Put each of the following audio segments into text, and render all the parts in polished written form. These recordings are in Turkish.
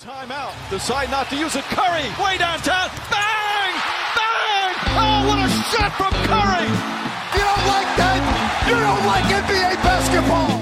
Timeout. Decide not to use it. Curry, way downtown. Bang! Bang! Oh, what a shot from Curry! You don't like that? You don't like NBA basketball.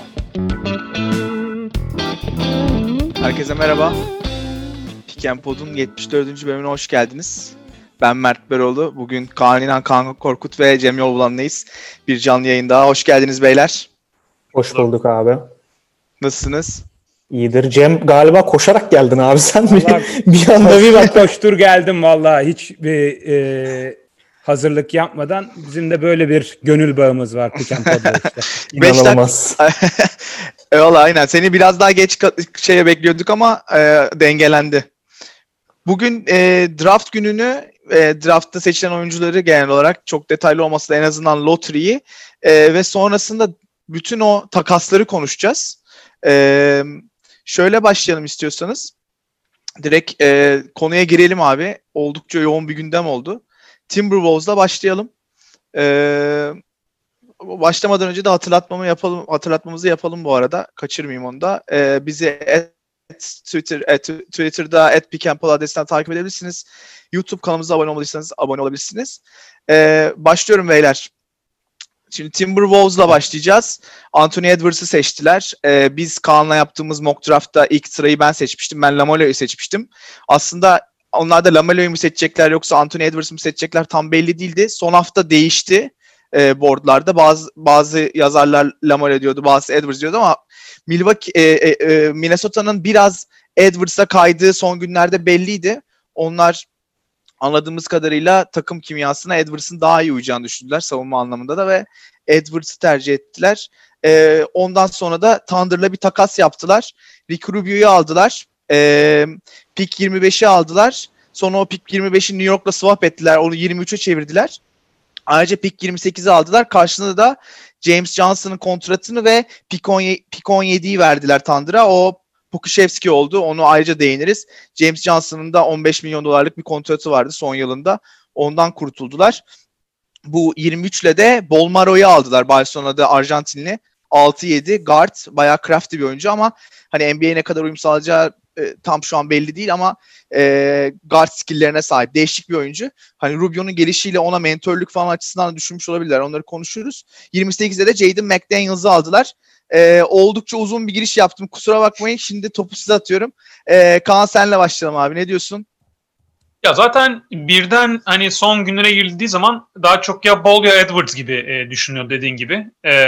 Herkese merhaba. Pick and Pod'un 74. bölümüne hoş geldiniz. Ben Mert Beroğlu. Bugün Kaan İnan, Kaan Korkut ve Cem Yolbulan'layız. Bir canlı yayın daha. Hoş geldiniz beyler. Hoş bulduk abi. Nasılsınız? İyidir. Cem galiba koşarak geldin abi sen mi? Bir anda bir bak. Koştur geldim vallahi hiç hazırlık yapmadan. Bizim de böyle bir gönül bağımız var Pick and Pod'da işte. İnanılmaz. Eyvallah, aynen. Seni biraz daha geç bekliyorduk ama dengelendi. Bugün draft gününü, draftta seçilen oyuncuları genel olarak çok detaylı olmasa da en azından lottery'yi ve sonrasında bütün o takasları konuşacağız. Şöyle başlayalım istiyorsanız. Direkt konuya girelim abi. Oldukça yoğun bir gündem oldu. Timberwolves'la başlayalım. Başlamadan önce de hatırlatmamızı yapalım bu arada. Kaçırmayayım onu da. Bizi Twitter'da @pickandpod adresinden takip edebilirsiniz. YouTube kanalımıza abone olmadıysanız abone olabilirsiniz. Başlıyorum beyler. Şimdi Timberwolves'la başlayacağız. Anthony Edwards'ı seçtiler. Biz Kaan'la yaptığımız mock draft'ta ilk sırayı ben seçmiştim. Ben Lamelo'yu seçmiştim. Aslında onlar da Lamelo'yu mu seçecekler yoksa Anthony Edwards'ı mı seçecekler tam belli değildi. Son hafta değişti boardlarda. Bazı yazarlar Lamelo diyordu, bazı Edwards diyordu ama Minnesota'nın biraz Edwards'a kaydığı son günlerde belliydi. Onlar anladığımız kadarıyla takım kimyasına Edwards'ın daha iyi uyacağını düşündüler savunma anlamında da ve Edwards'ı tercih ettiler. Ondan sonra da Thunder'la bir takas yaptılar. Ricky Rubio'yu aldılar. Pick 25'i aldılar. Sonra o pick 25'i New York'la swap ettiler. Onu 23'e çevirdiler. Ayrıca pick 28'i aldılar. Karşılığında da James Johnson'ın kontratını ve pick 17'yi verdiler Thunder'a. O Pokusevski oldu. Onu ayrıca değiniriz. James Johnson'ın da 15 milyon dolarlık bir kontratı vardı son yılında. Ondan kurtuldular. Bu 23'le de Bolmaro'yu aldılar. Barcelona'da Arjantinli. 6-7 guard. Bayağı crafty bir oyuncu ama hani NBA'ye ne kadar uyum sağlayacağı tam şu an belli değil ama guard skill'lerine sahip. Değişik bir oyuncu. Hani Rubio'nun gelişiyle ona mentörlük falan açısından düşünmüş olabilirler. Onları konuşuruz. 28'de de Jaden McDaniels'ı aldılar. Oldukça uzun bir giriş yaptım. Kusura bakmayın. Şimdi topu size atıyorum. Kaan senle başlayalım abi. Ne diyorsun? Ya zaten birden hani son günlere girildiği zaman daha çok ya Ball ya Edwards gibi düşünüyor dediğin gibi.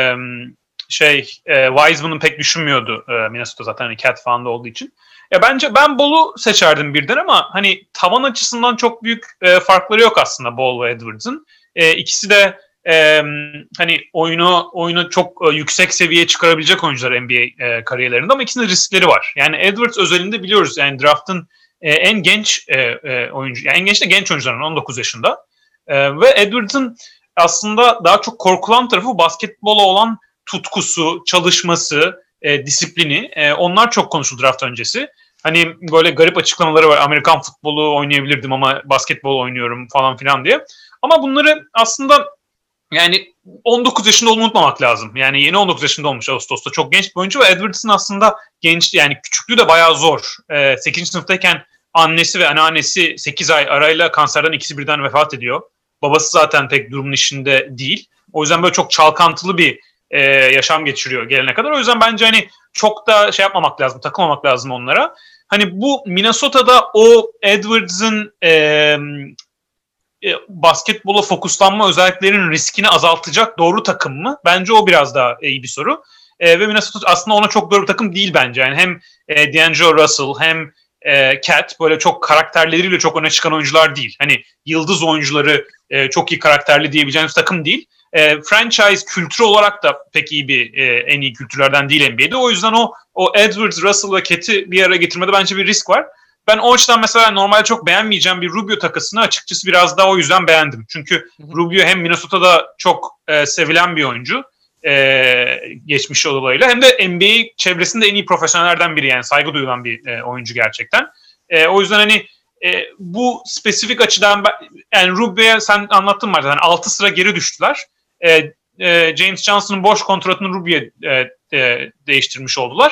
Wiseman'ın pek düşünmüyordu Minnesota zaten hani Cat falan da olduğu için. Ya bence ben Ball'u seçerdim birden ama hani tavan açısından çok büyük farkları yok aslında Ball ve Edwards'ın. İkisi de hani oyunu çok yüksek seviyeye çıkarabilecek oyuncular NBA kariyerlerinde ama ikisinin riskleri var. Yani Edwards özelinde biliyoruz yani draft'ın en genç oyuncu, yani en genç de genç oyuncuların 19 yaşında. Ve Edwards'ın aslında daha çok korkulan tarafı basketbola olan tutkusu, çalışması, disiplini. Onlar çok konuşuldu draft öncesi. Hani böyle garip açıklamaları var. Amerikan futbolu oynayabilirdim ama basketbol oynuyorum falan filan diye. Ama bunları aslında yani 19 yaşında olduğunu unutmamak lazım. Yani yeni 19 yaşında olmuş Ağustos'ta. Çok genç bir oyuncu ve Edwards'ın aslında genç, yani küçüklüğü de bayağı zor. 8. sınıftayken annesi ve anneannesi 8 ay arayla kanserden ikisi birden vefat ediyor. Babası zaten pek durumun işinde değil. O yüzden böyle çok çalkantılı bir yaşam geçiriyor gelene kadar. O yüzden bence hani çok da şey yapmamak lazım, takılmamak lazım onlara. Hani bu Minnesota'da o Edwards'ın basketbola fokuslanma özelliklerinin riskini azaltacak doğru takım mı? Bence o biraz daha iyi bir soru. Ve Minnesota aslında ona çok doğru bir takım değil bence. Yani hem D'Angelo Russell hem Cat böyle çok karakterleriyle çok öne çıkan oyuncular değil. Hani yıldız oyuncuları çok iyi karakterli diyebileceğimiz takım değil. Franchise kültürü olarak da pek iyi bir en iyi kültürlerden değil NBA'de. O yüzden o Edwards, Russell ve Cat'i bir araya getirmede bence bir risk var. Ben o açıdan mesela normalde çok beğenmeyeceğim bir Rubio takasını açıkçası biraz daha o yüzden beğendim. Çünkü Rubio hem Minnesota'da çok sevilen bir oyuncu geçmişi dolayısıyla hem de NBA çevresinde en iyi profesyonellerden biri, yani saygı duyulan bir oyuncu gerçekten. O yüzden hani bu spesifik açıdan yani Rubio'ya sen anlattın mı? Yani 6 sıra geri düştüler. James Johnson'ın boş kontratını Rubio'ya değiştirmiş oldular.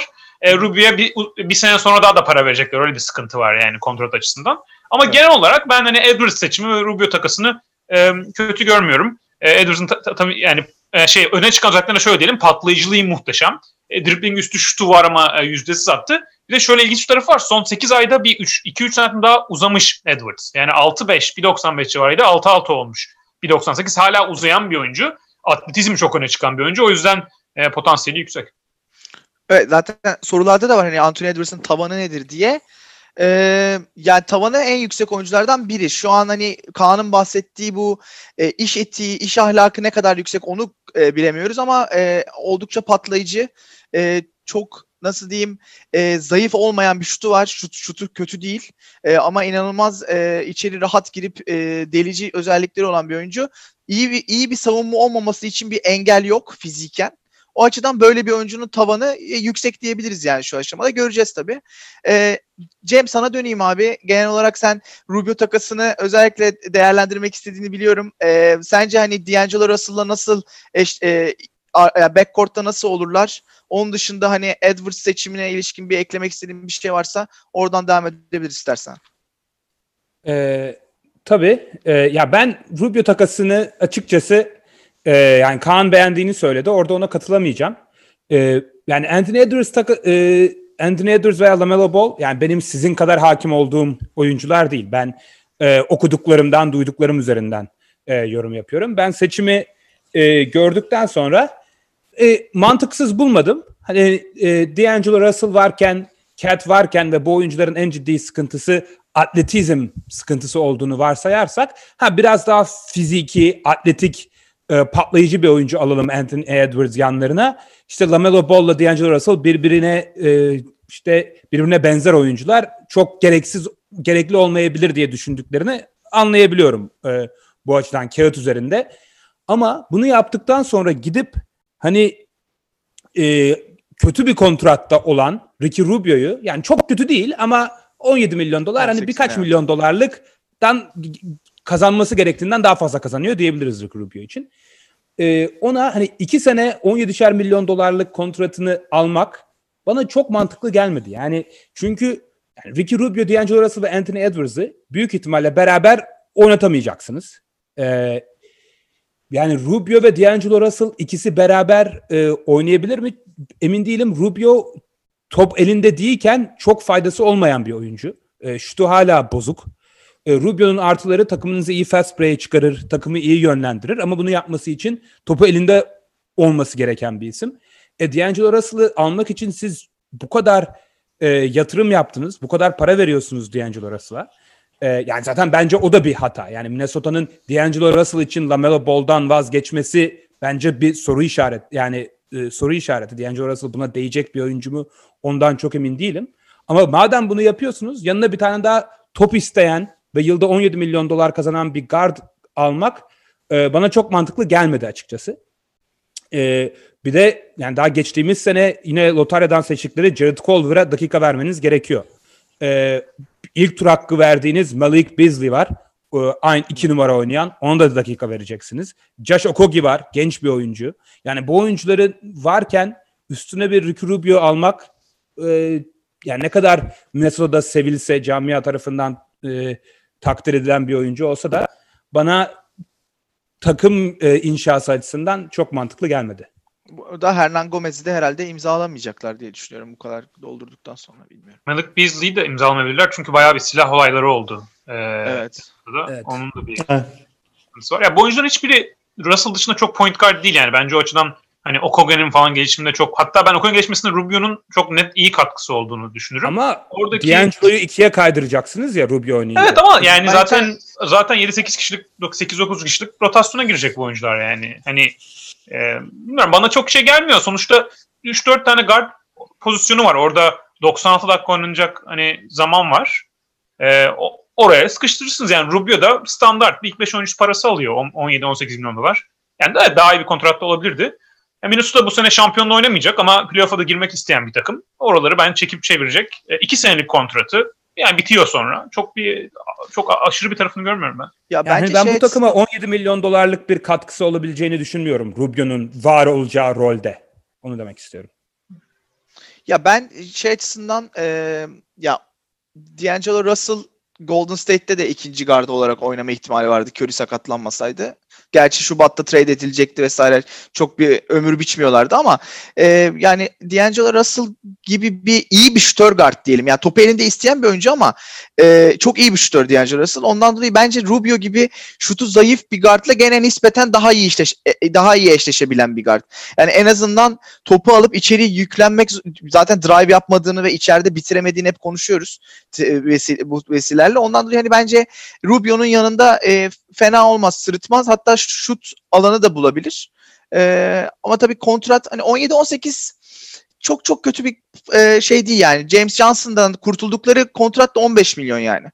Rubio'ya bir sene sonra daha da para verecekler. Öyle bir sıkıntı var yani kontrat açısından. Ama genel olarak ben hani Edwards seçimi ve Rubio takasını kötü görmüyorum. Edwards'ın tabii yani öne çıkan özelliklerine şöyle diyelim, patlayıcılığı muhteşem. Dribbling üstü şutu var ama yüzdesiz attı. Bir de şöyle ilginç bir tarafı var. Son 8 ayda bir 2-3 santim daha uzamış Edwards. Yani 6-5, 1.95 civarıydı. 6-6 olmuş. 1.98 hala uzayan bir oyuncu. Atletizmi çok öne çıkan bir oyuncu. O yüzden potansiyeli yüksek. Evet, zaten sorularda da var hani Anthony Edwards'ın tavanı nedir diye. Yani tavanı en yüksek oyunculardan biri. Şu an hani Kaan'ın bahsettiği bu iş etiği, iş ahlakı ne kadar yüksek onu bilemiyoruz ama oldukça patlayıcı. Çok nasıl diyeyim zayıf olmayan bir şutu var. Şutu kötü değil ama inanılmaz içeri rahat girip delici özellikleri olan bir oyuncu. İyi bir savunma olmaması için bir engel yok fiziken. O açıdan böyle bir oyuncunun tavanı yüksek diyebiliriz yani şu aşamada. Göreceğiz tabii. Cem sana döneyim abi. Genel olarak sen Rubio takasını özellikle değerlendirmek istediğini biliyorum. Sence hani D'Angelo Russell'la nasıl backcourt'ta nasıl olurlar? Onun dışında hani Edwards seçimine ilişkin bir eklemek istediğin bir şey varsa oradan devam edebiliriz istersen. Tabii. Ya ben Rubio takasını açıkçası yani Kaan beğendiğini söyledi. Orada ona katılamayacağım. Yani Anthony Edwards veya LaMelo Ball yani benim sizin kadar hakim olduğum oyuncular değil. Ben okuduklarımdan, duyduklarım üzerinden yorum yapıyorum. Ben seçimi gördükten sonra mantıksız bulmadım. Hani D'Angelo Russell varken, Cat varken ve bu oyuncuların en ciddi sıkıntısı atletizm sıkıntısı olduğunu varsayarsak biraz daha fiziki, atletik patlayıcı bir oyuncu alalım Anthony Edwards yanlarına. İşte LaMelo Ball'la D'Angelo Russell birbirine benzer oyuncular. Çok gerekli olmayabilir diye düşündüklerini anlayabiliyorum bu açıdan kağıt üzerinde. Ama bunu yaptıktan sonra gidip hani kötü bir kontratta olan Ricky Rubio'yu yani çok kötü değil ama 17 milyon dolar hani birkaç milyon dolarlıktan kazanması gerektiğinden daha fazla kazanıyor diyebiliriz Ricky Rubio için. Ona hani 2 sene 17'şer milyon dolarlık kontratını almak bana çok mantıklı gelmedi. Yani çünkü Ricky Rubio, D'Angelo Russell ve Anthony Edwards'ı büyük ihtimalle beraber oynatamayacaksınız. Yani Rubio ve D'Angelo Russell ikisi beraber oynayabilir mi? Emin değilim. Rubio top elinde değilken çok faydası olmayan bir oyuncu. Şutu hala bozuk. Rubio'nun artıları takımınızı iyi fast break'e çıkarır, takımı iyi yönlendirir ama bunu yapması için topu elinde olması gereken bir isim. D'Angelo Russell'ı almak için siz bu kadar yatırım yaptınız, bu kadar para veriyorsunuz D'Angelo Russell'a. Yani zaten bence o da bir hata. Yani Minnesota'nın D'Angelo Russell için LaMelo Ball'dan vazgeçmesi bence bir soru işareti. Yani soru işareti. D'Angelo Russell buna değecek bir oyuncu mu? Ondan çok emin değilim. Ama madem bunu yapıyorsunuz, yanına bir tane daha top isteyen ve yılda 17 milyon dolar kazanan bir guard almak bana çok mantıklı gelmedi açıkçası. Bir de yani daha geçtiğimiz sene yine lotaryadan seçtikleri Jared Culver'a dakika vermeniz gerekiyor. İlk tur hakkı verdiğiniz Malik Beasley var. Aynı 2 numara oynayan. Ona da dakika vereceksiniz. Josh Okogie var. Genç bir oyuncu. Yani bu oyuncuların varken üstüne bir Ricky Rubio almak yani ne kadar Minnesota'da sevilse camia tarafından takdir edilen bir oyuncu olsa da bana takım inşası açısından çok mantıklı gelmedi. Burada Hernan Gomez'i de herhalde imzalamayacaklar diye düşünüyorum bu kadar doldurduktan sonra bilmiyorum. Malik Beasley'i de imzalamayabilirler çünkü bayağı bir silah olayları oldu. Evet. Evet. Onun da bir sıkıntısı var. Ya bu oyuncuların hiçbiri Russell dışında çok point guard değil yani. Bence o açıdan hani Okogie'nin falan gelişiminde çok, hatta ben Okogie'nin gelişmesinde Rubio'nun çok net iyi katkısı olduğunu düşünürüm. Ama oradaki D'Angelo'yu 2'ye kaydıracaksınız ya Rubio oynayınca. Evet ama yani zaten 7-8 kişilik, 8-9 kişilik rotasyona girecek bu oyuncular yani. Hani bilmiyorum, bana çok şey gelmiyor. Sonuçta 3-4 tane guard pozisyonu var. Orada 96 dakika oynanacak hani zaman var. Oraya sıkıştırırsınız yani. Rubio da standart bir ilk 5 oyuncusu parası alıyor. 17-18 milyon dolar. Yani daha iyi bir kontratta olabilirdi. Minnesota bu sene şampiyonla oynamayacak ama playoff'a da girmek isteyen bir takım. Oraları ben çekip çevirecek. 2 senelik kontratı yani bitiyor sonra. Çok aşırı bir tarafını görmüyorum ben. Ya yani ben bu takıma 17 milyon dolarlık bir katkısı olabileceğini düşünmüyorum Rubio'nun var olacağı rolde. Onu demek istiyorum. Ya ben şey açısından ya D'Angelo Russell Golden State'te de ikinci guard olarak oynama ihtimali vardı Curry sakatlanmasaydı. Gerçi Şubat'ta trade edilecekti vesaire. Çok bir ömür biçmiyorlardı ama yani D'Angelo Russell gibi iyi bir şütör guard diyelim. Yani topu elinde isteyen bir oyuncu ama çok iyi bir şütör D'Angelo Russell. Ondan dolayı bence Rubio gibi şutu zayıf bir guardla gene nispeten daha iyi eşleşebilen bir guard. Yani en azından topu alıp içeri yüklenmek, zaten drive yapmadığını ve içeride bitiremediğini hep konuşuyoruz bu vesilelerle. Ondan dolayı hani bence Rubio'nun yanında fena olmaz, sırıtmaz. Hatta şut alanı da bulabilir. Ama tabii kontrat hani 17-18 çok kötü bir şey değil yani. James Johnson'dan kurtuldukları kontrat da 15 milyon yani.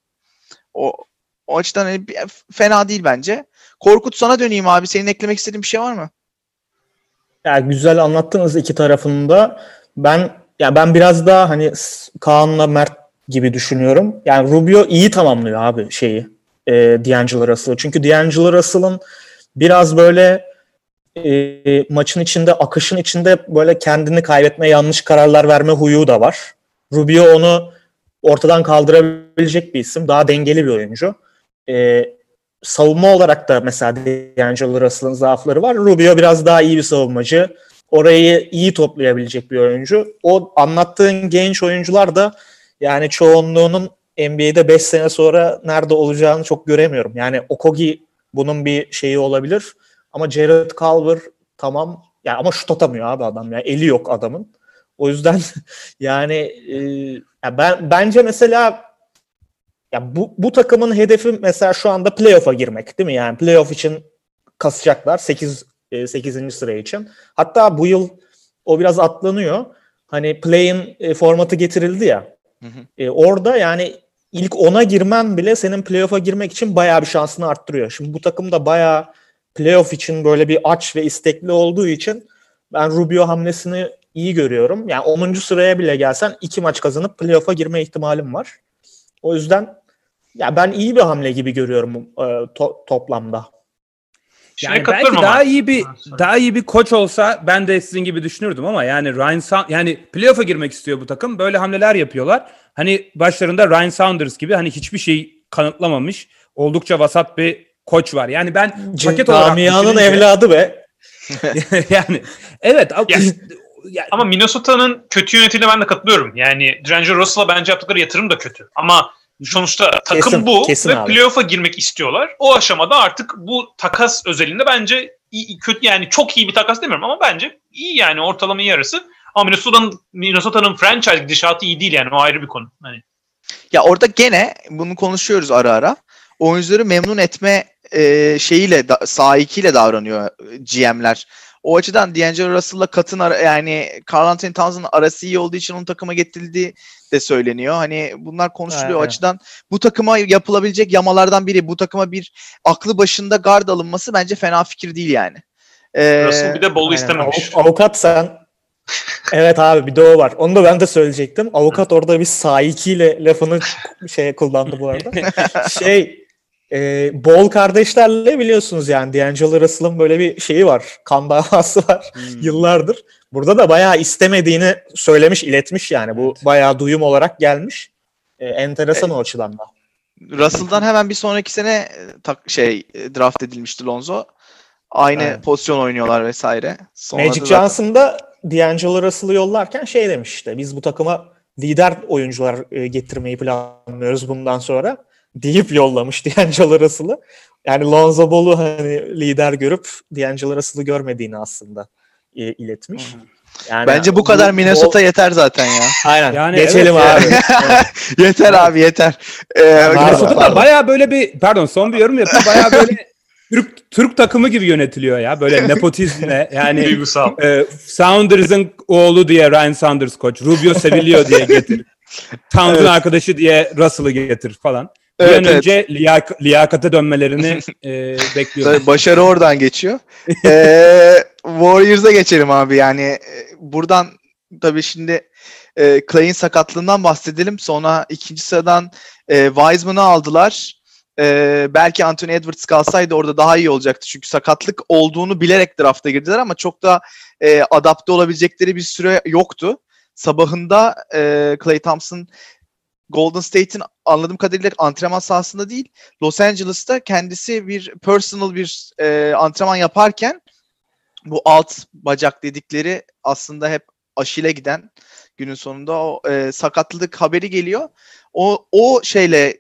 O açıdan hani fena değil bence. Korkut, sana döneyim abi. Senin eklemek istediğin bir şey var mı? Yani güzel anlattınız iki tarafında. Ben biraz daha hani Kaan'la Mert gibi düşünüyorum. Yani Rubio iyi tamamlıyor abi D'Angelo Russell'ı. Çünkü D'Angelo Russell'ın biraz böyle maçın içinde, akışın içinde böyle kendini kaybetme, yanlış kararlar verme huyu da var. Rubio onu ortadan kaldırabilecek bir isim. Daha dengeli bir oyuncu. Savunma olarak da mesela D'Angelo Russell'ın zaafları var. Rubio biraz daha iyi bir savunmacı. Orayı iyi toplayabilecek bir oyuncu. O anlattığın genç oyuncular da yani çoğunluğunun NBA'de 5 sene sonra nerede olacağını çok göremiyorum. Yani Okogie bunun bir şeyi olabilir. Ama Jared Culver tamam. Yani ama şut atamıyor abi adam ya. Eli yok adamın. O yüzden yani bence mesela ya bu takımın hedefi mesela şu anda playoff'a girmek değil mi? Yani playoff için kasacaklar 8. sıra için. Hatta bu yıl o biraz atlanıyor. Hani play-in formatı getirildi ya. Orada yani ilk 10'a girmen bile senin playoff'a girmek için bayağı bir şansını arttırıyor. Şimdi bu takım da bayağı playoff için böyle bir aç ve istekli olduğu için ben Rubio hamlesini iyi görüyorum. Yani 10. sıraya bile gelsen 2 maç kazanıp playoff'a girme ihtimalim var. O yüzden ya ben iyi bir hamle gibi görüyorum toplamda. Yani belki daha iyi bir koç olsa ben de sizin gibi düşünürdüm ama yani yani playoff'a girmek istiyor bu takım. Böyle hamleler yapıyorlar. Hani başlarında Ryan Saunders gibi hani hiçbir şey kanıtlamamış, oldukça vasat bir koç var. Yani ben paket olarak Camianın evladı be. yani evet. Yani, ama Minnesota'nın kötü yönetimine ben de katılıyorum. Yani D'Angelo Russell'a bence yaptıkları yatırım da kötü. Ama sonuçta takım kesin ve playoff'a girmek istiyorlar. O aşamada artık bu takas özelinde bence kötü, yani çok iyi bir takas demiyorum ama bence iyi, yani ortalama yarısı. Ama Minnesota'nın franchise gidişatı iyi değil, yani o ayrı bir konu. Hani. Ya orada gene bunu konuşuyoruz ara ara. Oyuncuları memnun etme sahikiyle davranıyor GM'ler. O açıdan D'Angelo Russell'la yani Karl Anthony Towns'ın arası iyi olduğu için onun takıma getirildiği de söyleniyor. Hani bunlar konuşuluyor. Evet. O açıdan bu takıma yapılabilecek yamalardan biri. Bu takıma bir aklı başında guard alınması bence fena fikir değil yani. Russell bir de Bolu istememiş. Avukat sen. Evet abi, bir de o var. Onu da ben de söyleyecektim. Avukat orada bir sahikiyle lafını kullandı bu arada. Ball kardeşlerle biliyorsunuz yani D'Angelo Russell'ın böyle bir şeyi var. Kan davası var yıllardır. Burada da bayağı istemediğini söylemiş, iletmiş yani. Bu bayağı duyum olarak gelmiş. Enteresan o açıdan da. Russell'dan hemen bir sonraki sene draft edilmişti Lonzo. Aynı pozisyon oynuyorlar vesaire. Sonra Magic Johnson da D'Angelo Russell'ı yollarken demiş işte. Biz bu takıma lider oyuncular getirmeyi planlıyoruz bundan sonra deyip yollamış D'Angelo Russell'ı. Yani Lonzo Ball'u hani lider görüp D'Angelo Russell'ı görmediğini aslında iletmiş. Yani bence bu kadar Minnesota yeter zaten ya. Aynen. Yani geçelim abi. Yeter abi yeter. Minnesota'da bayağı böyle bir son bir yorum yapayım. Bayağı böyle Türk takımı gibi yönetiliyor ya. Böyle nepotizmle yani Saunders'ın oğlu diye Ryan Saunders koç. Rubio seviliyor diye getir. Towns'un arkadaşı diye Russell'ı getir falan. Bir an önce liyakata dönmelerini bekliyorum. Başarı oradan geçiyor. Warriors'a geçelim abi. Yani buradan tabii şimdi Clay'in sakatlığından bahsedelim. Sonra ikinci sıradan Wiseman'ı aldılar. Belki Anthony Edwards kalsaydı orada daha iyi olacaktı. Çünkü sakatlık olduğunu bilerek drafta girdiler ama çok da adapte olabilecekleri bir süre yoktu. sabahında Klay Thompson Golden State'in anladığım kadarıyla antrenman sahasında değil, Los Angeles'ta kendisi bir personal bir antrenman yaparken bu alt bacak dedikleri aslında hep Aşil'e giden günün sonunda o sakatlık haberi geliyor. O şeyle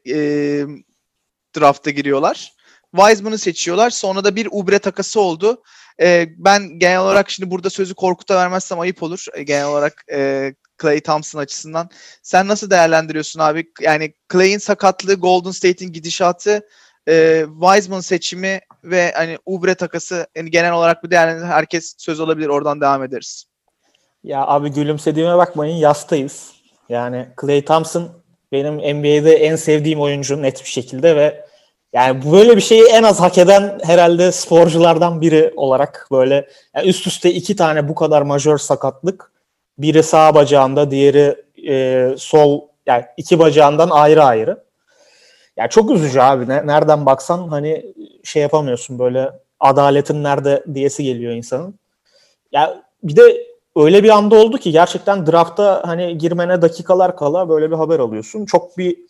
draft'a giriyorlar. Wiseman'ı seçiyorlar. Sonra da bir Oubre takası oldu. Ben genel olarak şimdi burada sözü Korkut'a vermezsem ayıp olur. Genel olarak Klay Thompson açısından. Sen nasıl değerlendiriyorsun abi? Yani Klay'in sakatlığı, Golden State'in gidişatı, Wiseman seçimi ve hani Oubre takası, yani genel olarak bir değerlendirir. Herkes söz alabilir. Oradan devam ederiz. Ya abi gülümsediğime bakmayın, yastayız. Yani Klay Thompson benim NBA'de en sevdiğim oyuncu net bir şekilde ve yani böyle bir şeyi en az hak eden herhalde sporculardan biri olarak böyle yani üst üste 2 tane bu kadar majör sakatlık. Biri sağ bacağında, diğeri sol, yani 2 bacağından ayrı ayrı. Yani çok üzücü abi. Nereden baksan hani şey yapamıyorsun, böyle adaletin nerede diyesi geliyor insanın. Ya bir de öyle bir anda oldu ki gerçekten drafta hani girmene dakikalar kala böyle bir haber alıyorsun. Çok bir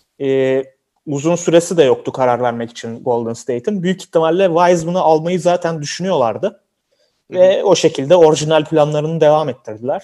uzun süresi de yoktu karar vermek için Golden State'in. Büyük ihtimalle Wiseman'ı almayı zaten düşünüyorlardı. Ve o şekilde orijinal planlarını devam ettirdiler.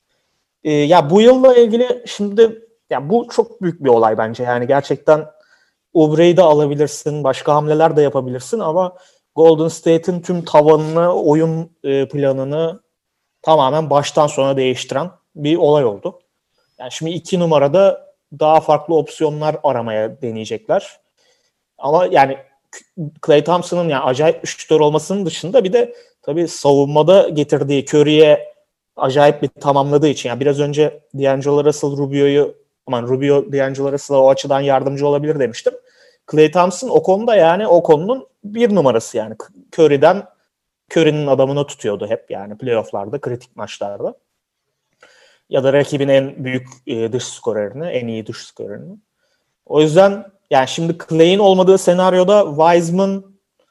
Ya bu yılla ilgili şimdi ya bu çok büyük bir olay bence. Yani gerçekten Oubre'yi de alabilirsin, başka hamleler de yapabilirsin ama Golden State'in tüm tavanını, oyun planını tamamen baştan sona değiştiren bir olay oldu. Yani şimdi 2 numarada daha farklı opsiyonlar aramaya deneyecekler. Ama yani Klay Thompson'ın yani acayip bir şutör olmasının dışında bir de tabii savunmada getirdiği Curry'e acayip bir tamamladığı için. Yani biraz önce D'Angelo Russell Rubio D'Angelo Russell'a o açıdan yardımcı olabilir demiştim. Klay Thompson o konuda yani o konunun 1 numarası yani. Curry'nin adamını tutuyordu hep yani playoff'larda, kritik maçlarda. Ya da rakibin en büyük dış skorerini, en iyi dış skorerini. O yüzden yani şimdi Klay'in olmadığı senaryoda Wiseman,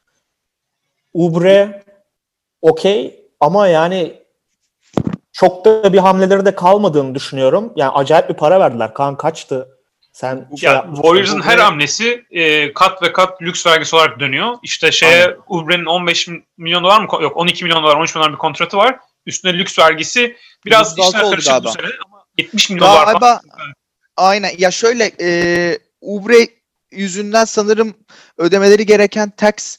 Oubre okey ama yani çok da bir hamleleri de kalmadığını düşünüyorum. Yani acayip bir para verdiler. Kaan kaçtı? Sen Warriors'ın her hamlesi kat ve kat lüks vergisi olarak dönüyor. İşte Oubre'nin 15 milyon dolar mı? Yok 12 milyon dolar, 13 milyon dolar bir kontratı var. Üstüne lüks vergisi. Biraz işler karışık bu sene ama 70 milyon dolar falan. Aynen. Ya şöyle Oubre yüzünden sanırım ödemeleri gereken tax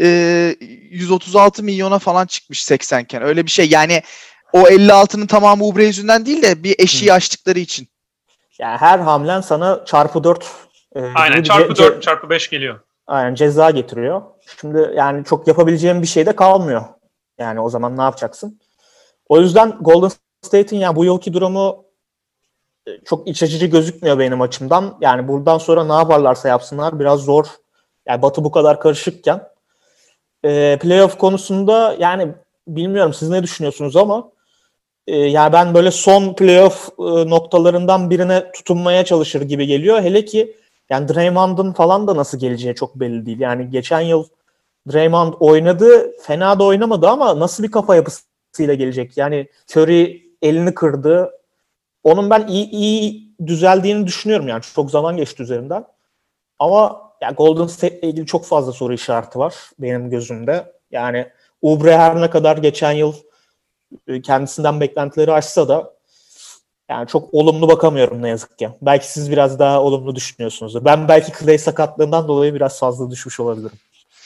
136 milyona falan çıkmış 80 iken. Öyle bir şey. Yani o 56'nın tamamı Oubre yüzünden değil de bir eşiği açtıkları için. Yani her hamlen sana çarpı 4 aynen çarpı 4 çarpı 5 geliyor. Aynen ceza getiriyor. Şimdi yani çok yapabileceğim bir şey de kalmıyor. Yani o zaman ne yapacaksın? O yüzden Golden State'in yani bu yılki durumu çok iç açıcı gözükmüyor benim açımdan. Yani buradan sonra ne yaparlarsa yapsınlar biraz zor. Yani Batı bu kadar karışıkken. Playoff konusunda yani bilmiyorum siz ne düşünüyorsunuz ama yani ben böyle son playoff noktalarından birine tutunmaya çalışır gibi geliyor. Hele ki yani Draymond'un falan da nasıl geleceği çok belli değil. Yani geçen yıl Draymond oynadı, fena da oynamadı ama nasıl bir kafa yapısıyla gelecek? Yani Curry elini kırdı. Onun ben iyi düzeldiğini düşünüyorum yani. Çok zaman geçti üzerinden. Ama yani Golden State ile ilgili çok fazla soru işareti var benim gözümde. Yani Oubre her ne kadar geçen yıl kendisinden beklentileri aşsa da yani çok olumlu bakamıyorum ne yazık ki. Belki siz biraz daha olumlu düşünüyorsunuzdur. Ben belki Klay sakatlığından dolayı biraz fazla düşmüş olabilirim.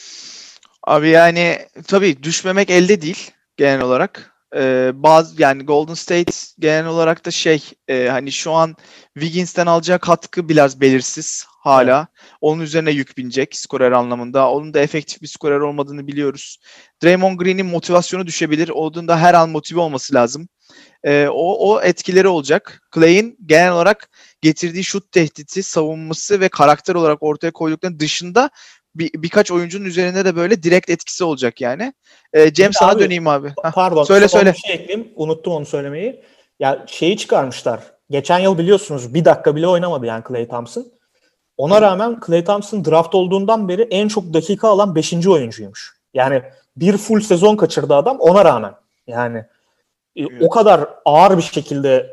Abi yani tabii düşmemek elde değil genel olarak. Bazı yani Golden State genel olarak da hani şu an Wiggins'ten alacağı katkı biraz belirsiz hala. Evet. Onun üzerine yük binecek skorer anlamında. Onun da efektif bir skorer olmadığını biliyoruz. Draymond Green'in motivasyonu düşebilir. Onun da her an motive olması lazım. O etkileri olacak. Klay'in genel olarak getirdiği şut tehdidi, savunması ve karakter olarak ortaya koyduklarının dışında birkaç oyuncunun üzerinde de böyle direkt etkisi olacak yani. Cem sana abi, döneyim abi. Pardon. Söyle. Bir şey ekleyeyim. Unuttum onu söylemeyi. Ya şeyi çıkarmışlar. Geçen yıl biliyorsunuz bir dakika bile oynamadı yani Klay Thompson. Ona rağmen Klay Thompson draft olduğundan beri en çok dakika alan 5. oyuncuymuş. Yani bir full sezon kaçırdı adam ona rağmen. Yani o kadar ağır bir şekilde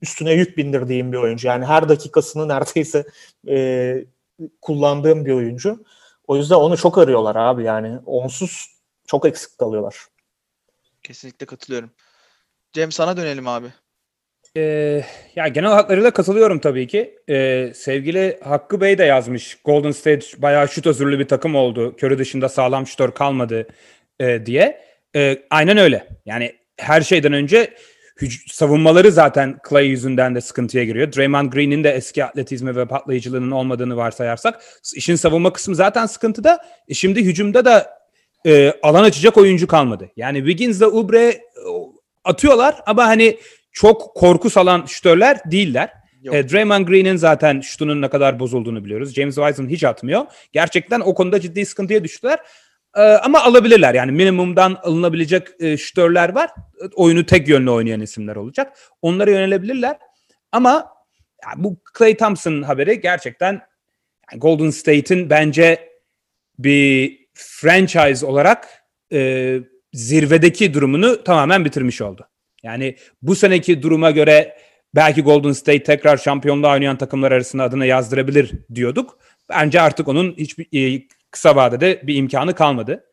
üstüne yük bindirdiğim bir oyuncu. Yani her dakikasını neredeyse kullandığım bir oyuncu. O yüzden onu çok arıyorlar abi yani. Onsuz çok eksik kalıyorlar. Kesinlikle katılıyorum. Cem sana dönelim abi. Ya genel hatlarıyla katılıyorum tabii ki. Sevgili Hakkı Bey de yazmış. Golden State bayağı şut özürlü bir takım oldu. Curry dışında sağlam şutör kalmadı diye. Aynen öyle. Yani her şeyden önce savunmaları zaten Clay yüzünden de sıkıntıya giriyor. Draymond Green'in de eski atletizmi ve patlayıcılığının olmadığını varsayarsak işin savunma kısmı zaten sıkıntıda. Şimdi hücumda da alan açacak oyuncu kalmadı. Yani Wiggins'le Oubre atıyorlar ama hani çok korku salan şütörler değiller. Draymond Green'in zaten şutunun ne kadar bozulduğunu biliyoruz. James Wiseman hiç atmıyor. Gerçekten o konuda ciddi sıkıntıya düştüler. Ama alabilirler. Yani minimumdan alınabilecek şütörler var. Oyunu tek yönlü oynayan isimler olacak. Onlara yönelebilirler. Ama yani bu Klay Thompson haberi gerçekten yani Golden State'in bence bir franchise olarak zirvedeki durumunu tamamen bitirmiş oldu. Yani bu seneki duruma göre belki Golden State tekrar şampiyonluğa oynayan takımlar arasında adını yazdırabilir diyorduk. Bence artık onun hiçbir kısa vadede bir imkanı kalmadı.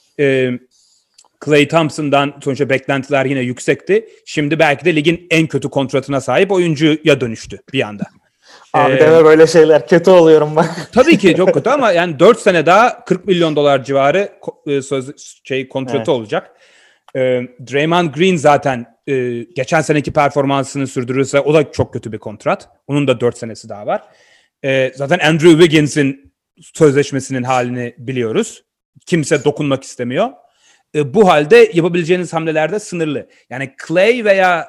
Klay Thompson'dan sonuçta beklentiler yine yüksekti. Şimdi belki de ligin en kötü kontratına sahip oyuncuya dönüştü bir anda. Abi deme böyle şeyler. Kötü oluyorum ben. Tabii ki çok kötü ama yani 4 sene daha 40 milyon dolar civarı kontratı olacak. Draymond Green zaten geçen seneki performansını sürdürürse o da çok kötü bir kontrat. Onun da 4 senesi daha var. Zaten Andrew Wiggins'in sözleşmesinin halini biliyoruz. Kimse dokunmak istemiyor. Bu halde yapabileceğiniz hamleler de sınırlı. Yani Clay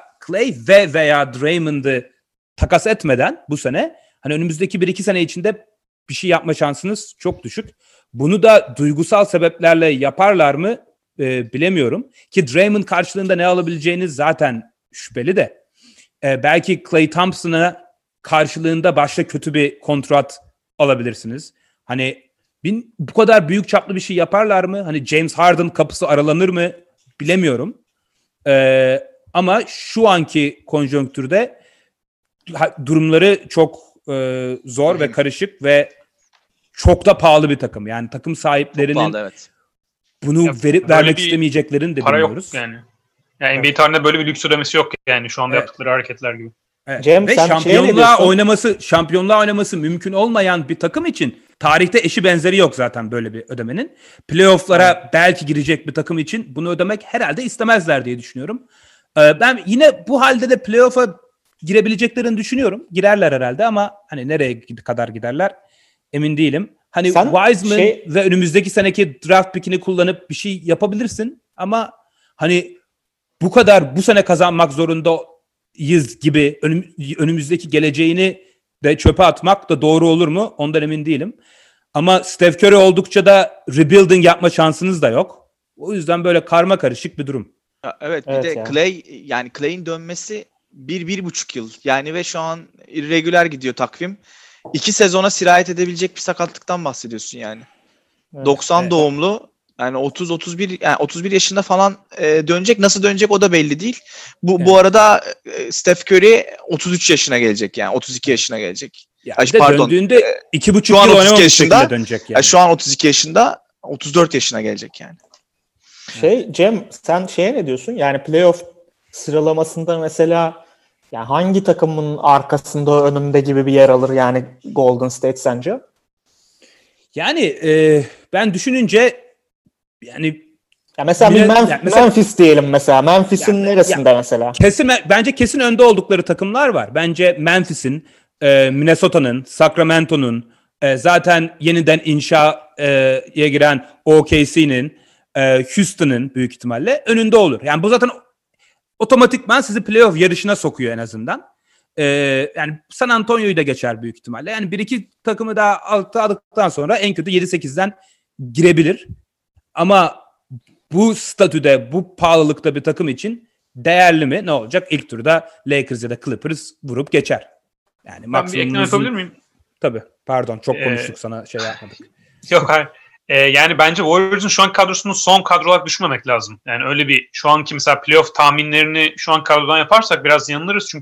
veya Draymond'ı takas etmeden bu sene hani önümüzdeki 1-2 sene içinde bir şey yapma şansınız çok düşük. Bunu da duygusal sebeplerle yaparlar mı bilemiyorum. Ki Draymond karşılığında ne alabileceğiniz zaten şüpheli de. Belki Klay Thompson'a karşılığında başka kötü bir kontrat alabilirsiniz. Hani bu kadar büyük çaplı bir şey yaparlar mı? Hani James Harden kapısı aralanır mı? Bilemiyorum. Ama şu anki konjonktürde durumları çok zor ve karışık ve çok da pahalı bir takım. Yani takım sahiplerinin pahalı, evet. Bunu vermek istemeyeceklerini de para bilmiyoruz. Yok yani. Yani NBA tarihinde böyle bir lüks ödemesi yok yani şu anda yaptıkları hareketler gibi. Evet. Cem, ve şampiyonluğa oynaması mümkün olmayan bir takım için tarihte eşi benzeri yok zaten böyle bir ödemenin. Playoff'lara belki girecek bir takım için bunu ödemek herhalde istemezler diye düşünüyorum. Ben yine bu halde de playoff'a girebileceklerini düşünüyorum. Girerler herhalde ama hani nereye kadar giderler emin değilim. Hani Wiseman ve önümüzdeki seneki draft pick'ini kullanıp bir şey yapabilirsin ama hani bu sene kazanmak zorundayız gibi önümüzdeki geleceğini de çöpe atmak da doğru olur mu? Ondan emin değilim. Ama Steph Curry oldukça da rebuilding yapma şansınız da yok. O yüzden böyle karma karışık bir durum. Evet bir de yani. Clay'in dönmesi 1-1,5 yıl. Yani ve şu an irregüler gidiyor takvim. 2 sezona sirayet edebilecek bir sakatlıktan bahsediyorsun yani. Evet, 90 doğumlu yani 31 yaşında falan dönecek. Nasıl dönecek o da belli değil. Bu arada Steph Curry 33 yaşına gelecek yani 32 yaşına gelecek. Döndüğünde 2,5 yıl oynamamış şekilde dönecek yani. Şu an 32 yaşında 34 yaşına gelecek yani. Cem sen ne diyorsun? Yani playoff sıralamasında mesela yani hangi takımın arkasında önünde gibi bir yer alır yani Golden State sence? Yani ben düşününce yani mesela Memphis diyelim mesela. Memphis'in neresinde mesela? Bence kesin önde oldukları takımlar var. Bence Memphis'in, Minnesota'nın, Sacramento'nun, zaten yeniden inşaya giren OKC'nin, Houston'ın büyük ihtimalle önünde olur. Yani bu zaten otomatikman sizi playoff yarışına sokuyor en azından. Yani San Antonio'yu da geçer büyük ihtimalle. Yani 1-2 takımı daha altta aldıktan sonra en kötü 7-8'den girebilir. Ama bu statüde, bu pahalılıkta bir takım için değerli mi? Ne olacak? İlk turda Lakers ya da Clippers vurup geçer. Yani ben bir ekleme yapabilir miyim? Tabii. Pardon. Çok konuştuk sana yapmadık. Yok hayır. Yani bence Warriors'ın şu an kadrosunu son kadro olarak düşünmemek lazım. Yani öyle bir şu anki mesela playoff tahminlerini şu an kadrodan yaparsak biraz yanılırız. Çünkü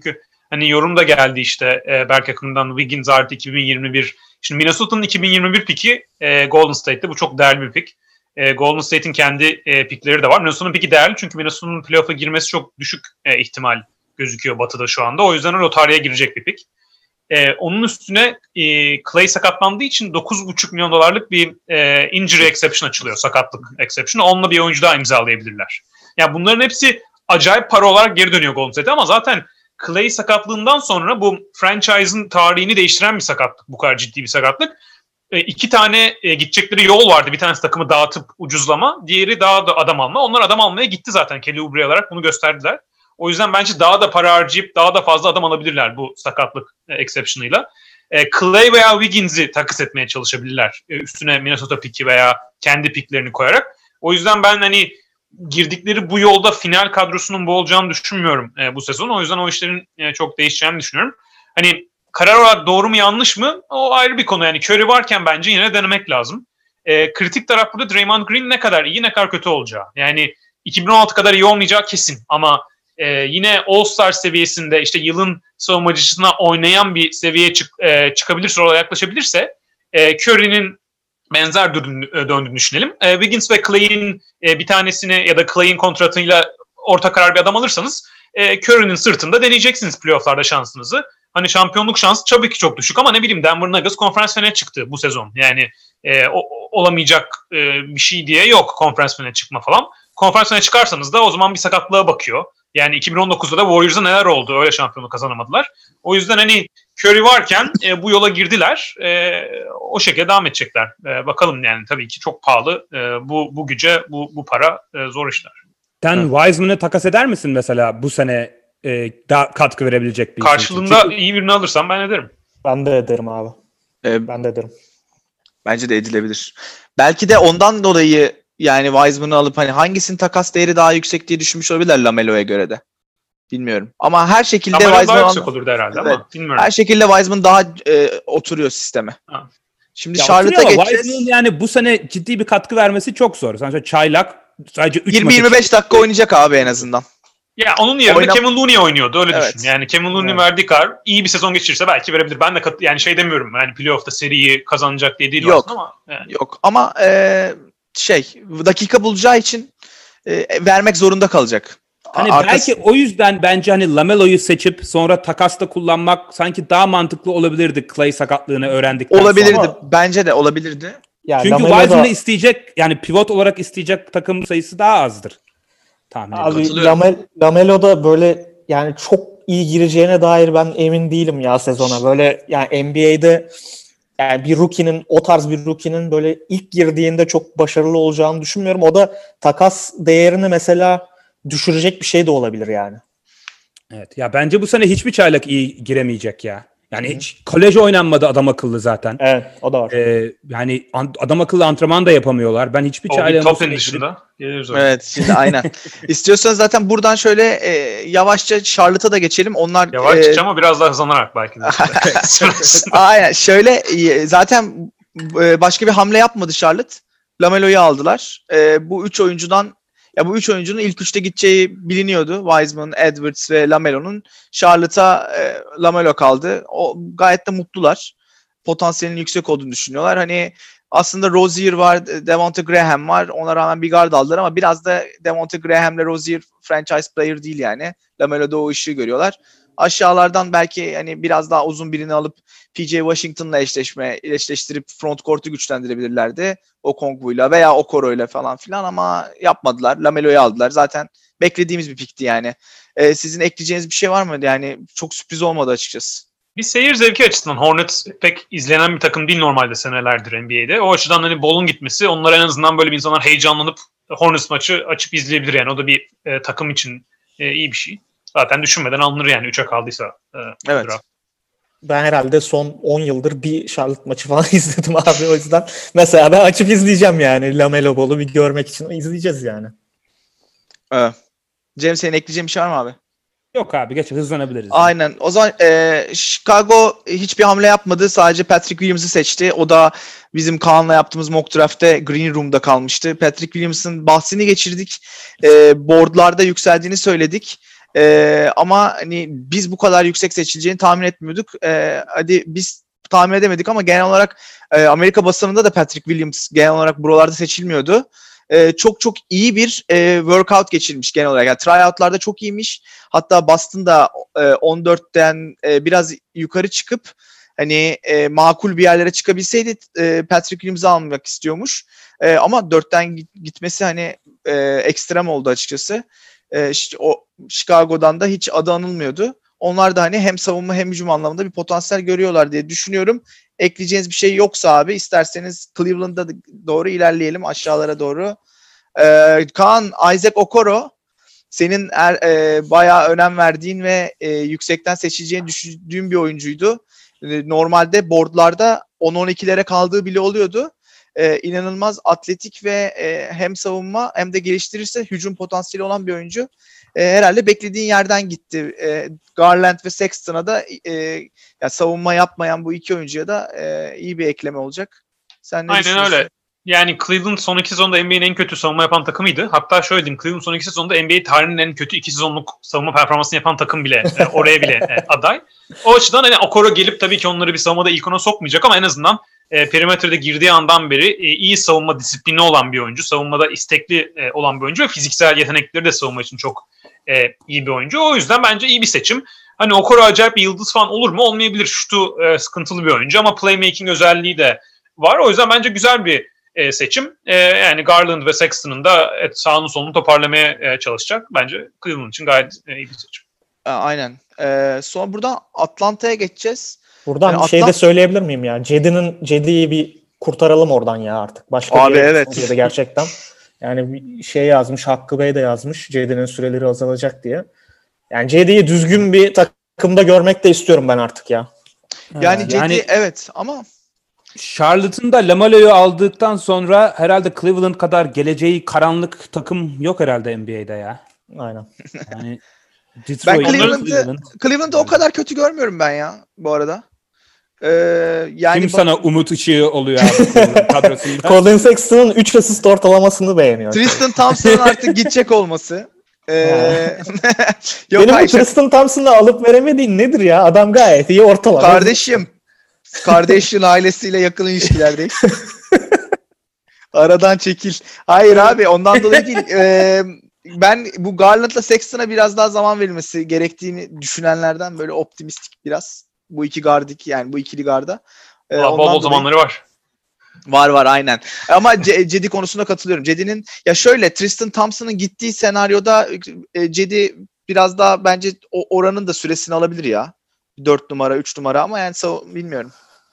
Hani yorum da geldi işte Berk Akın'dan Wiggins artı 2021. Şimdi Minnesota'nın 2021 piki Golden State'te. Bu çok değerli bir pik. Golden State'in kendi pikleri de var. Minnesota'nın piki değerli çünkü Minnesota'nın playoff'a girmesi çok düşük ihtimal gözüküyor Batı'da şu anda. O yüzden lotaryaya girecek bir pik. Onun üstüne Clay sakatlandığı için $9,5 milyon bir injury exception açılıyor. Sakatlık exception. Onunla bir oyuncu daha imzalayabilirler. Yani bunların hepsi acayip para olarak geri dönüyor Golden State'e ama zaten Clay sakatlığından sonra bu franchise'ın tarihini değiştiren bir sakatlık. Bu kadar ciddi bir sakatlık. 2 tane gidecekleri yol vardı. Bir tanesi takımı dağıtıp ucuzlama. Diğeri daha da adam alma. Onlar adam almaya gitti zaten. Kelly Oubre alarak bunu gösterdiler. O yüzden bence daha da para harcayıp daha da fazla adam alabilirler bu sakatlık exception'ıyla. Clay veya Wiggins'i takas etmeye çalışabilirler. Üstüne Minnesota piki veya kendi piklerini koyarak. O yüzden ben hani girdikleri bu yolda final kadrosunun bu olacağını düşünmüyorum bu sezon. O yüzden o işlerin çok değişeceğini düşünüyorum. Hani karar olarak doğru mu yanlış mı? O ayrı bir konu. Yani Curry varken bence yine denemek lazım. Kritik taraf burada Draymond Green ne kadar iyi ne kadar kötü olacağı. Yani 2016 kadar iyi olmayacağı kesin ama yine All-Star seviyesinde işte yılın savunmacısına oynayan bir seviyeye çıkabilirse, oraya yaklaşabilirse Curry'nin benzer döndüğünü düşünelim. Wiggins ve Clay'in bir tanesini ya da Clay'in kontratıyla orta karar bir adam alırsanız Curry'nin sırtında deneyeceksiniz playoff'larda şansınızı. Hani şampiyonluk şansı tabii ki çok düşük ama ne bileyim Denver Nuggets konferans finaline çıktı bu sezon. Yani olamayacak bir şey diye yok konferans finaline çıkma falan. Konferans finaline çıkarsanız da o zaman bir sakatlığa bakıyor. Yani 2019'da da Warriors'a neler oldu? Öyle şampiyonluk kazanamadılar. O yüzden hani Curry varken bu yola girdiler. O şekilde devam edecekler. Bakalım yani tabii ki çok pahalı. Bu güce, bu para zor işler. Sen Wiseman'ı takas eder misin mesela bu sene daha katkı verebilecek bir karşılığında iyi birini alırsam ben ederim. Ben de ederim abi. Ben de ederim. Bence de edilebilir. Belki de ondan dolayı yani Wiseman'ı alıp hani hangisinin takas değeri daha yüksek diye düşünmüş olabilirler Lamelo'ya göre de. Bilmiyorum. Ama her şekilde Wiseman daha yüksek olurdu herhalde ama bilmiyorum. Her şekilde Wiseman daha oturuyor sisteme. Ha. Şimdi Charlotte'a geçeceğiz. Wiseman'ın yani bu sene ciddi bir katkı vermesi çok zor. Sonuçta çaylak sadece 20-25 dakika oynayacak abi en azından. Ya onun yerine Kevin Looney oynuyordu öyle düşün. Yani Kevin Looney verdiği karar iyi bir sezon geçirirse belki verebilir. Ben de yani şey demiyorum. Yani playoff'ta seriyi kazanacak diye değil ama yani. Yok ama dakika bulacağı için vermek zorunda kalacak. Hani belki o yüzden bence hani Lamelo'yu seçip sonra takasla kullanmak sanki daha mantıklı olabilirdi Clay sakatlığını öğrendikten olabilirdi. sonra. Bence de olabilirdi. Yani çünkü Wiseman'ı isteyecek yani pivot olarak isteyecek takım sayısı daha azdır. Abi Lamelo da böyle yani çok iyi gireceğine dair ben emin değilim ya sezona. Böyle yani NBA'de yani bir rookie'nin o tarz bir rookie'nin böyle ilk girdiğinde çok başarılı olacağını düşünmüyorum. O da takas değerini mesela düşürecek bir şey de olabilir yani. Evet ya bence bu sene hiçbir çaylak iyi giremeyecek ya. Yani hiç kolej oynanmadı adam akıllı zaten. Evet o da var. Yani adam akıllı antrenman da yapamıyorlar. Ben hiçbir çaylağın... Top end dışında. Evet şimdi aynen. İstiyorsanız zaten buradan şöyle yavaşça Charlotte'a da geçelim. Onlar yavaşça ama biraz daha hızlanarak belki de. Aynen şöyle zaten başka bir hamle yapmadı Charlotte. Lamelo'yu aldılar. Bu üç oyuncunun ilk üçte gideceği biliniyordu. Wiseman, Edwards ve Lamelo'nun. Charlotte'a Lamelo kaldı. O gayet de mutlular. Potansiyelinin yüksek olduğunu düşünüyorlar. Hani aslında Rozier var, Devonte Graham var. Ona rağmen bir guard aldılar ama biraz da Devonte Graham'le Rozier franchise player değil yani. Lamelo'da o ışığı görüyorlar. Aşağılardan belki hani biraz daha uzun birini alıp PJ Washington'la eşleştirip front court'u güçlendirebilirlerdi. Okongwu'yla veya Okoro'yla falan filan ama yapmadılar. Lamelo'yu aldılar. Zaten beklediğimiz bir pikti yani. Sizin ekleyeceğiniz bir şey var mı? Yani çok sürpriz olmadı açıkçası. Bir seyir zevki açısından Hornets pek izlenen bir takım değil normalde senelerdir NBA'de. O açıdan hani Ball'un gitmesi onlara en azından böyle bir insanlar heyecanlanıp Hornets maçı açıp izleyebilir yani. O da bir takım için iyi bir şey. Zaten düşünmeden alınır yani 3'e kaldıysa. Evet. Draft. Ben herhalde son 10 yıldır bir Charlotte maçı falan izledim abi. O yüzden mesela ben açıp izleyeceğim yani. Lamelo Ball'u bir görmek için izleyeceğiz yani. Evet. Cem senin ekleyeceğin bir şey var mı abi? Yok abi geç hızlanabiliriz. Aynen. O zaman Chicago hiçbir hamle yapmadı. Sadece Patrick Williams'ı seçti. O da bizim Kaan'la yaptığımız mock draft'te Green Room'da kalmıştı. Patrick Williams'ın bahsini geçirdik. Board'larda yükseldiğini söyledik. Ama hani biz bu kadar yüksek seçileceğini tahmin etmiyorduk. Hadi biz tahmin edemedik ama genel olarak Amerika basınında da Patrick Williams genel olarak buralarda seçilmiyordu. Çok çok iyi bir workout geçirmiş genel olarak. Yani tryoutlarda çok iyiymiş. Hatta Boston'da 14'ten biraz yukarı çıkıp hani makul bir yerlere çıkabilseydi Patrick Williams'ı almak istiyormuş. Ama 4'ten gitmesi hani ekstrem oldu açıkçası. O Chicago'dan da hiç adı anılmıyordu. Onlar da hani hem savunma hem hücum anlamında bir potansiyel görüyorlar diye düşünüyorum. Ekleyeceğiniz bir şey yoksa abi isterseniz Cleveland'a doğru ilerleyelim aşağılara doğru. Kaan, Isaac Okoro senin bayağı önem verdiğin ve yüksekten seçileceğini düşündüğün bir oyuncuydu. Normalde boardlarda 10-12'lere kaldığı bile oluyordu. İnanılmaz atletik ve hem savunma hem de geliştirirse hücum potansiyeli olan bir oyuncu. Herhalde beklediğin yerden gitti. Garland ve Sexton'a da ya savunma yapmayan bu iki oyuncuya da iyi bir ekleme olacak. Sen ne Aynen öyle. Yani Cleveland son 2 sezonda NBA'nin en kötü savunma yapan takımıydı. Hatta şöyle diyeyim, Cleveland son 2 sezonda NBA tarihinin en kötü 2 sezonluk savunma performansını yapan takım bile oraya bile aday. O açıdan hani Okoro gelip tabii ki onları bir savunmada ilk ona sokmayacak ama en azından perimetrede girdiği andan beri iyi savunma disiplini olan bir oyuncu. Savunmada istekli olan bir oyuncu ve fiziksel yetenekleri de savunma için çok iyi bir oyuncu. O yüzden bence iyi bir seçim. Hani Okoro acayip bir yıldız falan olur mu? Olmayabilir. Şutu sıkıntılı bir oyuncu ama playmaking özelliği de var. O yüzden bence güzel bir seçim. Yani Garland ve Sexton'ın da sağını solunu toparlamaya çalışacak. Bence Cleveland için gayet iyi bir seçim. Aynen. Sonra buradan Atlanta'ya geçeceğiz. Buradan Yani bir şey de söyleyebilir miyim ya? Cedi'yi bir kurtaralım oradan ya artık. Başka abi bir evet. Cedi gerçekten. Yani bir şey yazmış, Hakkı Bey de yazmış. Cedi'nin süreleri azalacak diye. Yani Cedi'yi düzgün bir takımda görmek de istiyorum ben artık ya. Yani Cedi evet ama Charlotte'ın da Lamelo'yu aldıktan sonra herhalde Cleveland kadar geleceği karanlık takım yok herhalde NBA'de ya. Aynen. Yani ben Cleveland'ı o kadar kötü görmüyorum ben ya bu arada. Yani kim sana umut ışığı oluyor abi kadrosunda? Colin Sexton'ın 3 asist ortalamasını beğeniyor. Tristan Thompson'ın artık gidecek olması. Yok, benim bu Tristan Thompson'la alıp veremediğin nedir ya? Adam gayet iyi ortalama. Kardeşin ailesiyle yakın ilişkilerdeyiz. Aradan çekil. Hayır abi ondan dolayı değil. Ben bu Garland'la Sexton'a biraz daha zaman verilmesi gerektiğini düşünenlerden böyle optimistik biraz. Bu iki gardik yani bu ikili garda. Bol zamanları var. Var aynen. Ama Cedi konusunda katılıyorum. Cedi'nin ya şöyle Tristan Thompson'ın gittiği senaryoda Cedi biraz daha bence oranın da süresini alabilir ya. 4 numara 3 numara ama yani bilmiyorum.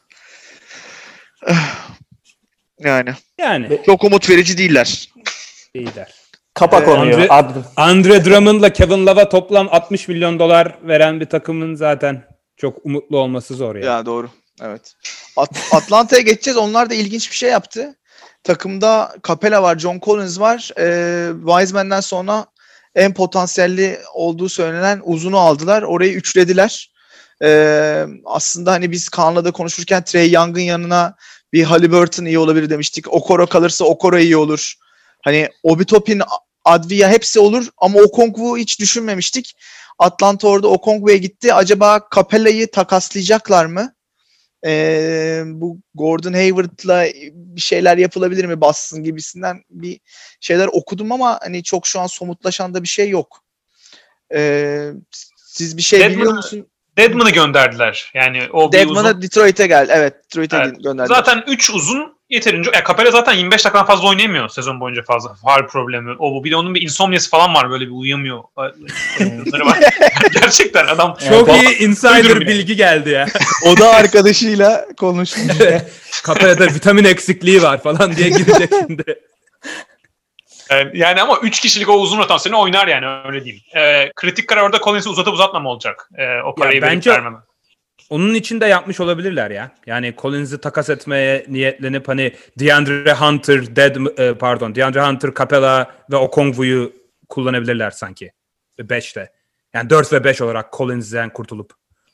Yani çok umut verici değiller. İyiler. Kapak konuyor. Andre Drummond'la Kevin Love'a toplam $60 milyon veren bir takımın zaten çok umutlu olması zor ya. Ya doğru. Evet. Atlanta'ya geçeceğiz. Onlar da ilginç bir şey yaptı. Takımda Capela var, John Collins var. Wiseman'den sonra en potansiyelli olduğu söylenen uzunu aldılar. Orayı üçlediler. Aslında hani biz Kaan'la da konuşurken Trae Young'ın yanına bir Haliburton iyi olabilir demiştik. Okoro kalırsa Okoro iyi olur. Hani Obi Toppin, Advia hepsi olur ama Okongwu hiç düşünmemiştik. Atlanta orada Okongwu'ya gitti. Acaba Capela'yı takaslayacaklar mı? Bu Gordon Hayward'la bir şeyler yapılabilir mi? Boston gibisinden bir şeyler okudum ama hani çok şu an somutlaşan da bir şey yok. Siz bir şey biliyor musunuz? Dedman'ı gönderdiler. Yani o Dedman'ı Detroit'e geldi. Evet, Detroit'e gönderdiler. Zaten 3 uzun yeterince. Capela zaten 25 dakikadan fazla oynayamıyor sezon boyunca fazla. Faul problemi. Bir de onun bir insomniası falan var, böyle bir uyuyamıyor. Gerçekten adam çok iyi insider bilgi geldi ya. O da arkadaşıyla konuşmuş. Capela'da vitamin eksikliği var falan diye gidecek şimdi. Yani ama 3 kişilik o uzun rotasyonu oynar yani, öyle diyeyim. Kritik karar orada Collins'i uzatıp uzatmam olacak. O parayı verip vermeme. Onun için de yapmış olabilirler ya. Yani Collins'i takas etmeye niyetlenip hani DeAndre Hunter, Capela ve Okongwu'yu kullanabilirler sanki. 5'te. Yani 4 ve 5 olarak Collins'den kurtulup.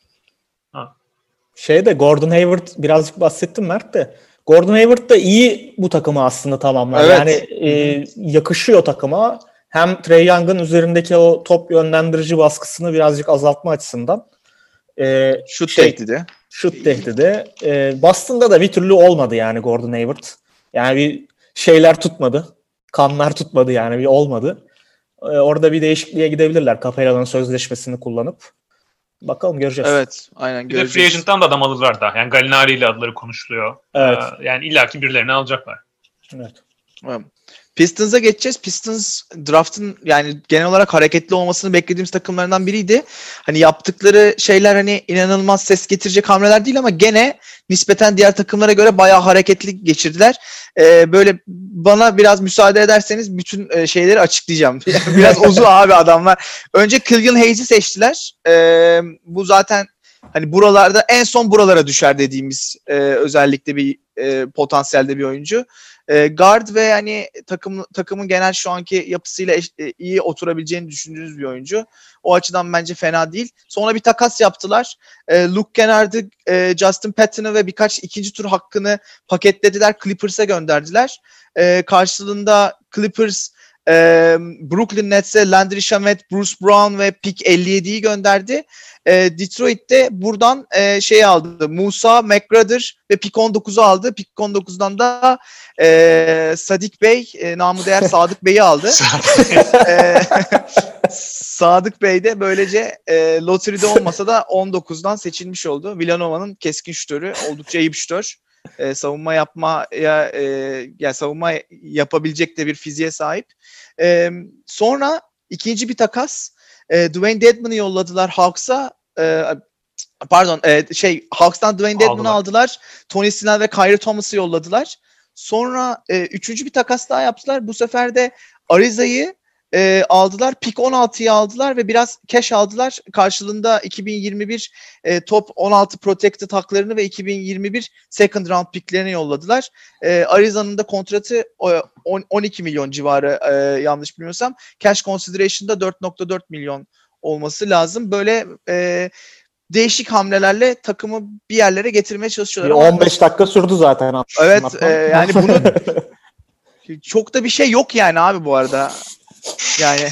Gordon Hayward birazcık bahsettim Mert de. Gordon Hayward da iyi bu takıma aslında tamamlar. Evet. Yani yakışıyor takıma. Hem Trae Young'ın üzerindeki o top yönlendirici baskısını birazcık azaltma açısından. Şut tehdidi. Şut tehdidi. Boston'da da bir türlü olmadı yani Gordon Hayward. Yani bir şeyler tutmadı. Kanlar tutmadı yani bir olmadı. Orada bir değişikliğe gidebilirler. Capella'nın sözleşmesini kullanıp. Bakalım göreceğiz. Evet, aynen Bir de Free Agent'tan da adam alırlar da. Yani Gallinari ile adları konuşuluyor. Evet. Yani illaki birilerini alacaklar. Evet. Pistons'a geçeceğiz. Pistons draft'ın yani genel olarak hareketli olmasını beklediğimiz takımlarından biriydi. Hani yaptıkları şeyler hani inanılmaz ses getirecek hamleler değil ama gene nispeten diğer takımlara göre bayağı hareketli geçirdiler. Böyle bana biraz müsaade ederseniz bütün şeyleri açıklayacağım. Biraz uzun abi adamlar. Önce Killian Hayes'i seçtiler. Bu zaten hani buralarda en son buralara düşer dediğimiz özellikle bir potansiyelde bir oyuncu. Guard ve hani takımın genel şu anki yapısıyla iyi oturabileceğini düşündüğünüz bir oyuncu. O açıdan bence fena değil. Sonra bir takas yaptılar. Luke Kennard'ı, Justin Patton'ı ve birkaç ikinci tur hakkını paketlediler. Clippers'a gönderdiler. Karşılığında Clippers Brooklyn Nets'e Landry Shamet, Bruce Brown ve pick 57'yi gönderdi. Detroit'te buradan şey aldı. Musa, McGruder ve pick 19'u aldı. Pick 19'dan da Sadik Bey, namı değer Sadık Bey'i aldı. Sadık Bey de böylece lottery'de olmasa da 19'dan seçilmiş oldu. Villanova'nın keskin şutörü, oldukça iyi bir şutör. Savunma yapabilecek de bir fiziğe sahip. Sonra ikinci bir takas. Dwayne Dedman'ı yolladılar Hawks'a. Hawks'tan Dwayne Dedman'ı aldılar. Tony Snell ve Kyrie Thomas'ı yolladılar. Sonra üçüncü bir takas daha yaptılar. Bu sefer de Ariza'yı aldılar. Pick 16'yı aldılar ve biraz cash aldılar. Karşılığında 2021 top 16 protected haklarını ve 2021 second round picklerini yolladılar. Ariza'nın da kontratı 12 milyon civarı yanlış bilmiyorsam. Cash consideration'da 4.4 milyon olması lazım. Böyle değişik hamlelerle takımı bir yerlere getirmeye çalışıyorlar. 15 dakika sürdü zaten. Evet, yani bunun çok da bir şey yok yani abi bu arada. Yani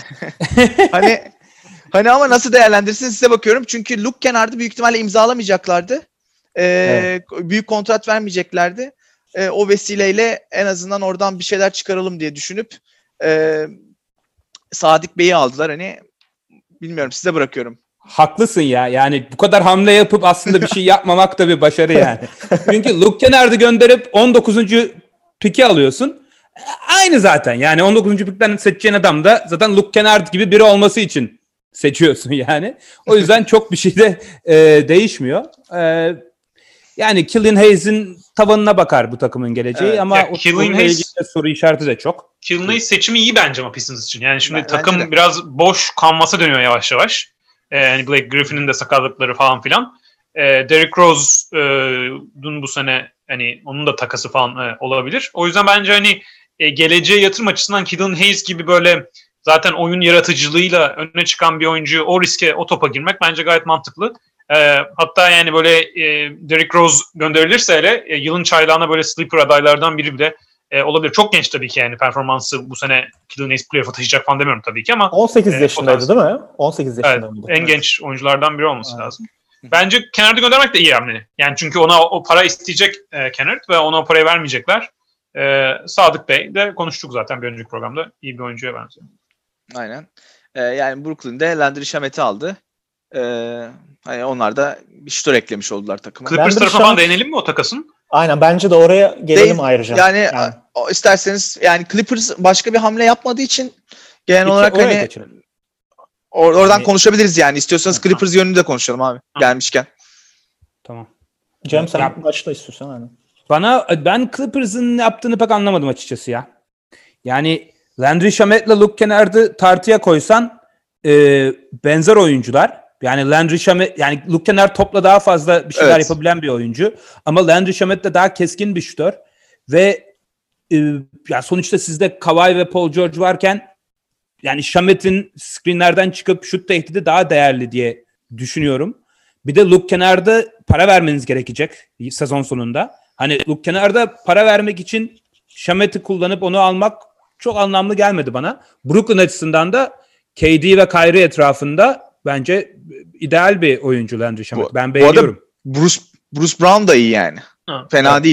hani ama nasıl değerlendirirsiniz size bakıyorum. Çünkü Luke Kennard'ı büyük ihtimalle imzalamayacaklardı. Evet. Büyük kontrat vermeyeceklerdi. O vesileyle en azından oradan bir şeyler çıkaralım diye düşünüp Sadık Bey'i aldılar. Hani bilmiyorum, size bırakıyorum. Haklısın ya. Yani bu kadar hamle yapıp aslında bir şey yapmamak da bir başarı yani. Çünkü Luke Kennard'ı gönderip 19. piki alıyorsun. Aynı zaten. Yani 19. pikten seçeceğin adam da zaten Luke Kennard gibi biri olması için seçiyorsun yani. O yüzden çok bir şey de değişmiyor. Yani Killian Hayes'in tavanına bakar bu takımın geleceği, evet, ama o Killian ilgili soru işareti de çok. Killian Hayes seçimi iyi bence ama Pistons için. Yani şimdi takım biraz boş kanvasa dönüyor yavaş yavaş. Yani Blake Griffin'in de sakatlıkları falan filan. Derrick Rose'un bu sene hani onun da takası falan olabilir. O yüzden bence hani geleceğe yatırım açısından Killian Hayes gibi böyle zaten oyun yaratıcılığıyla önüne çıkan bir oyuncuyu o riske, o topa girmek bence gayet mantıklı. Hatta yani böyle Derrick Rose gönderilirse hele yılın çaylağına böyle sleeper adaylardan biri bile olabilir. Çok genç tabii ki yani performansı bu sene Killian Hayes playoff'a taşıyacak falan demiyorum tabii ki ama 18 yaşındaydı değil mi? 18 yaşındaydı. Evet, en genç oyunculardan biri olması lazım. Bence Kennard'ı göndermek de iyi hamle. Yani çünkü ona o para isteyecek Kennard ve ona o parayı vermeyecekler. Sadık Bey de konuştuk zaten bir önceki programda. İyi bir oyuncuya benziyor. Aynen. Yani Brooklyn'de Landry Shamet'i aldı. Hani onlar da bir şutör eklemiş oldular takıma. Clippers tarafına falan değinelim mi o takasın? Aynen, bence de oraya gelelim ayrıca. Yani isterseniz yani Clippers başka bir hamle yapmadığı için genel olarak hani oradan yani konuşabiliriz yani. İstiyorsanız Clippers yönünde de konuşalım abi. Gelmişken. Tamam. Cem sen başla istiyorsan. Aynen. Ben Clippers'ın yaptığını pek anlamadım açıkçası ya. Yani Landry Shamet'le Luke Kennard'ı tartıya koysan benzer oyuncular. Yani Landry Shamet, yani Luke Kennard topla daha fazla bir şeyler yapabilen bir oyuncu. Ama Landry Shamet de daha keskin bir şutör. Ve ya sonuçta sizde Kawhi ve Paul George varken yani Shamet'in screenlerden çıkıp şut tehdidi daha değerli diye düşünüyorum. Bir de Luke Kennard'a para vermeniz gerekecek sezon sonunda. Hani Luke Kennard'a para vermek için Shamet'i kullanıp onu almak çok anlamlı gelmedi bana. Brooklyn açısından da KD ve Kyrie etrafında bence ideal bir oyuncu Landry Shamet. Ben beğeniyorum. Bruce Brown da iyi yani. Fena evet, değil.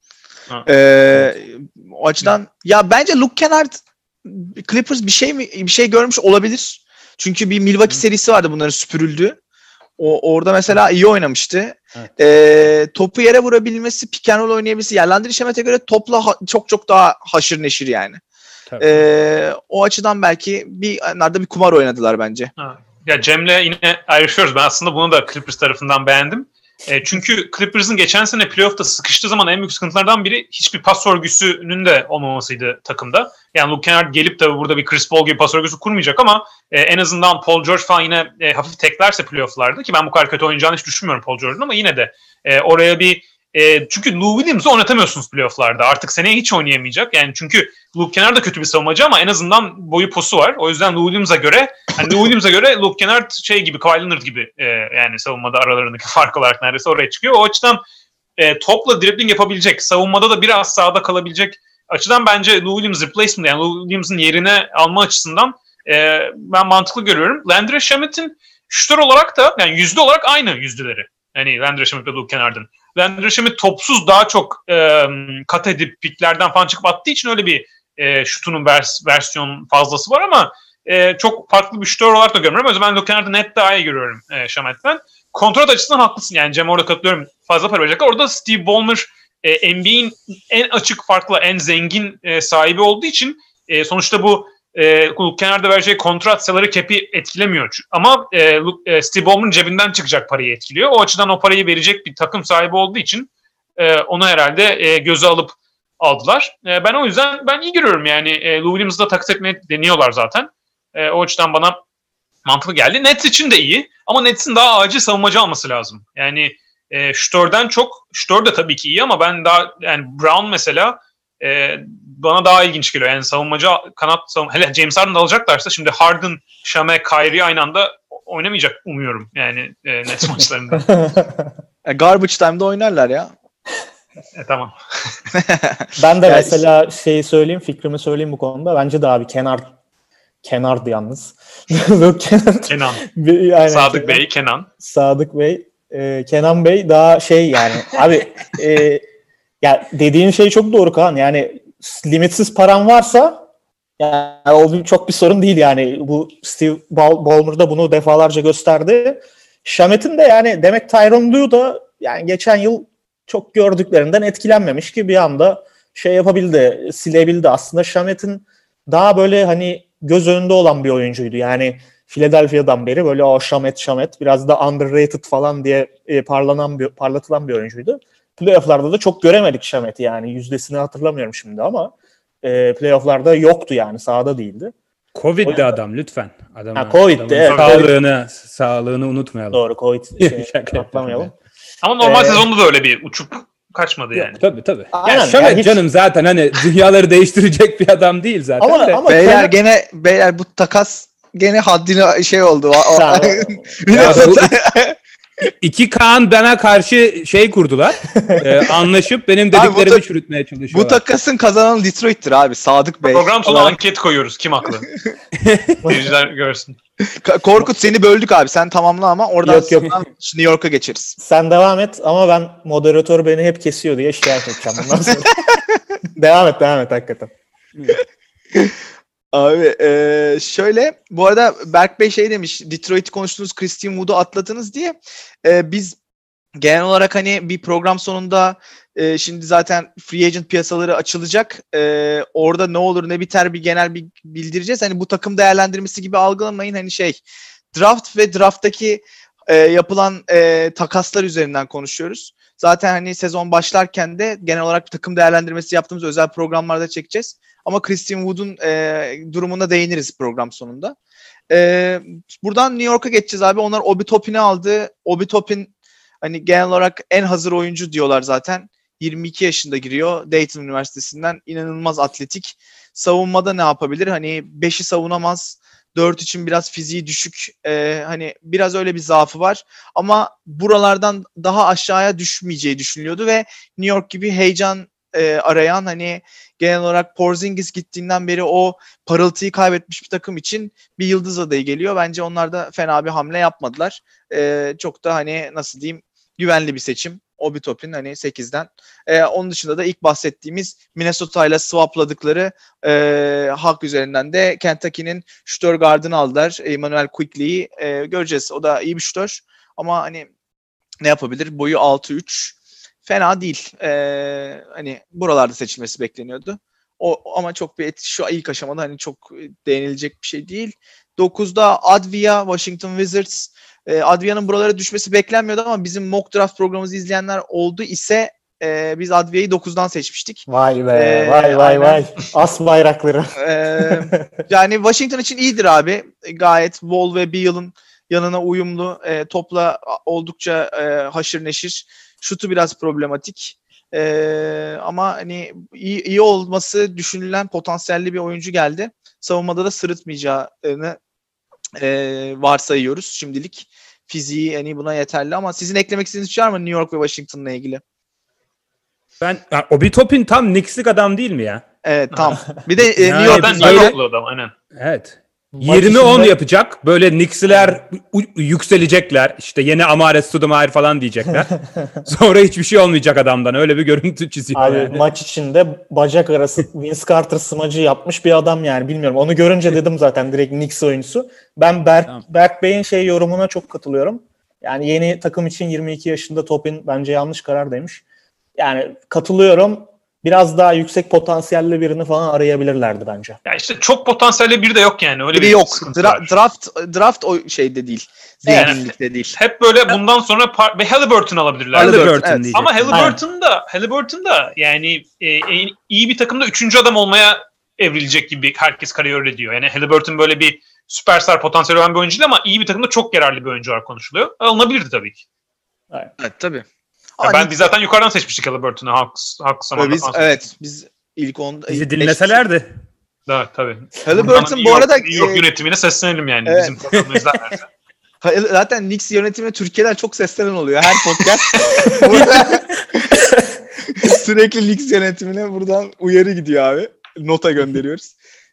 O açıdan ya bence Luke Kennard Clippers bir şey görmüş olabilir. Çünkü bir Milwaukee serisi vardı bunların süpürüldüğü. Orada mesela iyi oynamıştı. Evet. Topu yere vurabilmesi, pick and roll oynayabilmesi. Yani Landry Shamet'e göre topla çok daha haşır neşir yani. O açıdan belki bir kumar oynadılar bence. Ya Cem'le yine ayrışıyoruz. Ben aslında bunu da Clippers tarafından beğendim. Çünkü Clippers'ın geçen sene playoff'ta sıkıştığı zaman en büyük sıkıntılardan biri hiçbir pas örgüsünün de olmamasıydı takımda. Yani Luke Kennard gelip de burada bir Chris Paul gibi pas örgüsü kurmayacak ama en azından Paul George falan yine hafif teklerse playoff'larda, ki ben bu kadar kötü oynayacağını hiç düşünmüyorum Paul George'un, ama yine de oraya bir çünkü Lou Williams'ı oynatamıyorsunuz playoff'larda. Artık seneye hiç oynayamayacak. Yani çünkü Luke Kennard da kötü bir savunmacı ama en azından boyu posu var. O yüzden Lou Williams'a göre Luke Kennard şey gibi, Kawhi Leonard gibi yani savunmada aralarındaki fark olarak neredeyse oraya çıkıyor. O açıdan topla dribbling yapabilecek, savunmada da biraz sağda kalabilecek açıdan bence Lou Williams replacement, yani Lou Williams'ın yerine alma açısından ben mantıklı görüyorum. Landry Shamet'in şutör olarak da yani yüzde olarak aynı yüzdeleri. Yani Landry Shamet ve Luke Kennard'ın. Landry Shamet topsuz daha çok kat edip piklerden falan çıkıp attığı için öyle bir şutunun versiyon fazlası var ama çok farklı bir şutör olarak da görmüyorum. O yüzden ben Luke Kennard'ı net daha iyi görüyorum Shamet'ten. Kontrat açısından haklısın yani Cem, orada katılıyorum. Fazla para verecekler. Orada Steve Ballmer NBA'in en açık farklı, en zengin sahibi olduğu için sonuçta bu Luke Kennard'a vereceği kontrat salary cap'i etkilemiyor. Ama Steve Ballmer'ın cebinden çıkacak parayı etkiliyor. O açıdan o parayı verecek bir takım sahibi olduğu için onu herhalde göze alıp aldılar. Ben o yüzden iyi görüyorum yani. Lou Williams'ı da takas etmeye deniyorlar zaten. O açıdan bana mantıklı geldi. Nets için de iyi ama Nets'in daha acil savunmacı alması lazım. Yani şutörden çok, şutör de tabii ki iyi ama ben daha yani Brown mesela bana daha ilginç geliyor. Yani savunmacı kanat hele James Harden alacaklarsa şimdi Harden, Shamet, Kyrie aynı anda oynamayacak umuyorum. Yani Nets maçlarında. Garbage time'da oynarlar ya. Tamam. Ben de mesela fikrimi söyleyeyim bu konuda. Bence de abi Kenardı yalnız. Kenan. Aynen, Sadık Bey, Kenan. Sadık Bey. Kenan Bey daha yani abi ya dediğin şey çok doğru Kaan. Yani limitsiz paran varsa yani o çok bir sorun değil yani. Bu Steve Ballmer da bunu defalarca gösterdi. Shamet'in de yani demek Tyronn Lue da yani geçen yıl çok gördüklerinden etkilenmemiş ki bir anda yapabildi, silebildi. Aslında Shamet'in daha böyle hani göz önünde olan bir oyuncuydu. Philadelphia'dan beri böyle Shamet biraz da underrated falan diye parlatılan bir oyuncuydu. Playoff'larda da çok göremedik Shamet'i yani. Yüzdesini hatırlamıyorum şimdi ama playoff'larda yoktu yani. Sahada değildi. Covid'di adam lütfen. Covid'di evet. Sağlığını unutmayalım. Doğru, Covid atlamayalım. Ama normal sezonda da öyle bir uçup kaçmadı yani. Tabii. Aynen, ya Shamet canım zaten hani dünyaları değiştirecek bir adam değil zaten. Ama beyler bu takas gene haddine oldu. İki Kaan bana karşı kurdular. Anlaşıp benim dediklerimi çürütmeye çalışıyorlar. Bu takasın kazananı Detroit'tir abi. Sadık Bey. Program sonu anket koyuyoruz. Kim haklı? Seyirciler görsün. Korkut seni böldük abi. Sen tamamla ama oradan yok. New York'a geçeriz. Sen devam et ama ben moderatör beni hep kesiyor diye şikayet edeceğim bundan sonra. devam et hakikaten. Abi şöyle bu arada Berk Bey demiş, Detroit'i konuştunuz, Christian Wood'u atladınız diye. Biz genel olarak hani bir program sonunda şimdi zaten free agent piyasaları açılacak. Orada ne olur ne biter bir genel bir bildireceğiz. Hani bu takım değerlendirmesi gibi algılamayın. Hani draft ve drafttaki yapılan takaslar üzerinden konuşuyoruz. Zaten hani sezon başlarken de genel olarak bir takım değerlendirmesi yaptığımız özel programlarda çekeceğiz. Ama Christian Wood'un durumuna değiniriz program sonunda. Buradan New York'a geçeceğiz abi. Onlar Obi Toppin'i aldı. Obi Toppin hani genel olarak en hazır oyuncu diyorlar zaten. 22 yaşında giriyor Dayton Üniversitesi'nden. İnanılmaz atletik. Savunmada ne yapabilir? Hani 5'i savunamaz. 4 için biraz fiziği düşük. Hani biraz öyle bir zaafı var. Ama buralardan daha aşağıya düşmeyeceği düşünülüyordu ve New York gibi heyecan arayan, hani genel olarak Porzingis gittiğinden beri o parıltıyı kaybetmiş bir takım için bir yıldız adayı geliyor. Bence onlar da fena bir hamle yapmadılar. Çok da hani nasıl diyeyim, güvenli bir seçim. Obi Toppin hani 8'den. Onun dışında da ilk bahsettiğimiz Minnesota ile swapladıkları hak üzerinden de Kentucky'nin şutör gardını aldılar. Emmanuel Quickley'i göreceğiz. O da iyi bir şutör ama hani ne yapabilir? Boyu 6'3. Fena değil. Hani buralarda seçilmesi bekleniyordu. Ama çok bir şu ilk aşamada hani çok değinilecek bir şey değil. 9'da Advia, Washington Wizards. Advia'nın buralara düşmesi beklenmiyordu ama bizim mock draft programımızı izleyenler oldu ise biz Advia'yı 9'dan seçmiştik. Vay be, vay. As bayrakları. Yani Washington için iyidir abi. Gayet Wall ve Beal'ın yanına uyumlu. Topla oldukça haşır neşir. Şutu biraz problematik. Ama hani iyi olması düşünülen potansiyelli bir oyuncu geldi. Savunmada da sırıtmayacağını varsayıyoruz şimdilik. Fiziği hani buna yeterli ama sizin eklemek istediğiniz şey var mı New York ve Washington'la ilgili? Obi Toppin tam Knicks'lik adam değil mi ya? Evet, tam. Bir de Yani New York Zaten böyle- New Yorklu adam aynen. Evet. Maç 20-10 içinde- yapacak. Böyle Knicks'ler yükselecekler. İşte yeni Amare Stoudemire falan diyecekler. Sonra hiçbir şey olmayacak adamdan. Öyle bir görüntü çiziyor Abi yani. maç içinde bacak arası Vince Carter smacı yapmış bir adam yani, bilmiyorum. Onu görünce dedim zaten direkt Knicks oyuncusu. Ben Tamam. Berk Bey'in yorumuna çok katılıyorum. Yani yeni takım için 22 yaşında Toppin bence yanlış karar demiş. Yani katılıyorum. Biraz daha yüksek potansiyelli birini falan arayabilirlerdi bence. Ya işte çok potansiyelli biri de yok yani. Öyle biri bir yok. sıkıntı var. Draft o şeyde değil. Yani- Zenginlikte değil. Hep böyle bundan sonra ve Halliburton alabilirler. Halliburton, evet. diyecek. Ama Halliburton da yani iyi bir takımda 3. adam olmaya evrilecek gibi herkes kariyer ediyor. Yani Halliburton böyle bir süperstar potansiyeli olan bir oyuncu değil ama iyi bir takımda çok yararlı bir oyuncu olarak konuşuluyor. Alınabilirdi tabii ki. Evet, tabii. Biz zaten yukarıdan seçmiştik Halliburton'u. Hawks zamanında biz, falan. evet, biz ilk onda Bizi dinleselerdi. Evet, tabii. Halliburton bu arada New York yönetimine seslenelim yani. Evet. Bizim programı izlerlerse. zaten Knicks yönetimine Türkiye'den çok seslenen oluyor her podcast. Burada sürekli Knicks yönetimine buradan uyarı gidiyor abi. Nota gönderiyoruz.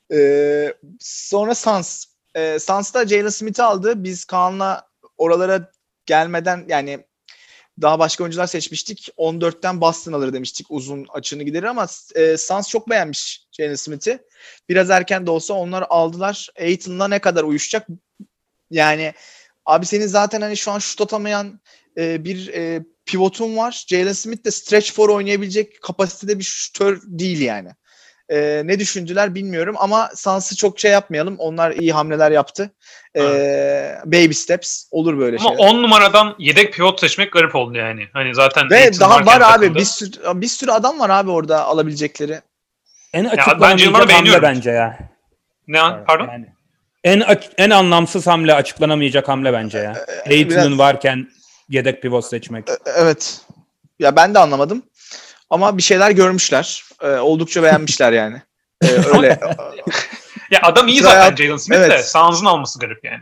Sonra Suns. Suns'ta Jalen Smith'i aldı. Biz Kaan'la oralara gelmeden yani daha başka oyuncular seçmiştik. 14'ten Boston alır demiştik. Uzun açığını giderir ama Suns çok beğenmiş Jalen Smith'i. Biraz erken de olsa onlar aldılar. Aiton'la ne kadar uyuşacak? Yani abi senin zaten hani şu an şut atamayan bir pivotun var. Jalen Smith de stretch four oynayabilecek kapasitede bir şutör değil yani. Ne düşündüler bilmiyorum ama Suns'ı çok şey yapmayalım. Onlar iyi hamleler yaptı. Baby steps olur böyle Ama şeyler. 10 numaradan yedek pivot seçmek garip oldu yani. Hani zaten Ve Aiton daha var varken abi. takımda. Bir sürü adam var abi orada alabilecekleri. En bence açıklanamayacak Yılmaz'ı hamle beğeniyorum. bence ya. Ne pardon? Yani en anlamsız hamle, açıklanamayacak hamle bence ya. Aiton'un biraz- varken yedek pivot seçmek. Evet. Ya ben de anlamadım. Ama bir şeyler görmüşler. Oldukça beğenmişler yani. Öyle. Ya adam iyi Sıra zaten hayat- Jalen Smith de evet. Suns'ın alması garip yani.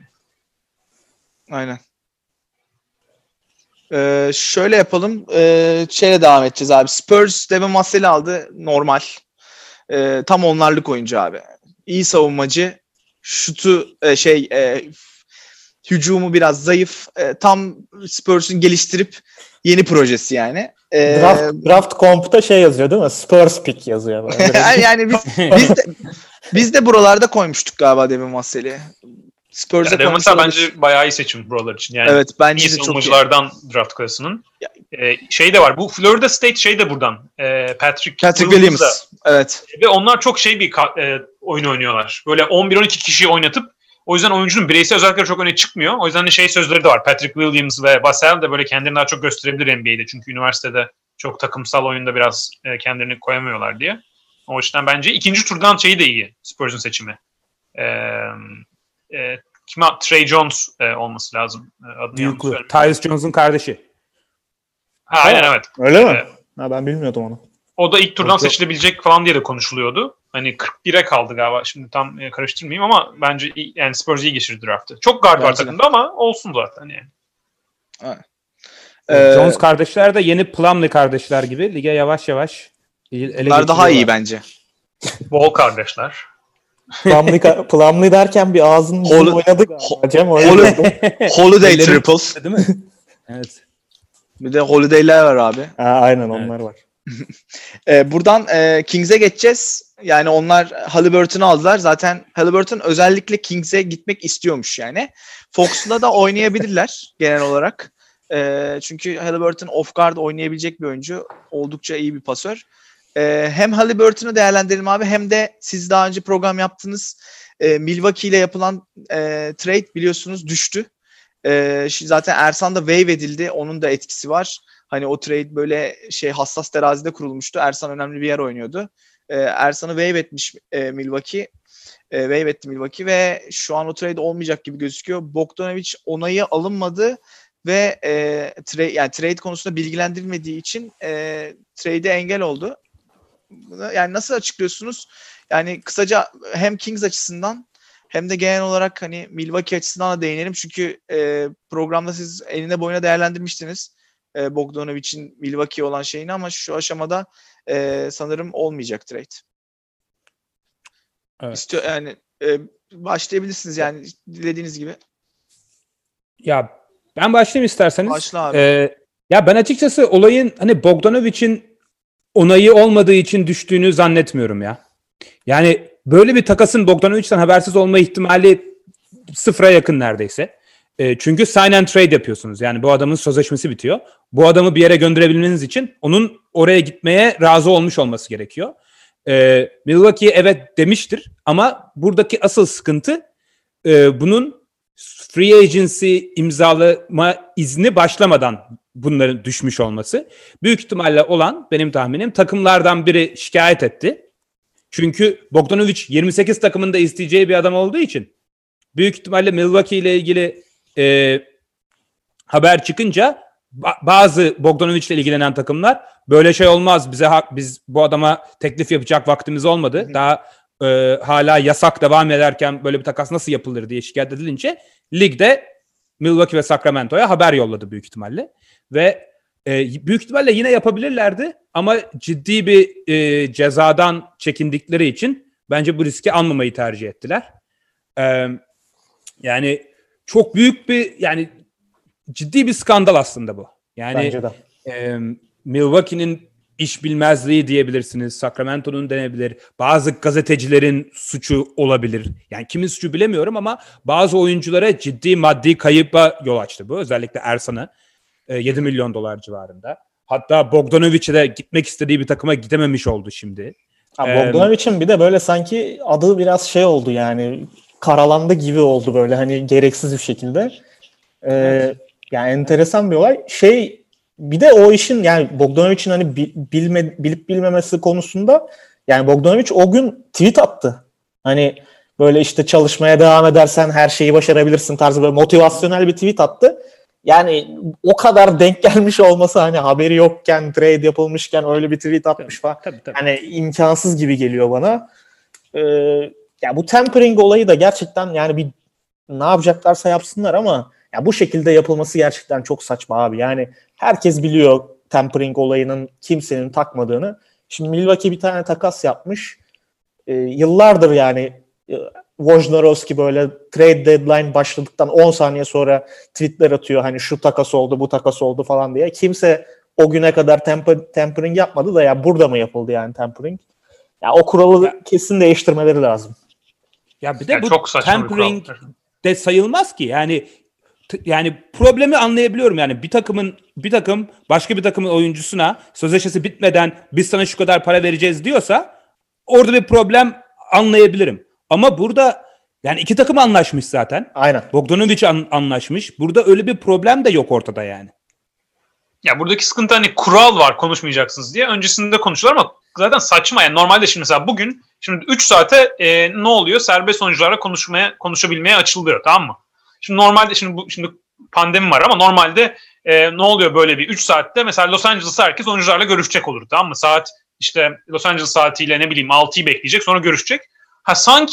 Aynen. Şöyle yapalım. Şeyle devam edeceğiz abi. Spurs Devin Vassell'i aldı. Normal. Tam onlarlık oyuncu abi. İyi savunmacı. Şutu hücumu biraz zayıf. Tam Spurs'un geliştirip yeni projesi yani. Draft Comp'ta yazıyor değil mi? Spurs pick yazıyor. Böyle. Yani biz de buralarda koymuştuk galiba Devin Vassell'i. Spurs'a Yani koymuş mesela olabilir. bence bayağı iyi seçim buralar için. Yani Evet, bence iyi de çok iyi. savunmacılardan draft klasının. Şey de var. Bu Florida State de buradan. Patrick Williams. da. Evet. Ve onlar çok bir oyun oynuyorlar. Böyle 11-12 kişiyi oynatıp o yüzden oyuncunun bireysel özellikleri çok öne çıkmıyor. O yüzden de sözleri de var. Patrick Williams ve Vassell de böyle kendilerini daha çok gösterebilir NBA'de. Çünkü üniversitede çok takımsal oyunda biraz kendilerini koyamıyorlar diye. O yüzden bence ikinci turdan de iyi Spurs'un seçimi. Trey Jones olması lazım. Adını yanlış Büyüklü. söylemedim. Tyus Jones'un kardeşi. Aynen evet. Öyle mi? Ee, Ha, ben bilmiyordum onu. O da ilk turdan Yok. seçilebilecek falan diye de konuşuluyordu. Hani 41'e kaldı galiba. Şimdi tam karıştırmayayım ama bence yani Spurs iyi geçirdi draftı. Çok guard var Bence de. takımda ama olsun zaten yani. Ee, Jones kardeşler de yeni Plumlee kardeşler gibi lige yavaş yavaş Bunlar daha iyi bence. Bol kardeşler. Plumlee derken bir ağzının oynadı galiba. Cem Holiday triple. Değil mi? Evet. Bir de Holiday'ler var abi. Aynen onlar var. Buradan Kings'e geçeceğiz. Yani onlar Haliburton'u aldılar. Zaten Haliburton özellikle Kings'e gitmek istiyormuş yani. Fox'la da oynayabilirler genel olarak. Çünkü Haliburton off guard oynayabilecek bir oyuncu. Oldukça iyi bir pasör. Hem Haliburton'u değerlendirelim abi, hem de siz daha önce program yaptınız. Milwaukee ile yapılan trade biliyorsunuz düştü. Zaten Ersan da waive edildi. Onun da etkisi var. Hani o trade böyle hassas terazide kurulmuştu. Ersan önemli bir yer oynuyordu. Ersan'ı waive etmiş Milwaukee. Waive etti Milwaukee ve şu an o trade olmayacak gibi gözüküyor. Bogdanovic onayı alınmadı ve trade konusunda bilgilendirilmediği için trade'e engel oldu. Yani nasıl açıklıyorsunuz? Yani kısaca hem Kings açısından hem de genel olarak hani Milwaukee açısından da değinelim. Çünkü programda siz eline boyuna değerlendirmiştiniz Bogdanovic'in Milwaukee olan şeyini, ama şu aşamada sanırım olmayacak trade. Evet. Yani başlayabilirsiniz yani dilediğiniz gibi. Ya ben başlayayım isterseniz. Başla abi. Ya ben açıkçası olayın hani Bogdanovic'in onayı olmadığı için düştüğünü zannetmiyorum ya. Yani böyle bir takasın Bogdanovic'ten habersiz olma ihtimali sıfıra yakın neredeyse. Çünkü sign and trade yapıyorsunuz. Yani bu adamın sözleşmesi bitiyor. Bu adamı bir yere gönderebilmeniz için onun oraya gitmeye razı olmuş olması gerekiyor. Milwaukee evet demiştir ama buradaki asıl sıkıntı bunun free agency imzalama izni başlamadan bunların düşmüş olması. Büyük ihtimalle olan, benim tahminim, takımlardan biri şikayet etti. Çünkü Bogdanovic 28 takımında isteyeceği bir adam olduğu için büyük ihtimalle Milwaukee ile ilgili haber çıkınca bazı Bogdanovic ile ilgilenen takımlar böyle şey olmaz, biz bu adama teklif yapacak vaktimiz olmadı. Daha hala yasak devam ederken böyle bir takas nasıl yapılır diye şikayet edilince ligde Milwaukee ve Sacramento'ya haber yolladı büyük ihtimalle. Ve büyük ihtimalle yine yapabilirlerdi ama ciddi bir cezadan çekindikleri için bence bu riski almamayı tercih ettiler. Yani çok büyük bir, yani ciddi bir skandal aslında bu. Yani bence de. Milwaukee'nin iş bilmezliği diyebilirsiniz. Sacramento'nun denebilir. Bazı gazetecilerin suçu olabilir. Yani kimin suçu bilemiyorum ama bazı oyunculara ciddi maddi kayıpa yol açtı bu. Özellikle Ersan'a 7 milyon dolar civarında. Hatta Bogdanovic'e de gitmek istediği bir takıma gidememiş oldu şimdi. Bogdanovic'in bir de böyle sanki adı biraz şey oldu yani, karalandı gibi oldu böyle hani gereksiz bir şekilde. Evet. Yani enteresan bir olay. Bir de o işin, yani Bogdanovic'in hani bilip bilmemesi konusunda, yani Bogdanovic o gün tweet attı. Hani böyle işte çalışmaya devam edersen her şeyi başarabilirsin tarzı böyle motivasyonel bir tweet attı. Yani o kadar denk gelmiş olması, hani haberi yokken, trade yapılmışken öyle bir tweet atmış falan. Tabii. Yani imkansız gibi geliyor bana. Ya bu tampering olayı da gerçekten, yani ne yapacaklarsa yapsınlar ama ya bu şekilde yapılması gerçekten çok saçma abi. Yani herkes biliyor tampering olayının kimsenin takmadığını. Şimdi Milwaukee bir tane takas yapmış. Yıllardır yani Wojnarowski böyle trade deadline başladıktan 10 saniye sonra tweetler atıyor. Hani şu takas oldu, bu takas oldu falan diye. Kimse o güne kadar tampering yapmadı da ya burada mı yapıldı yani tampering? Ya o kuralı kesin değiştirmeleri lazım. Ya bir de bu tampering de sayılmaz ki. Yani problemi anlayabiliyorum. Yani bir takım başka bir takımın oyuncusuna sözleşmesi bitmeden biz sana şu kadar para vereceğiz diyorsa orada bir problem anlayabilirim. Ama burada yani iki takım anlaşmış zaten. Aynen. Bogdanovic anlaşmış. Burada öyle bir problem de yok ortada yani. Ya buradaki sıkıntı hani kural var konuşmayacaksınız diye. Öncesinde konuşuyorlar ama zaten saçma. Yani normalde şimdi mesela bugün 3 saate ne oluyor? Serbest oyuncularla konuşabilmeye açılıyor, tamam mı? Şimdi normalde şimdi pandemi var ama normalde ne oluyor böyle bir 3 saatte mesela Los Angeles'ta herkes oyuncularla görüşecek olur, tamam mı? Saat işte Los Angeles saatiyle ne bileyim 6'yı bekleyecek, sonra görüşecek. Sanki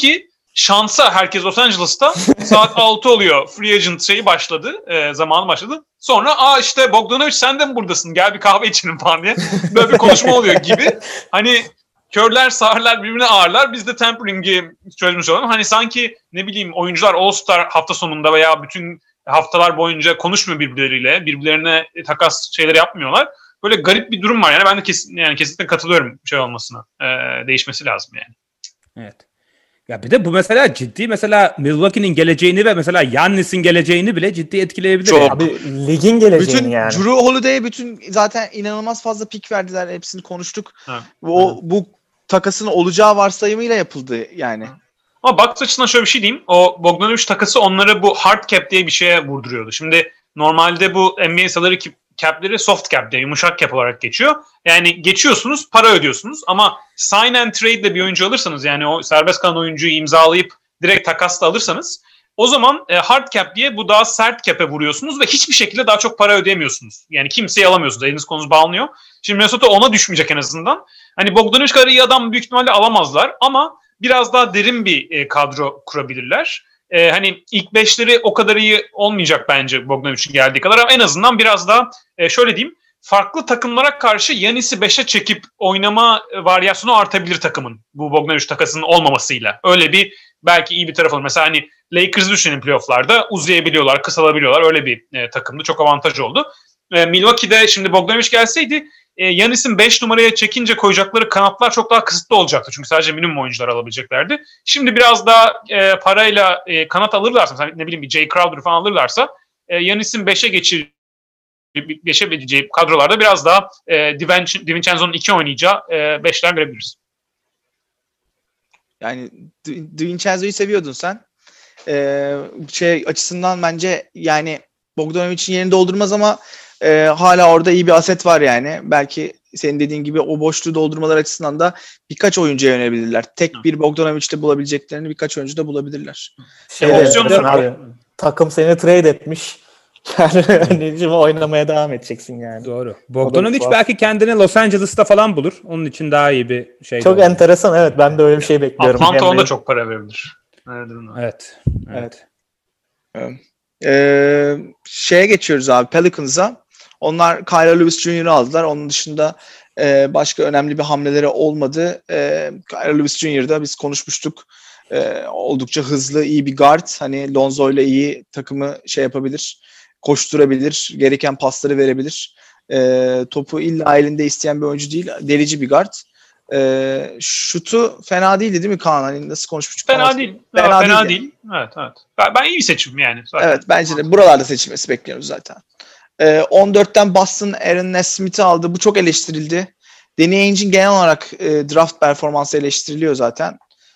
şansa herkes Los Angeles'ta saat 6 oluyor. Free agent başladı. Zamanı başladı. Sonra işte Bogdanovic sen de mi buradasın? Gel bir kahve içelim falan diye. Böyle bir konuşma oluyor gibi. Hani körler sağırlar birbirine ağırlar. Biz de temporing'i çözmüş olalım. Hani sanki ne bileyim oyuncular All-Star hafta sonunda veya bütün haftalar boyunca konuşmuyor birbirleriyle. Birbirlerine takas şeyleri yapmıyorlar. Böyle garip bir durum var. Yani ben de kesinlikle katılıyorum olmasına. Değişmesi lazım yani. Evet. Ya bir de bu mesela ciddi mesela Milwaukee'nin geleceğini ve mesela Giannis'in geleceğini bile ciddi etkileyebilir. Çok. Yani. Abi ligin geleceğini Bütün yani. Drew Holiday'e zaten inanılmaz fazla pik verdiler. Hepsini konuştuk. Bu takasın olacağı varsayımıyla yapıldı yani. Ama Bucks açısından şöyle bir şey diyeyim. O Bogdanovic takası onları bu hard cap diye bir şeye vurduruyordu. Şimdi normalde bu NBA salary cap'leri soft cap diye yumuşak cap olarak geçiyor. Yani geçiyorsunuz, para ödüyorsunuz ama sign and trade ile bir oyuncu alırsanız yani o serbest kalan oyuncuyu imzalayıp direkt takasla alırsanız o zaman hard cap diye bu daha sert cap'e vuruyorsunuz ve hiçbir şekilde daha çok para ödeyemiyorsunuz. Yani kimseyi alamıyorsunuz. Eliniz kolunuz bağlanıyor. Şimdi Minnesota ona düşmeyecek en azından. Hani Bogdanovic kadar iyi adam büyük ihtimalle alamazlar ama biraz daha derin bir kadro kurabilirler. Hani ilk beşleri o kadar iyi olmayacak bence Bogdanovic'in geldiği kadar ama en azından biraz daha şöyle diyeyim farklı takımlara karşı Giannis'i 5'e çekip oynama varyasyonu artabilir takımın bu Bogdanovic takasının olmamasıyla. Öyle bir belki iyi bir taraf olur. Mesela hani Lakers'ı düşünün playoff'larda uzayabiliyorlar, kısalabiliyorlar. Öyle bir takımdı. Çok avantaj oldu. Milwaukee'de şimdi Bogdanovic gelseydi Giannis'in 5 numaraya çekince koyacakları kanatlar çok daha kısıtlı olacaktı. Çünkü sadece minimum oyuncular alabileceklerdi. Şimdi biraz daha parayla kanat alırlarsa, mesela ne bileyim bir Jay Crowder falan alırlarsa Giannis'in 5'e geçebileceği kadrolarda biraz daha DiVincenzo'nun 2 oynayacağı 5'ler görebiliriz. Yani DiVincenzo'yu seviyordun sen. Açısından bence yani Bogdanovic'in yerini doldurmaz ama hala orada iyi bir aset var yani. Belki senin dediğin gibi o boşluğu doldurmalar açısından da birkaç oyuncuya yönelebilirler. Tek bir Bogdanovic'te bulabileceklerini birkaç oyuncu da bulabilirler. Opsiyonlar var. Abi, takım seni trade etmiş. Yani şimdi oynamaya devam edeceksin yani. Doğru. Bogdanovic belki kendini Los Angeles'ta falan bulur. Onun için daha iyi bir şey. Çok enteresan, evet, ben de öyle bir şey bekliyorum. Atlanta onda çok para verebilir. Evet. Şeye geçiyoruz abi, Pelicans'a. Onlar Kyle Lewis Jr.'ı aldılar. Onun dışında başka önemli bir hamleleri olmadı. Kyle Lewis Jr.'da biz konuşmuştuk. Oldukça hızlı, iyi bir guard. Hani Lonzo ile iyi takımı yapabilir. Koşturabilir. Gereken pasları verebilir. Topu illa elinde isteyen bir oyuncu değil. Delici bir guard. Şutu fena değildi değil mi Kaan? Hani nasıl konuşmuştuk? Fena değil. Fena değil. Evet. Ben iyi bir seçim yani. Zaten. Evet, bence de buralarda seçilmesi bekliyoruz zaten. 14'ten Boston Aaron Nesmith'i aldı. Bu çok eleştirildi. Danny Ainge'in genel olarak draft performansı eleştiriliyor zaten.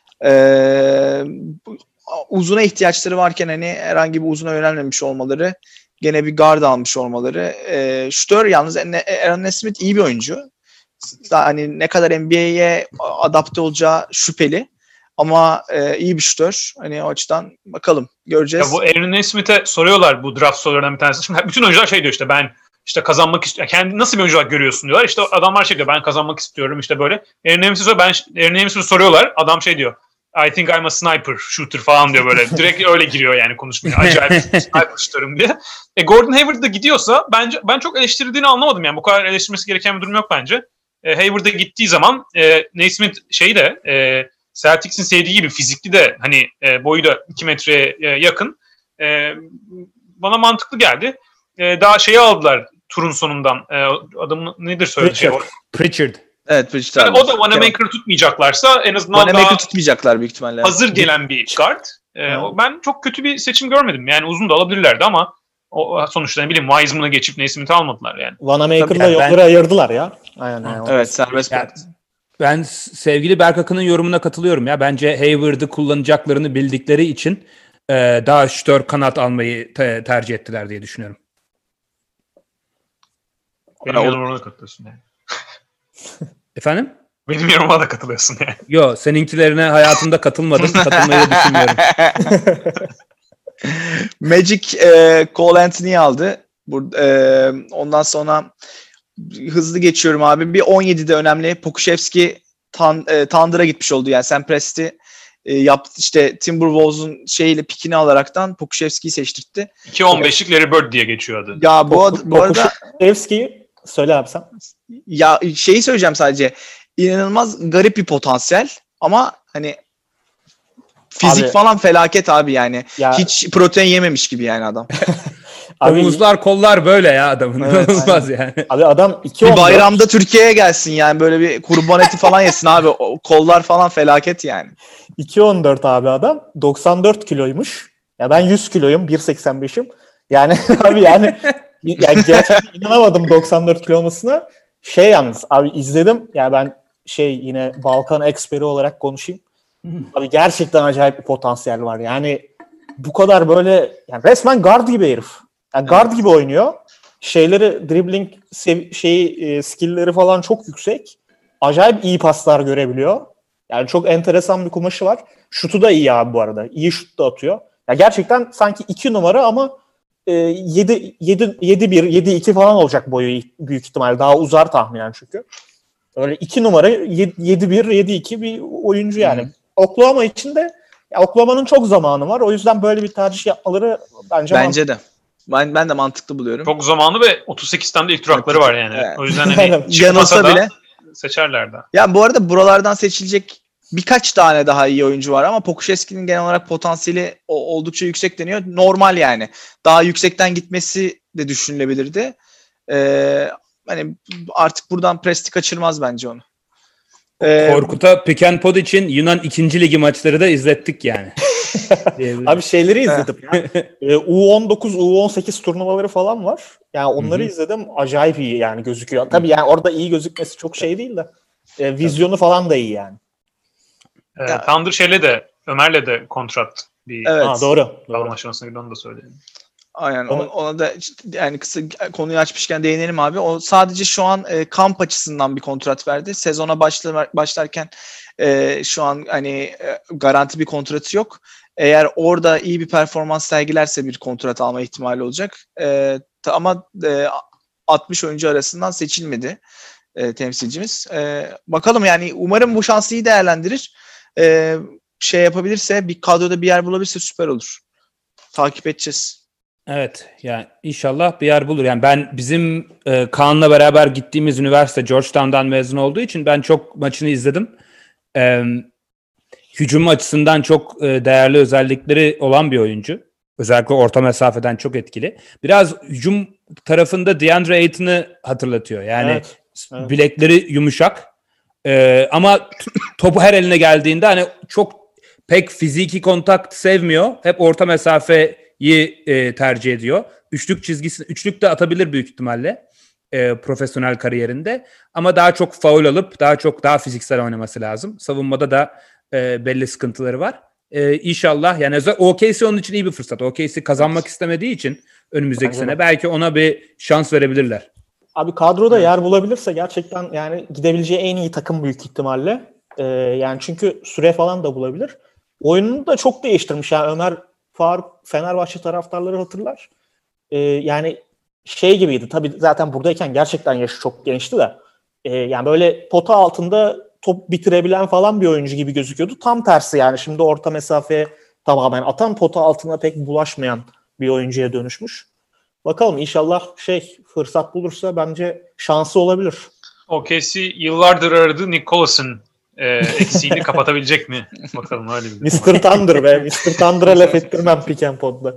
Uzuna ihtiyaçları varken hani herhangi bir uzuna yönelmemiş olmaları, gene bir guard almış olmaları. Şutör yalnız Aaron Nesmith iyi bir oyuncu. Hani ne kadar NBA'ye adapte olacağı şüpheli. Ama iyi bir şutör. Hani o açıdan bakalım. Göreceğiz. Ya bu Aaron Nesmith'e soruyorlar bu draft sorularından bir tanesi. Şimdi bütün oyuncular diyor işte ben işte kazanmak istiyorum. Kendi nasıl bir oyuncu olarak görüyorsun diyorlar. İşte adamlar diyor ben kazanmak istiyorum işte böyle. Aaron Nesmith'e soruyorlar. Adam diyor I think I'm a sniper shooter falan diyor böyle. Direkt öyle giriyor yani konuşmaya. Acayip sniper şutörüm diye. Gordon Hayward da gidiyorsa ben çok eleştirildiğini anlamadım yani. Bu kadar eleştirilmesi gereken bir durum yok bence. Hayward'a gittiği zaman Naismith Celtics'in sevdiği gibi fizikli de hani boyu da 2 metreye yakın. Bana mantıklı geldi. Daha aldılar turun sonundan. Adamın nedir söyledi Pritchard. Evet, Pritchard. Yani o da Wanamaker'ı tutmayacaklarsa en azından Wanamaker'ı tutmayacaklar büyük ihtimalle. Hazır gelen bir guard. Ben çok kötü bir seçim görmedim. Yani uzun da alabilirlerdi ama sonuçta ne bileyim Wiseman'a geçip Naismith'i almadılar yani. Wanamaker'la yolları ayırdılar ya. Aynen. Evet, serbest bıraktı. Ben sevgili Berk Akın'ın yorumuna katılıyorum ya. Bence Hayward'ı kullanacaklarını bildikleri için daha şutör kanat almayı tercih ettiler diye düşünüyorum. Benim yorumuma da katılıyorsun yani. Efendim? Benim yorumuma da katılıyorsun yani. Yo, seninkilerine hayatımda katılmadım. Katılmayı da düşünmüyorum. Magic Cole Anthony'yi aldı. Ondan sonra hızlı geçiyorum abi. Bir 17'de önemli. Pokusevski Thunder'a gitmiş oldu. Yani Sam Presti yaptı. İşte Timberwolves'un pikini alaraktan Pokusevski'yi seçtirtti. 2.15'lik Larry Bird diye geçiyor adı. Ya bu arada Pokusevski'yi söyle abi sen. ya söyleyeceğim sadece. İnanılmaz garip bir potansiyel ama hani fizik Abi, falan felaket abi yani. Ya, hiç protein yememiş gibi yani adam. abi, Omuzlar kollar böyle ya adamın. Evet, İnanılmaz yani. abi adam Bir 2.14. bayramda Türkiye'ye gelsin yani böyle bir kurban eti falan yesin abi. O kollar falan felaket yani. 2.14 abi adam. 94 kiloymuş. Ya ben 100 kiloyum. 1.85'im. Yani abi yani gerçekten inanamadım 94 kilo olmasına. Yalnız abi izledim. Ya ben yine Balkan eksperi olarak konuşayım. Abi gerçekten acayip bir potansiyel var. Yani bu kadar böyle yani resmen guard gibi herif. Yani guard gibi oynuyor. Dribbling skill'leri falan çok yüksek. Acayip iyi paslar görebiliyor. Yani çok enteresan bir kumaşı var. Şutu da iyi abi bu arada. İyi şut da atıyor. Ya gerçekten sanki 2 numara ama 7-1, 7-2 falan olacak boyu büyük ihtimal. Daha uzar tahminen çünkü. Öyle 2 numara 7-1, 7-2 bir oyuncu yani. Oklahoma için de Oklahoma'nın çok zamanı var. O yüzden böyle bir tercih yapmaları bence de. Ben de mantıklı buluyorum. Çok zamanı ve 38 tane de ilk tur hakları var yani. Evet. O yüzden hani çıkmasa bile seçerlerdi. Ya bu arada buralardan seçilecek birkaç tane daha iyi oyuncu var ama Pokusevski'nin genel olarak potansiyeli oldukça yüksek deniyor. Normal yani. Daha yüksekten gitmesi de düşünülebilirdi. Hani artık buradan presti kaçırmaz bence onu. Korkut'a pick and pod için Yunan 2. ligi maçları da izlettik yani. Abi şeyleri izledim ya. U19, U18 turnuvaları falan var. Yani onları izledim. Acayip iyi yani gözüküyor. Tabii yani orada iyi gözükmesi çok değil de vizyonu falan da iyi yani. Thunder Ömer'le de kontrat bir doğru. anlaşmasına girdi, onu da söyleyelim. Aynen. Ona da yani kısa konuyu açmışken değinelim abi. O sadece şu an kamp açısından bir kontrat verdi. Sezona başlarken şu an hani garanti bir kontratı yok. Eğer orada iyi bir performans sergilerse bir kontrat alma ihtimali olacak. Ama 60 oyuncu arasından seçilmedi temsilcimiz. Bakalım yani umarım bu şansı iyi değerlendirir. Yapabilirse bir kadroda bir yer bulabilirse süper olur. Takip edeceğiz. Evet yani inşallah bir yer bulur. Yani bizim Kaan'la beraber gittiğimiz üniversite Georgetown'dan mezun olduğu için ben çok maçını izledim. Hücum açısından çok değerli özellikleri olan bir oyuncu. Özellikle orta mesafeden çok etkili. Biraz hücum tarafında DeAndre Ayton'u hatırlatıyor. Yani evet. Bilekleri yumuşak. Ama topu her eline geldiğinde hani çok pek fiziki kontakt sevmiyor. Hep orta mesafeyi tercih ediyor. Üçlük de atabilir büyük ihtimalle profesyonel kariyerinde. Ama daha çok faul alıp daha fiziksel oynaması lazım. Savunmada da belli sıkıntıları var. İnşallah yani OKC onun için iyi bir fırsat. OKC kazanmak istemediği için önümüzdeki sene belki ona bir şans verebilirler. Abi kadroda yer bulabilirse gerçekten yani gidebileceği en iyi takım büyük ihtimalle. Yani çünkü süre falan da bulabilir. Oyununu da çok değiştirmiş. Yani Ömer Faruk Fenerbahçe taraftarları hatırlar. Yani gibiydi. Tabii zaten buradayken gerçekten yaşı çok gençti de. Yani böyle pota altında top bitirebilen falan bir oyuncu gibi gözüküyordu. Tam tersi yani şimdi orta mesafeye tamamen atan, pota altına pek bulaşmayan bir oyuncuya dönüşmüş. Bakalım inşallah fırsat bulursa bence şansı olabilir. OKC yıllardır aradığı Nick Collis'in eksiğini kapatabilecek mi? Bakalım öyle bir. Mr. Thunder be. Mr. Thunder'a laf ettirmem pick and pod'da.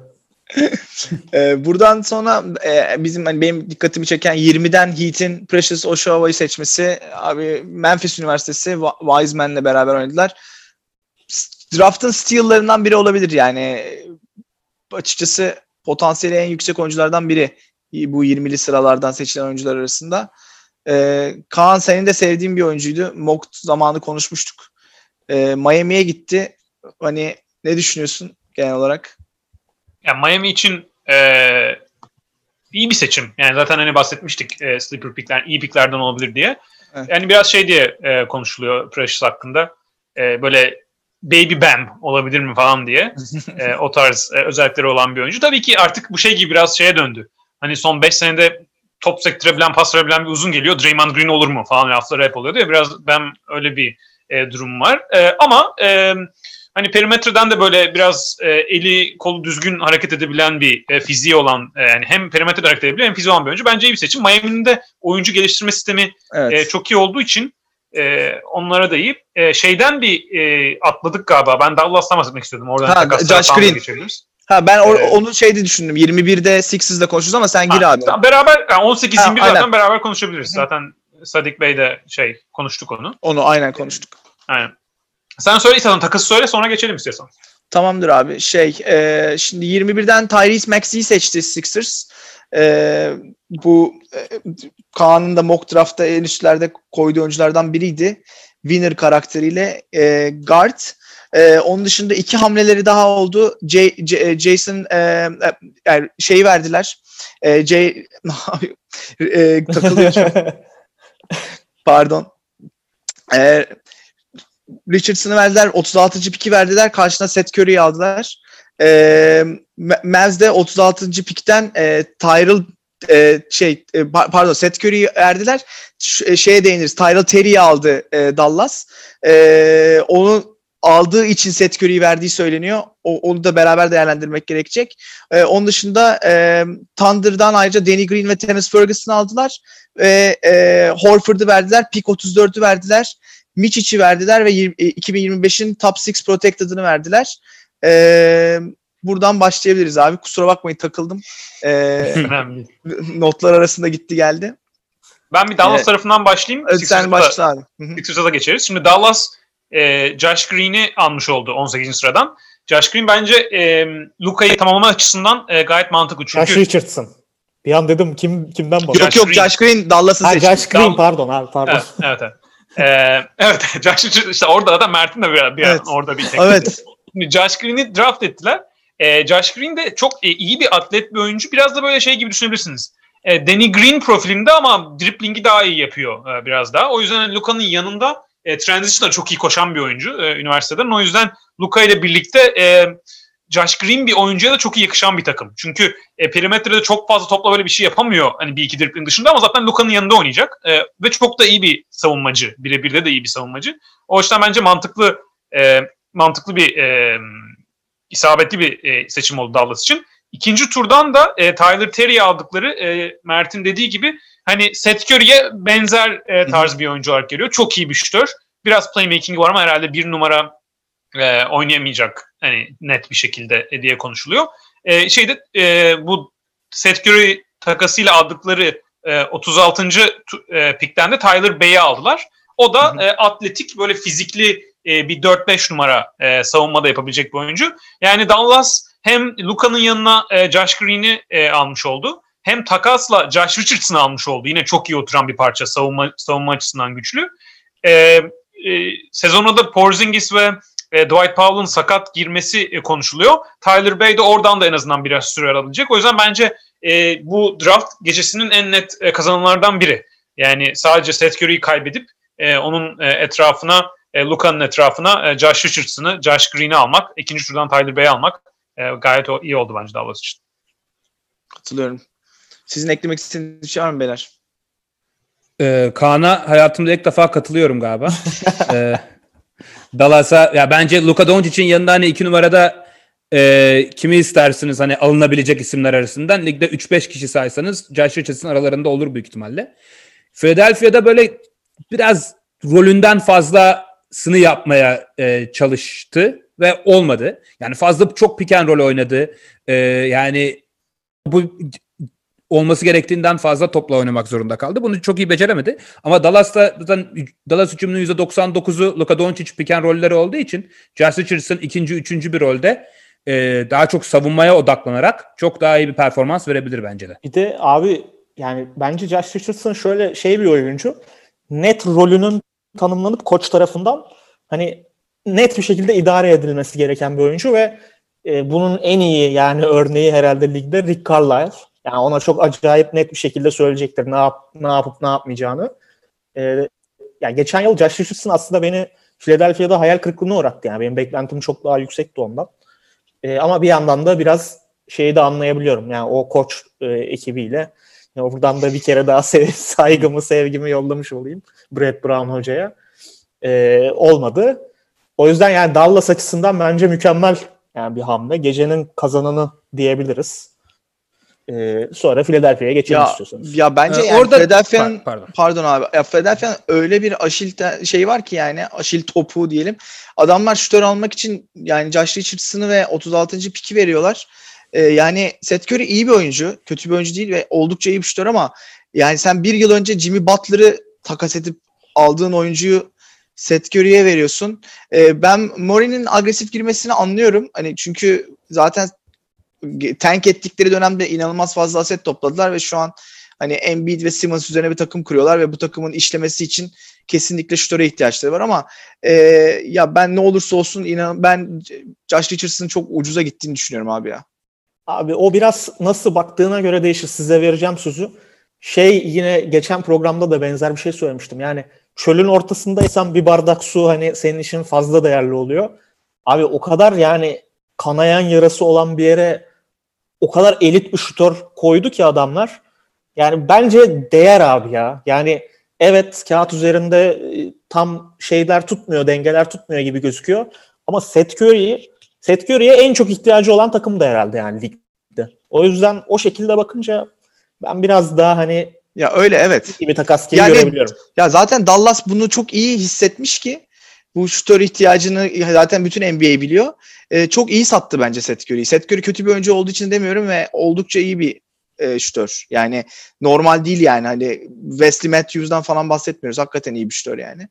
Buradan sonra benim dikkatimi çeken 20'den Heat'in Precious Achiuwa'yı seçmesi. Abi Memphis Üniversitesi Wiseman'le beraber oynadılar. Draft'ın steal'larından biri olabilir yani. Açıkçası potansiyeli en yüksek oyunculardan biri bu 20'li sıralardan seçilen oyuncular arasında. Kaan senin de sevdiğin bir oyuncuydu. Mock zamanı konuşmuştuk. Miami'ye gitti. Hani ne düşünüyorsun genel olarak? Yani Miami için iyi bir seçim. Yani zaten hani bahsetmiştik sleeper pickler, iyi picklerden olabilir diye. Evet. Yani biraz diye konuşuluyor Precious hakkında. Böyle Baby Bam olabilir mi falan diye. O tarz özellikleri olan bir oyuncu. Tabii ki artık bu gibi biraz döndü. Hani son 5 senede top sektirebilen, pas verebilen bir uzun geliyor. Draymond Green olur mu falan lafları hep oluyordu ya. Biraz öyle bir durum var. Ama hani perimetreden de böyle biraz eli kolu düzgün hareket edebilen bir fiziği olan yani hem perimetrede hareket edebilen hem fiziği olan bir oyuncu. Bence iyi bir seçim. Miami'nin de oyuncu geliştirme sistemi çok iyi olduğu için onlara da iyi. Şeyden bir atladık galiba. Ben Dallas'tan bahsetmek istiyordum. Oradan Josh Green. Ben onu şeyde düşündüm. 21'de Sixers'la konuşuruz ama sen gir abi. Beraber yani 18-21 zaten beraber konuşabiliriz. Zaten Sadik Bey de konuştuk onu. Onu aynen konuştuk. Aynen. Sen söyle istersen, takası söyle, sonra geçelim istiyorsan. Tamamdır abi. Şimdi 21'den Tyrese Maxey'i seçti Sixers. Bu Kaan'ın da mock draft'ta en üstlerde koyduğu oyunculardan biriydi. Winner karakteriyle guard. Onun dışında 2 hamleleri daha oldu. Jason yani şeyi verdiler. Takılıyor. Pardon. Richardson'ı verdiler. 36. piki verdiler. Karşına Seth Curry'yi aldılar. Mavs'de 36. pikten Seth Curry'yi verdiler. Şeye değiniriz. Tyrell Terry'yi aldı Dallas. Onu aldığı için Seth Curry'yi verdiği söyleniyor. Onu da beraber değerlendirmek gerekecek. Onun dışında Thunder'dan ayrıca Danny Green ve Terence Ferguson'ı aldılar. Horford'u verdiler. Pick 34'ü verdiler. Micic'i verdiler ve 2025'in Top 6 Protected'ını verdiler. Buradan başlayabiliriz abi. Kusura bakmayın, takıldım. Notlar arasında gitti geldi. Ben bir Dallas tarafından başlayayım. Sen başla abi. Sixers'a da geçeriz. Şimdi Dallas Josh Green'i almış oldu 18. sıradan. Josh Green bence Luka'yı tamamlama açısından gayet mantıklı. Çünkü Josh Richardson. Bir an dedim kimden bahsediyor? Yok Josh Green Dallas'ı seçti. Josh Green pardon. Evet. Evet Josh Richardson işte orada da Mert'in de bir orada bir tek. Evet. Şimdi Josh Green'i draft ettiler. Josh Green de çok iyi bir atlet bir oyuncu. Biraz da böyle şey gibi düşünebilirsiniz. Danny Green profilinde ama dripling'i daha iyi yapıyor biraz daha. O yüzden Luka'nın yanında transition'da çok iyi koşan bir oyuncu üniversiteden. O yüzden Luka ile birlikte Josh Green bir oyuncuya da çok iyi yakışan bir takım. Çünkü perimetrede çok fazla topla böyle bir şey yapamıyor. Hani bir iki dribbling dışında ama zaten Luka'nın yanında oynayacak. Ve çok da iyi bir savunmacı. Birebir de iyi bir savunmacı. O yüzden bence mantıklı bir isabetli bir seçim oldu Dallas için. İkinci turdan da Tyler Terry'i aldıkları Mert'in dediği gibi hani Seth Curry'e benzer tarz bir oyuncu olarak geliyor. Çok iyi bir şütör. Biraz playmaking var ama herhalde bir numara oynayamayacak hani net bir şekilde diye konuşuluyor. Bu Seth Curry takasıyla aldıkları 36. pikten de Tyler Bay'i aldılar. O da atletik böyle fizikli bir 4-5 numara savunmada yapabilecek bir oyuncu. Yani Dallas hem Luka'nın yanına Josh Green'i almış oldu. Hem takasla Josh Richardson'ı almış oldu. Yine çok iyi oturan bir parça. Savunma açısından güçlü. Sezona da Porzingis ve Dwight Powell'ın sakat girmesi konuşuluyor. Tyler Bay de oradan da en azından biraz süre alabilecek. O yüzden bence bu draft gecesinin en net kazananlardan biri. Yani sadece Seth Curry'yi kaybedip onun etrafına, Luka'nın etrafına Josh Richardson'ı, Josh Green'i almak, ikinci turdan Tyler Bay'i almak gayet iyi oldu bence Dallas için. Katılıyorum. Sizin eklemek istediğiniz bir şey var mı beyler? Kaan'a hayatımda ilk defa katılıyorum galiba. Dallas'a ya bence Luka Doncic'in yanında hani 2 numarada kimi istersiniz hani alınabilecek isimler arasından ligde 3-5 kişi saysanız Josh Richardson aralarında olur büyük ihtimalle. Philadelphia'da böyle biraz rolünden fazlasını yapmaya çalıştı ve olmadı. Yani fazla çok pick and roll oynadı. Yani bu olması gerektiğinden fazla topla oynamak zorunda kaldı. Bunu çok iyi beceremedi. Ama Dallas'ta zaten Dallas hücumunun %99'u Luka Doncic pick and roll'leri olduğu için Josh Richardson ikinci, üçüncü bir rolde daha çok savunmaya odaklanarak çok daha iyi bir performans verebilir bence de. Bir de abi yani bence Josh Richardson şöyle bir oyuncu. Net rolünün tanımlanıp koç tarafından hani net bir şekilde idare edilmesi gereken bir oyuncu ve bunun en iyi yani örneği herhalde ligde Rick Carlisle. Yani ona çok acayip net bir şekilde söyleyecektir ne yapıp ne yapmayacağını. Yani geçen yıl Josh Richardson aslında beni Philadelphia'da hayal kırıklığına uğrattı. Yani benim beklentim çok daha yüksekti ondan. Ama bir yandan da biraz şeyi de anlayabiliyorum. Yani o koç ekibiyle. Yani buradan da bir kere daha saygımı, sevgimi yollamış olayım Brett Brown hocaya. Olmadı. O yüzden yani Dallas açısından bence mükemmel yani bir hamle. Gecenin kazananı diyebiliriz. Sonra Philadelphia'ya geçelim istiyorsanız. Ya bence yani orada Philadelphia'nın pardon. pardon abi. Ya Philadelphia'nın öyle bir aşil şey var ki yani aşil topu diyelim. Adamlar şutör almak için yani Josh Richardson'ı ve 36. piki veriyorlar. Yani Seth Curry iyi bir oyuncu. Kötü bir oyuncu değil ve oldukça iyi bir şutör ama yani sen bir yıl önce Jimmy Butler'ı takas edip aldığın oyuncuyu Seth Curry'e veriyorsun. Ben Murray'nin agresif girmesini anlıyorum. Hani çünkü zaten tank ettikleri dönemde inanılmaz fazla aset topladılar ve şu an hani Embiid ve Simmons üzerine bir takım kuruyorlar ve bu takımın işlemesi için kesinlikle şutöre ihtiyaçları var ama ya ben ne olursa olsun ben Josh Richardson'ın çok ucuza gittiğini düşünüyorum abi ya. Abi o biraz nasıl baktığına göre değişir. Size vereceğim sözü. Yine geçen programda da benzer bir şey söylemiştim. Yani çölün ortasındaysan bir bardak su hani senin için fazla değerli oluyor. Abi o kadar yani kanayan yarası olan bir yere o kadar elit bir şutör koydu ki adamlar. Yani bence değer abi ya. Yani evet kağıt üzerinde tam şeyler tutmuyor, dengeler tutmuyor gibi gözüküyor. Ama Seth Curry'ye en çok ihtiyacı olan takım da herhalde yani ligde. O yüzden o şekilde bakınca ben biraz daha hani ya öyle evet. bir takas gibi yani, görebiliyorum. Ya zaten Dallas bunu çok iyi hissetmiş ki bu şutör ihtiyacını zaten bütün NBA biliyor. Çok iyi sattı bence Seth Curry'yi. Seth Curry kötü bir oyuncu olduğu için demiyorum ve oldukça iyi bir şutör. Yani normal değil yani. Hani Wesley Matthews'dan falan bahsetmiyoruz. Hakikaten iyi bir şutör yani.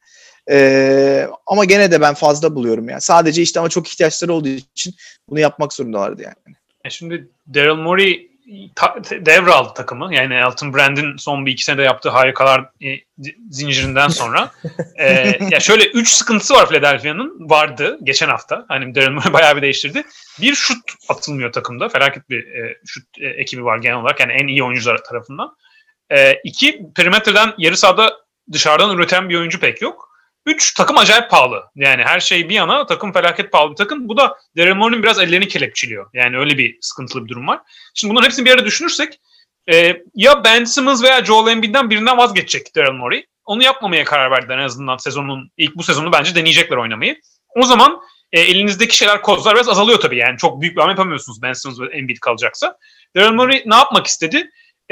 Ama gene de ben fazla buluyorum ya. Sadece işte ama çok ihtiyaçları olduğu için bunu yapmak zorundalardı yani. Şimdi Daryl Morey devraldı takımı. Yani Elton Brand'in son bir iki senede yaptığı harikalar zincirinden sonra. Ya şöyle 3 sıkıntısı var Philadelphia'nın. Vardı geçen hafta. Hani Daryl Morey bayağı bir değiştirdi. Bir, şut atılmıyor takımda. Felaket bir şut ekibi var genel olarak. Yani en iyi oyuncular tarafından. 2, perimetreden yarı sahada dışarıdan üreten bir oyuncu pek yok. 3, takım acayip pahalı. Yani her şey bir yana takım felaket pahalı bir takım. Bu da Daryl Morey'nin biraz ellerini kelepçiliyor. Yani öyle bir sıkıntılı bir durum var. Şimdi bunların hepsini bir arada düşünürsek ya Ben Simmons veya Joel Embiid'den birinden vazgeçecek Daryl Morey. Onu yapmamaya karar verdiler en azından bu sezonu bence deneyecekler oynamayı. O zaman elinizdeki şeyler, kozlar biraz azalıyor tabii. Yani çok büyük bir hamle yapamıyorsunuz Ben Simmons ve Embiid kalacaksa. Daryl Morey ne yapmak istedi?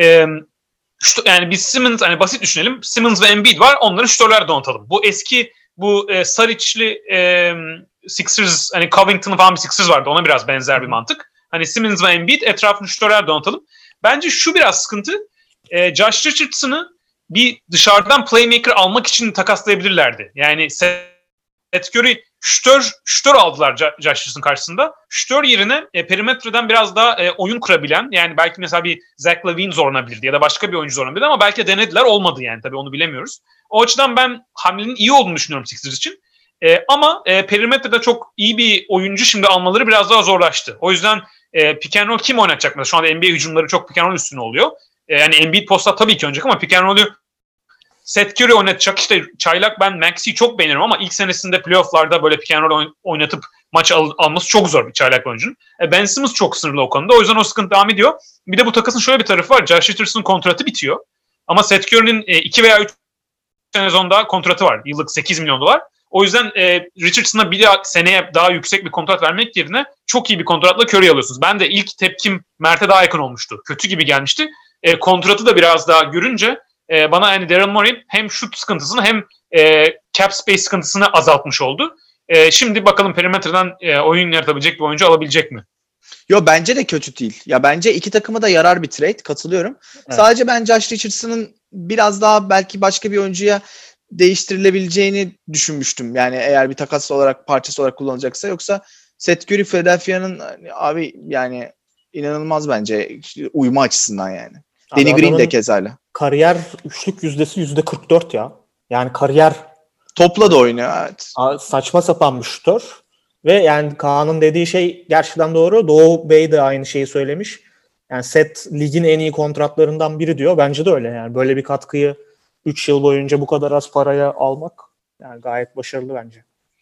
Yani biz Simmons, hani basit düşünelim. Simmons ve Embiid var. Onları şutörler donatalım. Bu eski Saric'li Sixers, hani Covington'ın falan bir Sixers vardı. Ona biraz benzer bir mantık. Hani Simmons ve Embiid etrafını şutörler donatalım. Bence şu biraz sıkıntı. Josh Richardson'ı bir dışarıdan playmaker almak için takaslayabilirlerdi. Yani Seth Curry şutör aldılar Josh Richardson karşısında. Şutör yerine perimetreden biraz daha oyun kurabilen, yani belki mesela bir Zach LaVine zorlanabilirdi ya da başka bir oyuncu zorlanabilirdi ama belki denediler, olmadı yani, tabii onu bilemiyoruz. O açıdan ben hamlenin iyi olduğunu düşünüyorum Sixers için. Ama perimetrede çok iyi bir oyuncu şimdi almaları biraz daha zorlaştı. O yüzden pick and roll kim oynatacak mesela? Şu anda NBA hücumları çok pick and roll üstüne oluyor. Yani Embiid posta tabii ki oynayacak ama pick and roll'ü Seth Curry oynatacak. İşte çaylak, ben Maxi'yi çok beğenirim ama ilk senesinde playoff'larda böyle pick and roll oynatıp maç alması çok zor bir çaylak oyuncunun. Ben Simmons çok sınırlı o konuda. O yüzden o sıkıntı devam ediyor. Bir de bu takasın şöyle bir tarafı var. Josh Richardson'ın kontratı bitiyor. Ama Seth Curry'nin 2 veya 3 sezonda kontratı var. Yıllık $8 milyon. O yüzden Richardson'a bir seneye daha yüksek bir kontrat vermek yerine çok iyi bir kontratla Curry'i alıyorsunuz. Ben de ilk tepkim Mert'e daha yakın olmuştu. Kötü gibi gelmişti. Kontratı da biraz daha görünce bana yani Daryl Morey hem şut sıkıntısını hem cap space sıkıntısını azaltmış oldu. Şimdi bakalım perimetreden oyun yaratabilecek bir oyuncu alabilecek mi? Yo, bence de kötü değil. Ya bence iki takıma da yarar bir trade. Katılıyorum. Evet. Sadece ben Josh Richardson'ın biraz daha belki başka bir oyuncuya değiştirilebileceğini düşünmüştüm. Yani eğer bir takas olarak, parçası olarak kullanacaksa. Yoksa Seth Curry Philadelphia'nın abi yani inanılmaz bence uyuma açısından yani. Danny Green de kezayla. Kariyer üçlük yüzdesi %44 ya. Yani kariyer topla da oynuyor. Evet. Saçma sapan bir şutör. Ve yani Kaan'ın dediği şey gerçekten doğru. Doğu Bey de aynı şeyi söylemiş. Yani Seth ligin en iyi kontratlarından biri diyor. Bence de öyle yani. Böyle bir katkıyı 3 yıl boyunca bu kadar az paraya almak yani gayet başarılı bence.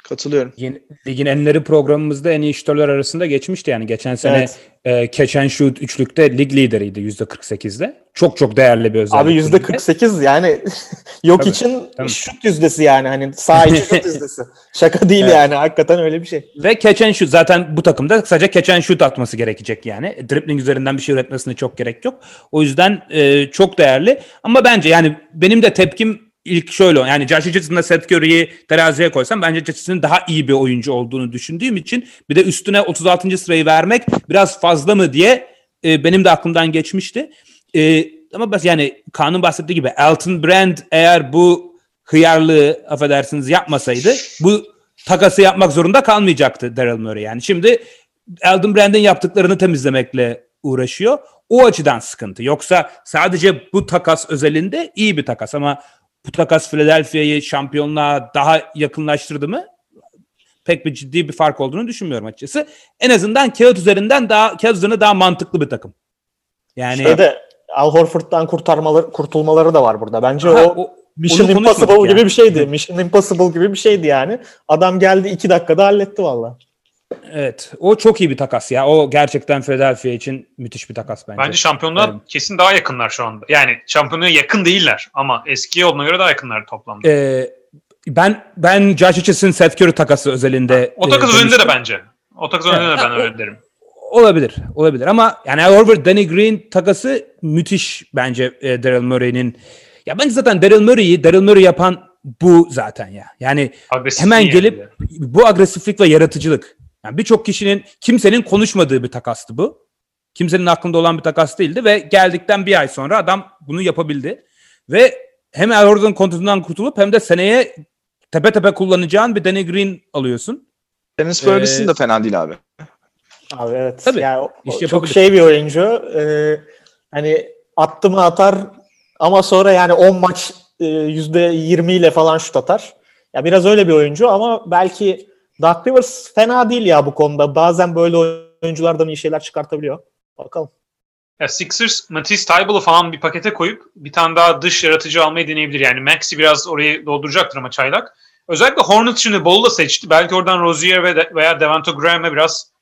Katılıyorum. Ligin enleri programımızda en iyi şutörler arasında geçmişti yani. Geçen sene catch and shoot üçlükte lig lideriydi %48'de. Çok çok değerli bir özellik. Abi %48 yani yok için şut yüzdesi yani hani sağ içi şut yüzdesi. Şaka değil yani hakikaten öyle bir şey. Ve catch and shoot zaten bu takımda sadece catch and shoot atması gerekecek yani. Dribbling üzerinden bir şey üretmesine çok gerek yok. O yüzden çok değerli. Ama bence yani benim de tepkim İlk şöyle yani Josh Richardson'la Seth Curry'i teraziye koysam bence Richardson'ın daha iyi bir oyuncu olduğunu düşündüğüm için bir de üstüne 36. sırayı vermek biraz fazla mı diye benim de aklımdan geçmişti. Ama yani Kaan'ın bahsettiği gibi Elton Brand eğer bu hıyarlığı affedersiniz yapmasaydı bu takası yapmak zorunda kalmayacaktı Daryl Morey. Yani şimdi Elton Brand'in yaptıklarını temizlemekle uğraşıyor. O açıdan sıkıntı. Yoksa sadece bu takas özelinde iyi bir takas ama bu takas Philadelphia'yı şampiyonluğa daha yakınlaştırdı mı? Pek bir ciddi bir fark olduğunu düşünmüyorum açıkçası. En azından kağıt üzerinde daha mantıklı bir takım. Yani Al Horford'dan kurtulmaları da var burada. Bence o Mission Impossible gibi bir şeydi. Mission Impossible gibi bir şeydi yani. Adam geldi 2 dakikada halletti valla. Evet. O çok iyi bir takas ya. O gerçekten Philadelphia için müthiş bir takas bence. Bence şampiyonluğa kesin daha yakınlar şu anda. Yani şampiyonluğa yakın değiller ama eskiye olduğuna göre daha yakınlar toplamda. Ben Josh Richardson Seth Curry takası özelinde o takas özelinde de bence. O takas özelinde de ben öyle derim. Olabilir ama yani Horford Danny Green takası müthiş bence Daryl Morey'nin. Ya bence zaten Daryl Morey yapan bu zaten ya. Yani hemen gelip bu agresiflik ve yaratıcılık. Yani birçok kimsenin konuşmadığı bir takastı bu. Kimsenin aklında olan bir takas değildi ve geldikten bir ay sonra adam bunu yapabildi. Ve hem Al Horford'un kontratından kurtulup hem de seneye tepe tepe kullanacağın bir Danny Green alıyorsun. Dennis Ferguson da fena değil abi. Abi evet. Tabii. Yani çok bir oyuncu. Hani attı mı atar ama sonra yani 10 maç %20 ile falan şut atar. Ya biraz öyle bir oyuncu ama belki Doug Rivers fena değil ya bu konuda. Bazen böyle oyunculardan iyi şeyler çıkartabiliyor. Bakalım. Ya Sixers, Matisse Thybulle'u falan bir pakete koyup bir tane daha dış yaratıcı almayı deneyebilir. Yani Maxey biraz orayı dolduracaktır ama çaylak. Özellikle Hornets şimdi Ball'u da seçti. Belki oradan Rozier veya Devonte Graham'e biraz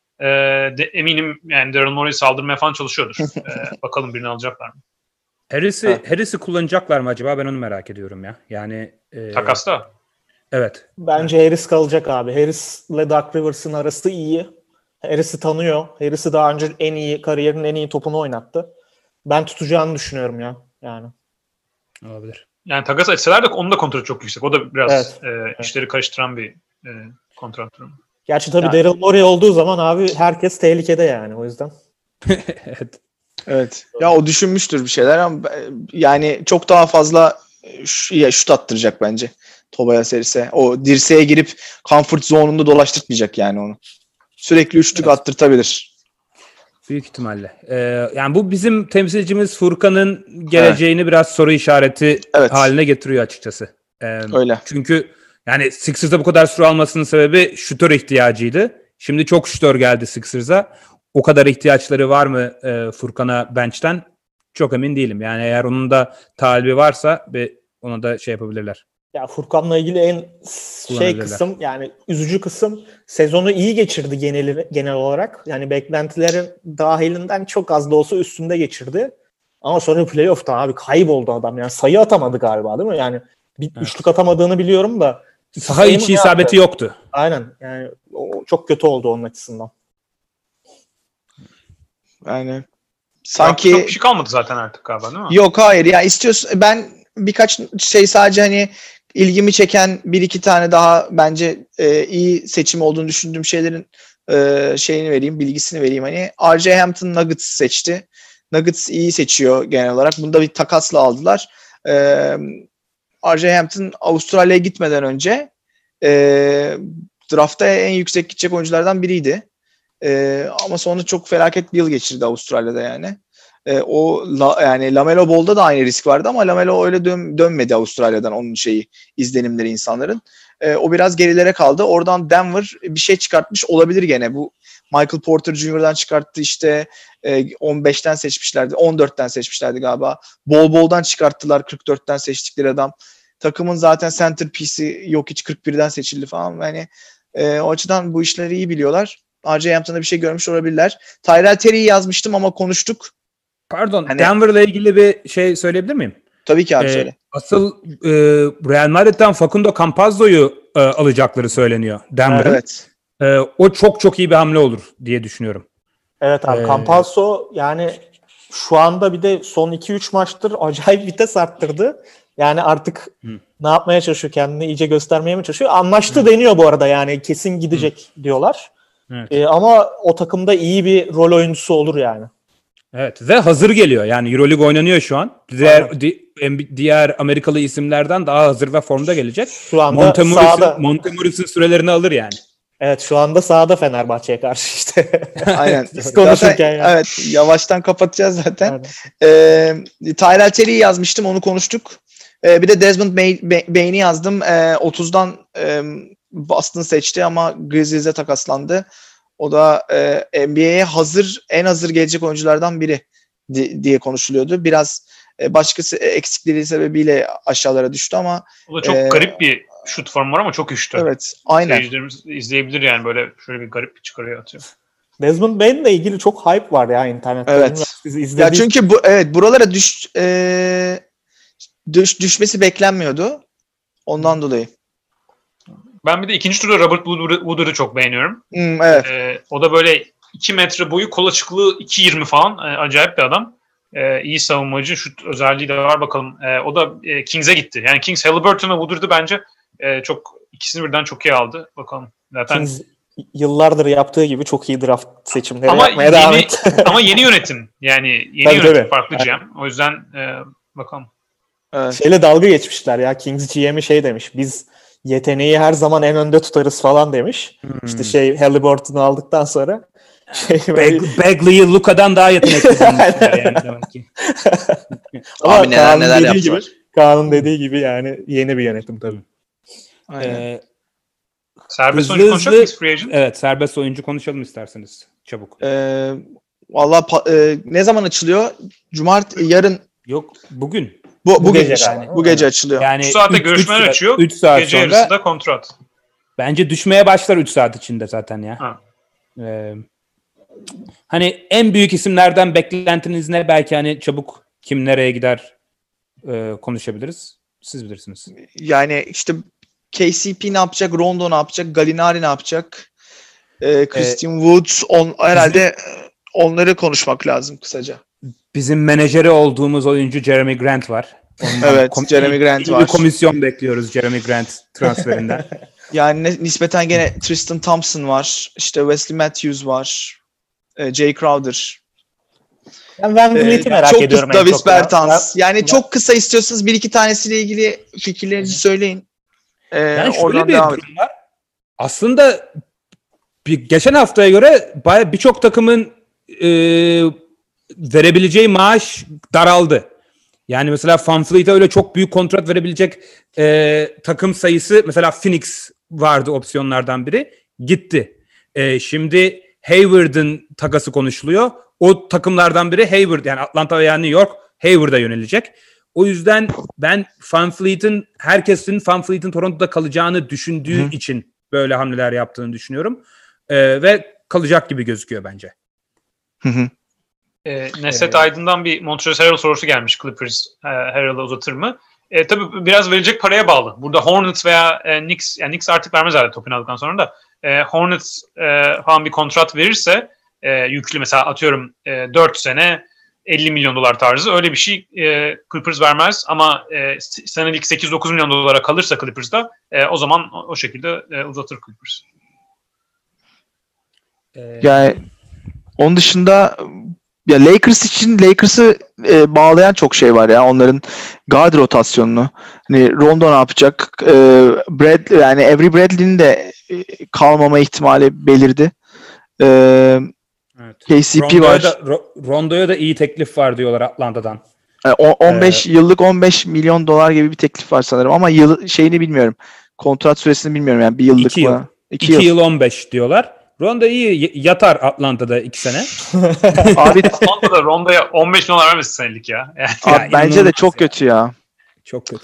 eminim yani Daryl Morey saldırmaya falan çalışıyordur. Bakalım birini alacaklar mı? Harris'i kullanacaklar mı acaba? Ben onu merak ediyorum ya. Yani takasta. Evet. Bence Harris kalacak abi. Harris'le Doug Rivers'ın arası iyi. Harris'i tanıyor. Harris'i daha önce kariyerinin en iyi topunu oynattı. Ben tutacağını düşünüyorum ya. Yani. Olabilir. Yani takas etseler de onun da kontratı çok yüksek. O da biraz işleri karıştıran bir kontrat durumu. Gerçi tabii Daryl Morey olduğu zaman abi herkes tehlikede yani o yüzden. Evet. Evet. Ya o düşünmüştür bir şeyler ama yani çok daha fazla şut attıracak bence Tobias Harris'e. O dirseğe girip comfort zone'unda dolaştırtmayacak yani onu. Sürekli üçlük attırtabilir. Büyük ihtimalle. Yani bu bizim temsilcimiz Furkan'ın geleceğini biraz soru işareti haline getiriyor açıkçası. Öyle. Çünkü yani Sixers'da bu kadar süre almasının sebebi şutör ihtiyacıydı. Şimdi çok şutör geldi Sixers'a. O kadar ihtiyaçları var mı Furkan'a bench'ten? Çok emin değilim. Yani eğer onun da talibi varsa ona da şey yapabilirler. Ya Furkan'la ilgili en kısım yani üzücü kısım sezonu iyi geçirdi genel olarak. Yani beklentilerin dahilinden çok az da olsa üstünde geçirdi. Ama sonra playoff'ta abi kayboldu adam. Yani sayı atamadı galiba değil mi? Yani bir üçlük atamadığını biliyorum da. Saha içi isabeti yoktu. Aynen. Yani o çok kötü oldu onun açısından. Yani sanki çok bir şey kalmadı zaten artık galiba değil mi? Yok hayır ya istiyorsun ben birkaç şey sadece hani ilgimi çeken bir iki tane daha bence iyi seçim olduğunu düşündüğüm şeylerin bilgisini vereyim. Hani R.J. Hampton Nuggets seçti. Nuggets iyi seçiyor genel olarak. Bunu da bir takasla aldılar. R.J. Hampton Avustralya'ya gitmeden önce draftta en yüksek gidecek oyunculardan biriydi. Ama sonra çok felaket bir yıl geçirdi Avustralya'da yani. Yani LaMelo Ball'da da aynı risk vardı ama LaMelo öyle dönmedi Avustralya'dan onun izlenimleri insanların. O biraz gerilere kaldı. Oradan Denver bir şey çıkartmış olabilir gene. Bu Michael Porter Jr.'dan çıkarttı işte 15'ten seçmişlerdi. 14'ten seçmişlerdi galiba. Ball'dan çıkarttılar 44'ten seçtikleri adam. Takımın zaten centerpiece'i Jokic 41'den seçildi falan. Yani o açıdan bu işleri iyi biliyorlar. R.J. Hampton'da bir şey görmüş olabilirler. Tyrell Terry'i yazmıştım ama konuştuk. Pardon, Hani- Denver'la ilgili bir şey söyleyebilir miyim? Tabii ki abi söyle. Asıl Real Madrid'den Facundo Campazzo'yu alacakları söyleniyor Denver'ın. Evet. O çok çok iyi bir hamle olur diye düşünüyorum. Evet abi, Campazzo yani şu anda bir de son 2-3 maçtır acayip vites arttırdı. Yani artık ne yapmaya çalışıyor, kendini iyice göstermeye mi çalışıyor? Anlaştı deniyor bu arada, yani kesin gidecek diyorlar. Evet. Ama o takımda iyi bir rol oyuncusu olur yani. Evet ve hazır geliyor. Yani EuroLeague oynanıyor şu an. Diğer Amerikalı isimlerden daha hazır ve formda gelecek. Şu anda sahada. Montemoris'in sürelerini alır yani. Evet, şu anda sahada Fenerbahçe'ye karşı işte. Aynen. Biz konuşurken yani. Evet, yavaştan kapatacağız zaten. Tyrell Terry'i yazmıştım, onu konuştuk. Bir de Desmond Bane'i yazdım. 30'dan Boston seçti ama Grizzlies'e takaslandı. O da NBA'ye en hazır gelecek oyunculardan biri diye konuşuluyordu. Biraz başkası eksikleri sebebiyle aşağılara düştü ama O da çok garip bir şut formu var ama çok üştü. evet, aynen. Seyircilerimiz izleyebilir yani, böyle şöyle bir garip bir çıkarıyor atıyor. Desmond Bane'le ilgili çok hype var ya internette. Evet. Siz Ya çünkü buralara düşmesi beklenmiyordu. Ondan dolayı. Ben bir de ikinci turda Robert Woodard'ı çok beğeniyorum. Evet. O da böyle 2 metre boyu, kol açıklığı 2.20 falan. Acayip bir adam. İyi savunmacı. Şut özelliği de var bakalım. O da Kings'e gitti. Yani Kings, Haliburton ve Woodard'ı bence ikisini birden çok iyi aldı. Bakalım. Zaten Kings yıllardır yaptığı gibi çok iyi draft seçimleri ama yapmaya devam etti. ama yeni yönetim. Yani yeni Tabii, yönetim tabii. farklı GM. O yüzden bakalım. Evet. Şeyle dalga geçmişler ya. Kings GM'i şey demiş. Biz yeteneği her zaman en önde tutarız falan demiş. İşte Haliburton'u aldıktan sonra Bagley'i Luka'dan daha yetenekli bulmuşlar yani demek ki. Ama Abi neler yaptılar. Kaan'ın dediği gibi yani yeni bir yönetim tabii. Aynen. Serbest oyuncu konuşacak mıyız free agent? Evet, serbest oyuncu konuşalım isterseniz çabuk. Vallahi ne zaman açılıyor? Yarın. Yok, bugün. Bu gece gece yani. Bu gece açılıyor. Yani 3 saate görüşmeler açıyor. 3 saat Gece sonra yarısı da kontrat. bence düşmeye başlar 3 saat içinde zaten ya. Ha. Hani en büyük isimlerden beklentiniz ne? Belki hani çabuk kim nereye gider konuşabiliriz. Siz bilirsiniz. Yani işte KCP ne yapacak? Rondo ne yapacak? Gallinari ne yapacak? Christian Wood herhalde onları konuşmak lazım kısaca. Bizim menajeri olduğumuz oyuncu Jeremy Grant var. Ondan Evet, Jeremy Grant var. Bir komisyon bekliyoruz Jeremy Grant transferinden. Yani nispeten gene Tristan Thompson var. İşte Wesley Matthews var. Jay Crowder. Ben Van Vliet'i merak ediyorum. Çok kısa Davis Bertans. Yani çok kısa istiyorsanız bir iki tanesiyle ilgili fikirlerinizi söyleyin. Yani şöyle oradan bir devam durum var. Aslında geçen haftaya göre birçok takımın verebileceği maaş daraldı. Yani mesela VanVleet'e öyle çok büyük kontrat verebilecek takım sayısı, mesela Phoenix vardı opsiyonlardan biri, gitti. Şimdi Hayward'ın takası konuşuluyor. O takımlardan biri Hayward, yani Atlanta veya New York Hayward'a yönelecek. O yüzden ben herkesin VanVleet'in Toronto'da kalacağını düşündüğü için böyle hamleler yaptığını düşünüyorum. Ve kalacak gibi gözüküyor bence. Neset Aydın'dan bir Montrezl Harrell sorusu gelmiş. Clippers Harrell'ı uzatır mı? Tabii biraz verecek paraya bağlı. Burada Hornets veya Knicks, yani Knicks artık vermez herhalde topunu aldıktan sonra da. Hornets falan bir kontrat verirse yüklü, mesela atıyorum 4 sene 50 milyon dolar tarzı, öyle bir şey Clippers vermez ama senelik 8-9 milyon dolara kalırsa Clippers'da o zaman o şekilde uzatır Clippers. Yani onun dışında ya Lakers'ı bağlayan çok şey var ya, onların guard rotasyonunu. Hani Rondo ne yapacak? Yani Avery Bradley'nin de kalmama ihtimali belirdi. Evet. KCP var. Rondo'ya da iyi teklif var diyorlar Atlanta'dan. 15 milyon dolar gibi bir teklif var sanırım ama şeyini bilmiyorum. Kontrat süresini bilmiyorum, yani bir yıllık mı? 2 yıl 15 diyorlar. Rondo iyi yatar Atlanta'da 2 sene. Abi Atlanta'da Rondo'ya 15 milyon vermesin senelik ya. abi bence de çok kötü ya. Çok kötü.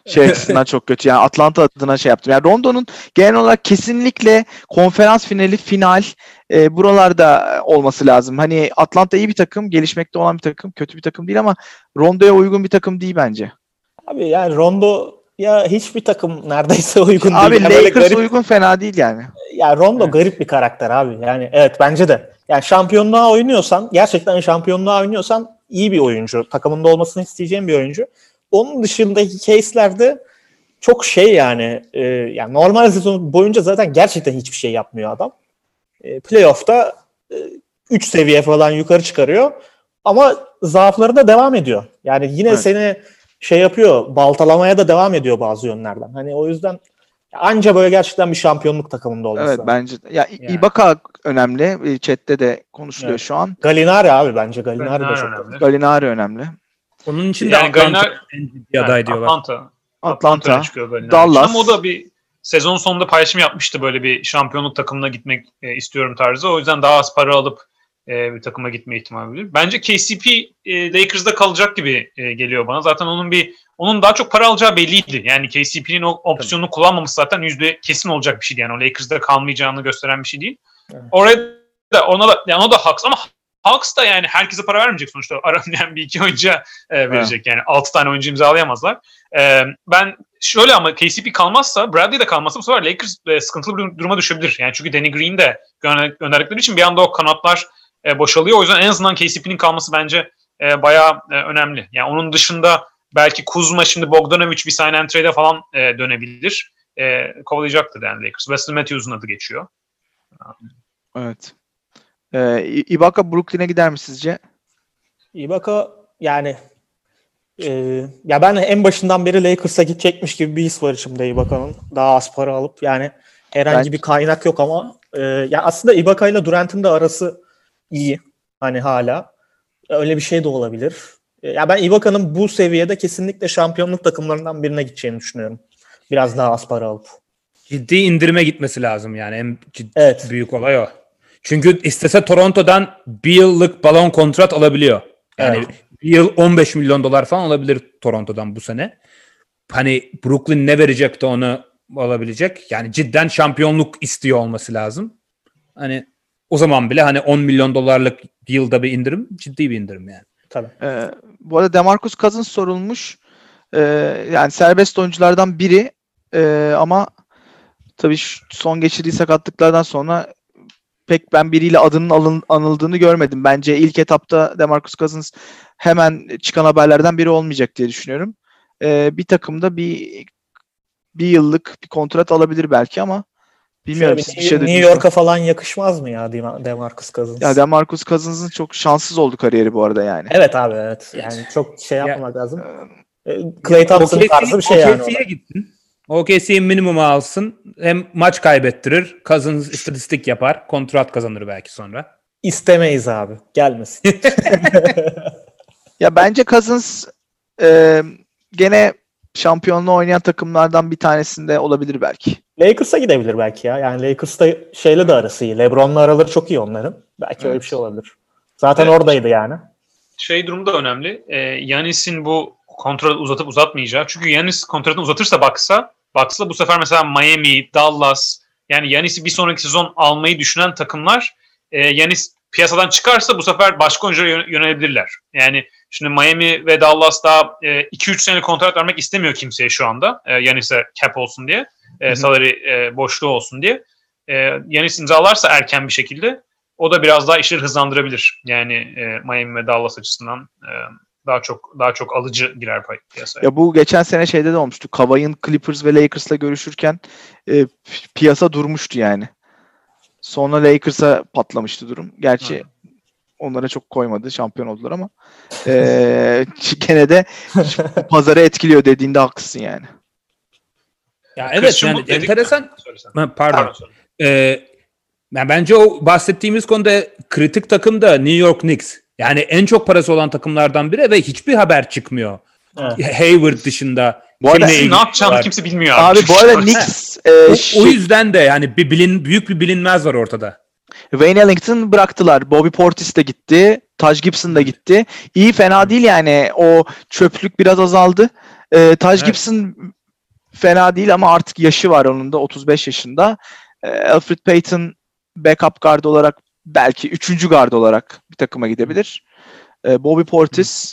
Şey açısından çok kötü. Yani Atlanta adına şey yaptım. Yani Rondo'nun genel olarak kesinlikle konferans finali, final buralarda olması lazım. Hani Atlanta iyi bir takım, gelişmekte olan bir takım, kötü bir takım değil ama Rondo'ya uygun bir takım değil bence. Abi yani Rondo ya hiçbir takım neredeyse uygun Abi değil. Yani böyle Lakers garip, uygun, fena değil yani. ya Rondo Evet. garip bir karakter abi. Yani evet bence de. Yani şampiyonluğa oynuyorsan, gerçekten şampiyonluğa oynuyorsan iyi bir oyuncu. Takımında olmasını isteyeceğim bir oyuncu. Onun dışındaki case'lerde çok şey yani yani normal sezon boyunca zaten gerçekten hiçbir şey yapmıyor adam. Playoff'ta 3 seviye falan yukarı çıkarıyor. Ama zaafları da devam ediyor. Yani yine Evet. seni şey yapıyor, baltalamaya da devam ediyor bazı yönlerden. Hani o yüzden anca böyle gerçekten bir şampiyonluk takımında olması Evet lazım. bence de. Ya Yani. Ibaka önemli. Chat'te de konuşuluyor Evet. şu an. Gallinari abi bence. Gallinari de Gallinari çok önemli. Gallinari önemli. Onun için de Yani Atlanta Gallinari- en ciddi aday diyorlar. Atlanta, öne çıkıyor Gallinari Dallas. için. Ama o da bir sezon sonunda paylaşım yapmıştı, böyle bir şampiyonluk takımına gitmek istiyorum tarzı. O yüzden daha az para alıp bir takıma gitme ihtimali var. Bence KCP Lakers'da kalacak gibi geliyor bana. Zaten onun daha çok para alacağı belliydi. Yani KCP'nin o opsiyonunu kullanmaması zaten yüzde kesin olacak bir şeydi. Yani o Lakers'da kalmayacağını gösteren bir şey değil. Evet. Oraya da o da Hawks ama Hawks da yani herkese para vermeyecek sonuçta. Arayan bir iki oyuncuya verecek. Yani 6 tane oyuncu imzalayamazlar. Ben şöyle, ama KCP kalmazsa, Bradley de kalmazsa bu sefer Lakers sıkıntılı bir duruma düşebilir. Yani çünkü Danny Green de gönderdikleri için bir anda o kanatlar boşalıyor. O yüzden en azından KCP'nin kalması bence bayağı önemli. Yani onun dışında belki Kuzma, şimdi Bogdanovic bir sign and trade'e falan dönebilir. Kovalayacaktır yani Lakers. Wesley Matthews'un adı geçiyor. Evet. Ibaka Brooklyn'e gider mi sizce? Ibaka yani ya ben en başından beri Lakers'a gidecekmiş gibi bir his var içimde Ibaka'nın. Daha az para alıp yani herhangi bir kaynak yok ama ya aslında Ibaka ile Durant'ın da arası iyi. Hani hala. Öyle bir şey de olabilir. Ya ben Ibaka'nın bu seviyede kesinlikle şampiyonluk takımlarından birine gideceğini düşünüyorum. Biraz daha az para alıp. Ciddi indirime gitmesi lazım yani. En Evet. büyük olay o. Çünkü istese Toronto'dan bir yıllık balon kontrat alabiliyor. Yani Evet. bir yıl 15 milyon dolar falan alabilir Toronto'dan bu sene. Hani Brooklyn ne verecek de onu alabilecek. Yani cidden şampiyonluk istiyor olması lazım. Hani o zaman bile hani 10 milyon dolarlık yılda bir indirim, ciddi bir indirim yani. Tabii. Bu arada DeMarcus Cousins sorulmuş. Yani serbest oyunculardan biri ama tabii son geçirdiği sakatlıklardan sonra pek ben biriyle adının anıldığını görmedim. Bence ilk etapta DeMarcus Cousins hemen çıkan haberlerden biri olmayacak diye düşünüyorum. Bir takımda bir yıllık bir kontrat alabilir belki ama bilmiyorum, siz bir şey New York'a falan yakışmaz mı ya DeMarcus Cousins? Ya DeMarcus Cousins'ın çok şanssız oldu kariyeri bu arada yani. Evet abi evet. Yani çok şey yapmamak lazım. Klay Thompson tarzı bir şey yani. OKC'ye gitsin. OKC'yi minimuma alsın. Hem maç kaybettirir. Cousins istatistik yapar. Kontrat kazanır belki sonra. İstemeyiz abi. Gelmesin. Ya bence Cousins gene şampiyonluğu oynayan takımlardan bir tanesinde olabilir belki. Lakers'a gidebilir belki ya. Yani Lakers'ta şeyle de arası iyi. LeBron'la araları çok iyi onların. Belki öyle bir şey olabilir. Zaten Evet. oradaydı yani. Şey durumu da önemli. Giannis'in bu kontratı uzatıp uzatmayacağı. Çünkü Giannis kontratını uzatırsa Bucks'la bu sefer mesela Miami, Dallas, yani Giannis'i bir sonraki sezon almayı düşünen takımlar Giannis piyasadan çıkarsa bu sefer başka oyunculara yönelebilirler. Yani şimdi Miami ve Dallas daha 2-3 senelik kontrat vermek istemiyor kimseye şu anda. Giannis'e cap olsun diye. Salary boşluğu olsun diye. Giannis imzalarsa erken bir şekilde o da biraz daha işleri hızlandırabilir. Yani Miami ve Dallas açısından daha çok alıcı girer piyasaya. Ya bu geçen sene şeyde de olmuştu. Kawhi'nin Clippers ve Lakers'la görüşürken piyasa durmuştu yani. Sonra Lakers'a patlamıştı durum. Gerçi onlara çok koymadı. Şampiyon oldular ama gene de pazarı etkiliyor dediğinde haklısın yani. Ya evet yani enteresan. Pardon. Yani bence o bahsettiğimiz konuda kritik takım da New York Knicks. Yani en çok parası olan takımlardan biri ve hiçbir haber çıkmıyor. Evet. Hayward dışında. Bu arada ne yapacağını kimse bilmiyor abi. Bu arada Knicks o yüzden de yani büyük bir bilinmez var ortada. Wayne Ellington bıraktılar. Bobby Portis de gitti. Taj Gibson da gitti. İyi, fena değil yani. O çöplük biraz azaldı. Taj Gibson fena değil ama artık yaşı var onun da 35 yaşında. Elfrid Payton backup guard olarak belki 3. guard olarak bir takıma gidebilir. Bobby Portis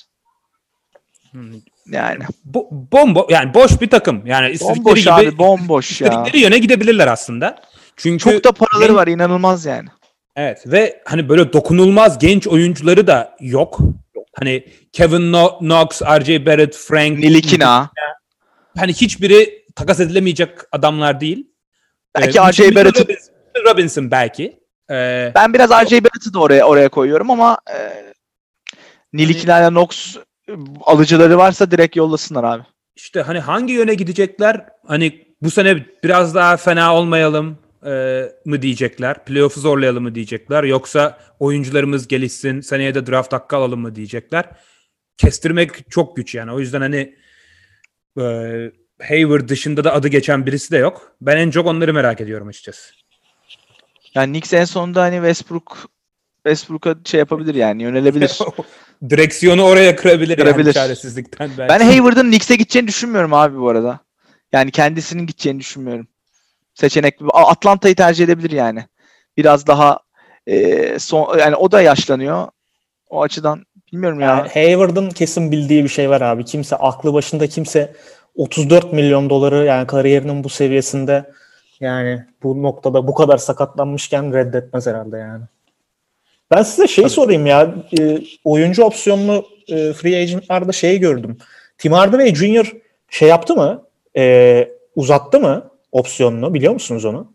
yani Yani boş bir takım. Yani istedikleri bomboş gibi abi, bomboş ya. istedikleri yöne gidebilirler aslında. Çünkü Çok da paraları var, inanılmaz yani. Evet ve hani böyle dokunulmaz genç oyuncuları da yok. Hani Kevin Knox, R.J. Barrett, Frank, Nilikina. hani hiçbiri takas edilemeyecek adamlar değil. Belki R.J. Barrett'ı Robinson belki. ben biraz R.J. Barrett'ı da oraya koyuyorum ama Nilikina ile Knox alıcıları varsa direkt yollasınlar abi. İşte hani hangi yöne gidecekler? Hani bu sene biraz daha fena olmayalım mı diyecekler? Playoff'u zorlayalım mı diyecekler? Yoksa oyuncularımız gelişsin, seneye de draft hakkı alalım mı diyecekler? Kestirmek çok güç yani. O yüzden hani Hayward dışında da adı geçen birisi de yok. Ben en çok onları merak ediyorum açıkçası. Yani Knicks en sonunda hani Westbrook'a şey yapabilir yani, yönelebilir. Direksiyonu oraya kırabilir. Yani çaresizlikten belki. Ben Hayward'ın Knicks'e gideceğini düşünmüyorum abi bu arada. Yani kendisinin gideceğini düşünmüyorum. Seçenek Atlanta'yı tercih edebilir yani. Biraz daha yani o da yaşlanıyor. O açıdan bilmiyorum ya. Yani Hayward'ın kesin bildiği bir şey var abi. Aklı başında kimse 34 milyon doları yani kariyerinin bu seviyesinde yani bu noktada bu kadar sakatlanmışken reddetmez herhalde yani. Ben size sorayım ya. Oyuncu opsiyonlu free agent'larda gördüm. Tim Hardaway Jr. yaptı mı? Uzattı mı opsiyonunu? Biliyor musunuz onu?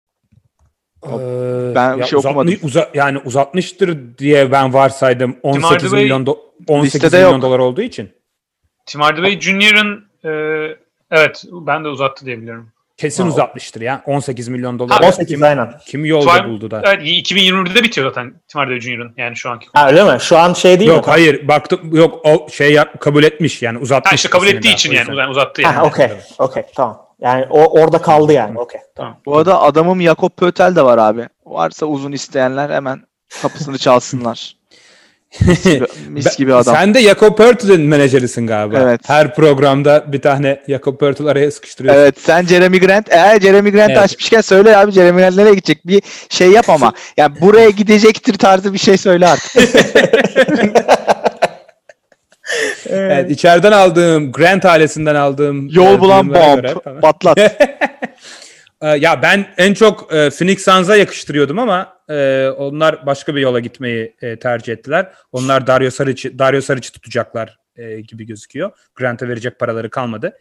Ben bir şey okumadım. Yani uzatmıştır diye ben varsaydım. 18 milyon dolar olduğu için. Tim Hardaway Jr.'ın evet ben de uzattı diye biliyorum. Kesin uzatmıştır ya. 18 milyon dolar. 18 aynen. Kim yolda buldu da. Evet, 2020'de bitiyor zaten Tim Hardaway Jr.'ın yani şu anki. Öyle mi? Şu an değil yok, mi? Hayır baktım yok kabul etmiş yani uzatmış. İşte kabul ettiği için yani uzattı yani. Okey tamam. Yani orada kaldı yani. Okey tamam. Bu arada adamım Jakob Poeltl de var abi. Varsa uzun isteyenler hemen kapısını çalsınlar. Mis gibi adam. Sen de Jakob Poeltl'in menajerisin galiba. Evet. Her programda bir tane Jakob Poeltl araya sıkıştırıyorsun. Evet, sen Jeremy Grant. Eğer Jeremy Grant'ı açmışken söyle abi, Jeremy Grant nereye gidecek? Bir şey yap ama. Yani buraya gidecektir tarzı bir şey söyle artık. Evet, içeriden aldığım, Grant ailesinden aldığım yol bulan bomb. Patlat. Ya ben en çok Phoenix Suns'a yakıştırıyordum ama onlar başka bir yola gitmeyi tercih ettiler. Onlar Dario Saric'i tutacaklar gibi gözüküyor. Grant'a verecek paraları kalmadı.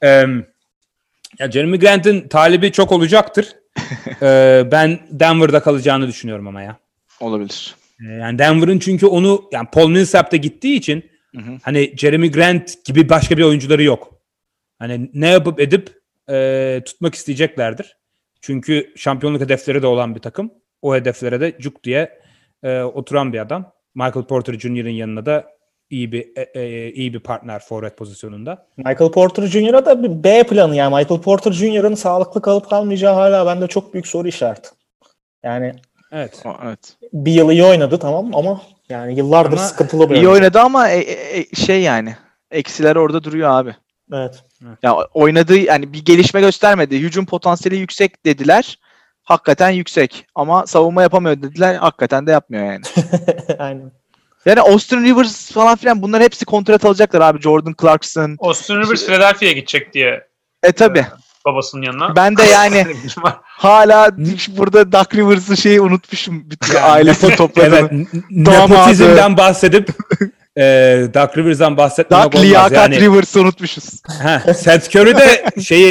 Ya Jeremy Grant'ın talibi çok olacaktır. Ben Denver'da kalacağını düşünüyorum ama ya. Olabilir. Yani Denver'ın çünkü onu yani Paul Millsap da gittiği için hani Jeremy Grant gibi başka bir oyuncuları yok. Hani ne yapıp edip tutmak isteyeceklerdir. Çünkü şampiyonluk hedefleri de olan bir takım. O hedeflere de cuk diye oturan bir adam. Michael Porter Jr.'ın yanına da iyi bir partner forvet pozisyonunda. Michael Porter Jr.'a da bir B planı yani. Michael Porter Jr.'ın sağlıklı kalıp kalmayacağı hala bende çok büyük soru işareti. Yani evet. Bir yıl iyi oynadı tamam ama yani yıllardır sıkıntılı bir iyi oynadı ama yani eksiler orada duruyor abi. Evet. Ya oynadığı yani bir gelişme göstermedi. Hücum potansiyeli yüksek dediler. Hakikaten yüksek. Ama savunma yapamıyor dediler. Hakikaten de yapmıyor yani. Aynen. Yani Austin Rivers falan filan bunlar hepsi kontrat alacaklar abi. Jordan Clarkson. Austin Rivers Philadelphia'ya gidecek diye. Tabii. Babasının yanına. Ben de yani hala burada Duck Rivers'ı unutmuşum. Bütün ailesini topladım. Evet. Nepotizmden bahsedip Duck Rivers'dan bahsetmemek Duck olmaz. Liyakat yani, Rivers'ı unutmuşuz. Seth Curry de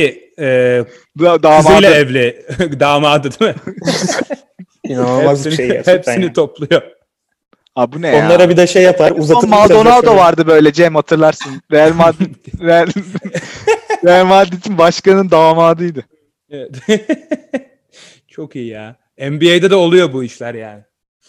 kızıyla evli. Damadı değil mi? İnanılmaz bir şey. Hepsini topluyor. Abi bu ne ya? Onlara bir de yapar. Uzatır. Maldonado vardı böyle Cem, hatırlarsın. Real Madrid'in başkanının damadıydı. Evet. Çok iyi ya. NBA'de de oluyor bu işler yani.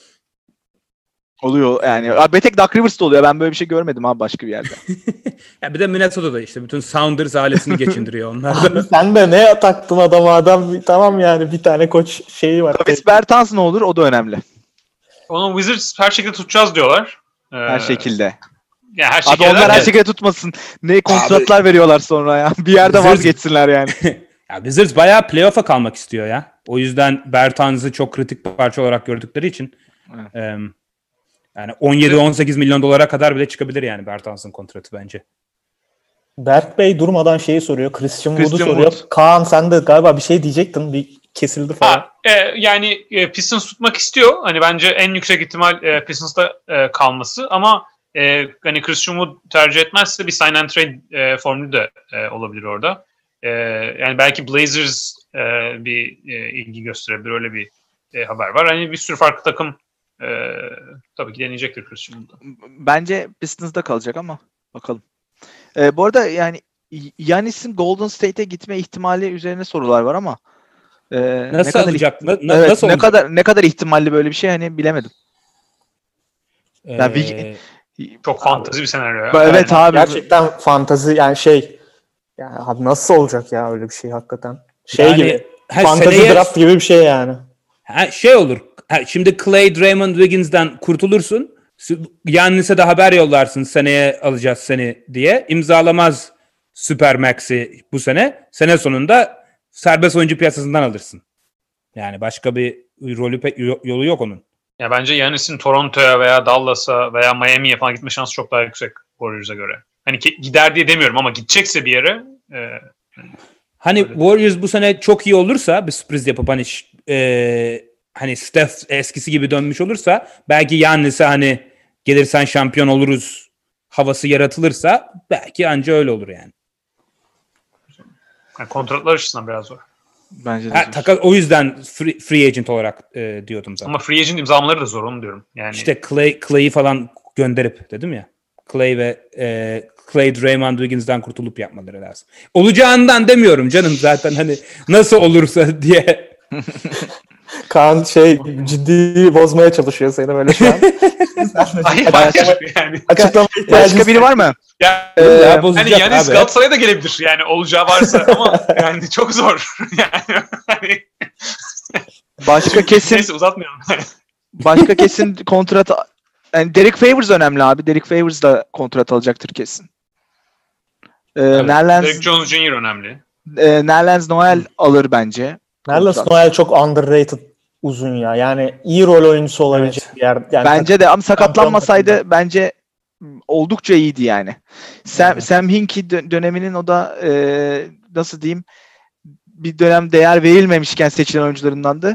Oluyor yani. Bir tek Duck Rivers'da oluyor. Ben böyle bir şey görmedim abi başka bir yerde. Ya bir de Minnesota'da işte bütün Sounders ailesini geçindiriyor onlar da. Sen de ne taktın adam tamam yani bir tane koç var. Travis Bertans ne olur? O da önemli. Onu Wizards her şekilde tutacağız diyorlar. Her şekilde. Yani her şey Abi onlar her şekilde tutmasın. Ne kontratlar veriyorlar sonra ya. Bir yerde Wizards- vazgeçsinler yani. Ya Wizards bayağı playoff'a kalmak istiyor ya. O yüzden Bertans'ı çok kritik bir parça olarak gördükleri için yani 17-18 milyon dolara kadar bile çıkabilir yani Bertans'ın kontratı bence. Berk Bey durmadan şeyi soruyor. Christian Wood'u Christian soruyor. Wood. Kaan sen de galiba bir şey diyecektin. Bir kesildi falan. Yani Pistons tutmak istiyor. Hani bence en yüksek ihtimal Pistons'ta kalması ama hani Christian Wood tercih etmezse bir sign and trade formülü de olabilir orada. Yani belki Blazers bir ilgi gösterebilir. Öyle bir haber var. Hani bir sürü farklı takım tabii ki deneyecektir Christian Wood'da. Bence Pistons'da kalacak ama bakalım. Bu arada yani Giannis'in Golden State'e gitme ihtimali üzerine sorular var ama Nasıl alacak? evet, Nasıl olacak? ne kadar ihtimalli böyle bir şey hani bilemedim. Yani Çok fantezi bir senaryo ya. evet abi. Gerçekten fantazi yani yani abi nasıl olacak ya öyle bir şey hakikaten. Yani, Gibi. ha, Fantazi seneye- draft gibi bir şey yani. Şey olur. Şimdi Clay, Draymond, Wiggins'den kurtulursun. Giannis'e de haber yollarsın seneye alacağız seni diye. İmzalamaz Supermax'i bu sene. Sene sonunda serbest oyuncu piyasasından alırsın. Yani başka bir yolu yok onun. Ya bence Giannis'in Toronto'ya veya Dallas'a veya Miami'ye falan gitme şansı çok daha yüksek Warriors'a göre. Hani gider diye demiyorum ama gidecekse bir yere Hani öyle. Warriors bu sene çok iyi olursa bir sürpriz yapıp hani Steph eskisi gibi dönmüş olursa belki Giannis'e hani gelirsen şampiyon oluruz havası yaratılırsa belki anca öyle olur yani. Yani kontratlar açısından biraz zor. Bence de. O yüzden free agent olarak diyordum zaten. Ama free agent imzamaları da zor onu diyorum. Yani İşte Clay'i falan gönderip dedim ya. Clay Draymond Wiggins'den kurtulup yapmaları lazım. Olacağından demiyorum canım zaten hani nasıl olursa diye. Kaan ciddi bozmaya çalışıyor seni böyle şu an. hayır yani. Açıklama ihtiyacı Başka biri var mı? Yani bozacak Giannis abi. Galatasaray'a da gelebilir. Yani olacağı varsa ama yani çok zor. Yani hani Başka kesin neyse uzatmayalım. kontrat yani Derek Favors önemli abi. Derek Favors da kontrat alacaktır kesin. Derek Jones Jr. önemli. Nerlens Noel alır bence. Nerlens kontrat. Noel çok underrated uzun ya. Yani iyi rol oyuncusu olabilecek bir yer. Yani Bence de ama sakatlanmasaydı bence oldukça iyiydi yani. Sam Hinkie döneminin o da nasıl diyeyim bir dönem değer verilmemişken seçilen oyuncularındandı.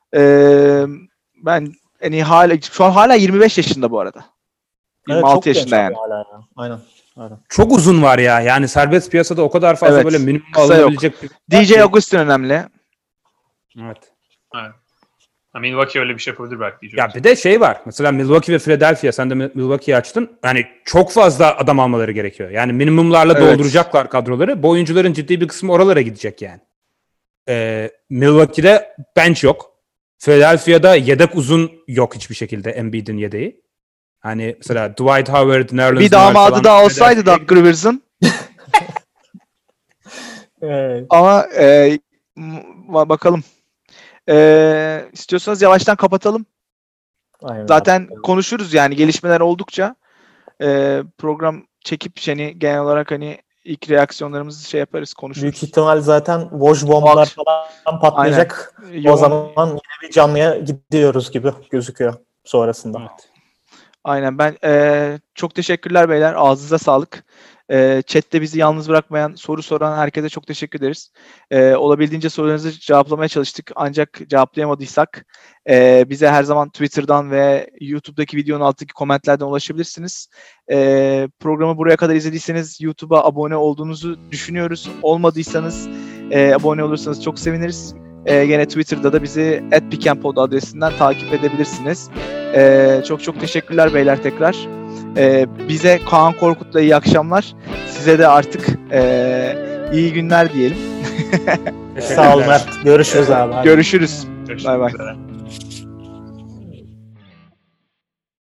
Ben şu an hala 25 yaşında bu arada. 26 çok genç yaşında yani. hala ya. Aynen. Çok uzun var ya. Yani serbest piyasada o kadar fazla Evet, böyle minimum kısa alınabilecek bir... DJ Augustin önemli. Evet. Evet. Milwaukee öyle bir şey yapabilir belki. Ya bir de var. Mesela Milwaukee ve Philadelphia. Sen de Milwaukee'yi açtın. Hani çok fazla adam almaları gerekiyor. Yani minimumlarla Evet. dolduracaklar kadroları. Bu oyuncuların ciddi bir kısmı oralara gidecek yani. Milwaukee'de bench yok. Philadelphia'da yedek uzun yok hiçbir şekilde. Embiid'in yedeği. Hani mesela Dwight Howard, Nerlens Bir damadı da olsaydı Doug Rivers'ın. Evet. Ama bakalım. İstiyorsanız yavaştan kapatalım. Aynen. Zaten konuşuruz yani gelişmeler oldukça program çekip genel olarak hani ilk reaksiyonlarımızı yaparız, konuşuruz. Büyük ihtimal zaten Woj bomblar falan patlayacak. Aynen. O zaman yine bir canlıya gidiyoruz gibi gözüküyor sonrasında. Evet. Aynen ben çok teşekkürler beyler. Ağzınıza sağlık. Chat'te bizi yalnız bırakmayan, soru soran herkese çok teşekkür ederiz. Olabildiğince sorularınızı cevaplamaya çalıştık. Ancak cevaplayamadıysak bize her zaman Twitter'dan ve YouTube'daki videonun alttaki komentlerden ulaşabilirsiniz. Programı buraya kadar izlediyseniz YouTube'a abone olduğunuzu düşünüyoruz. Olmadıysanız abone olursanız çok seviniriz. Yine Twitter'da da bizi @pickandpod adresinden takip edebilirsiniz. Çok teşekkürler beyler tekrar. Bize Kaan Korkut'la iyi akşamlar. Size de artık iyi günler diyelim. Sağ ol Mert. Görüşürüz abi. Hadi. Görüşürüz. Görüşmek Bay bay. üzere.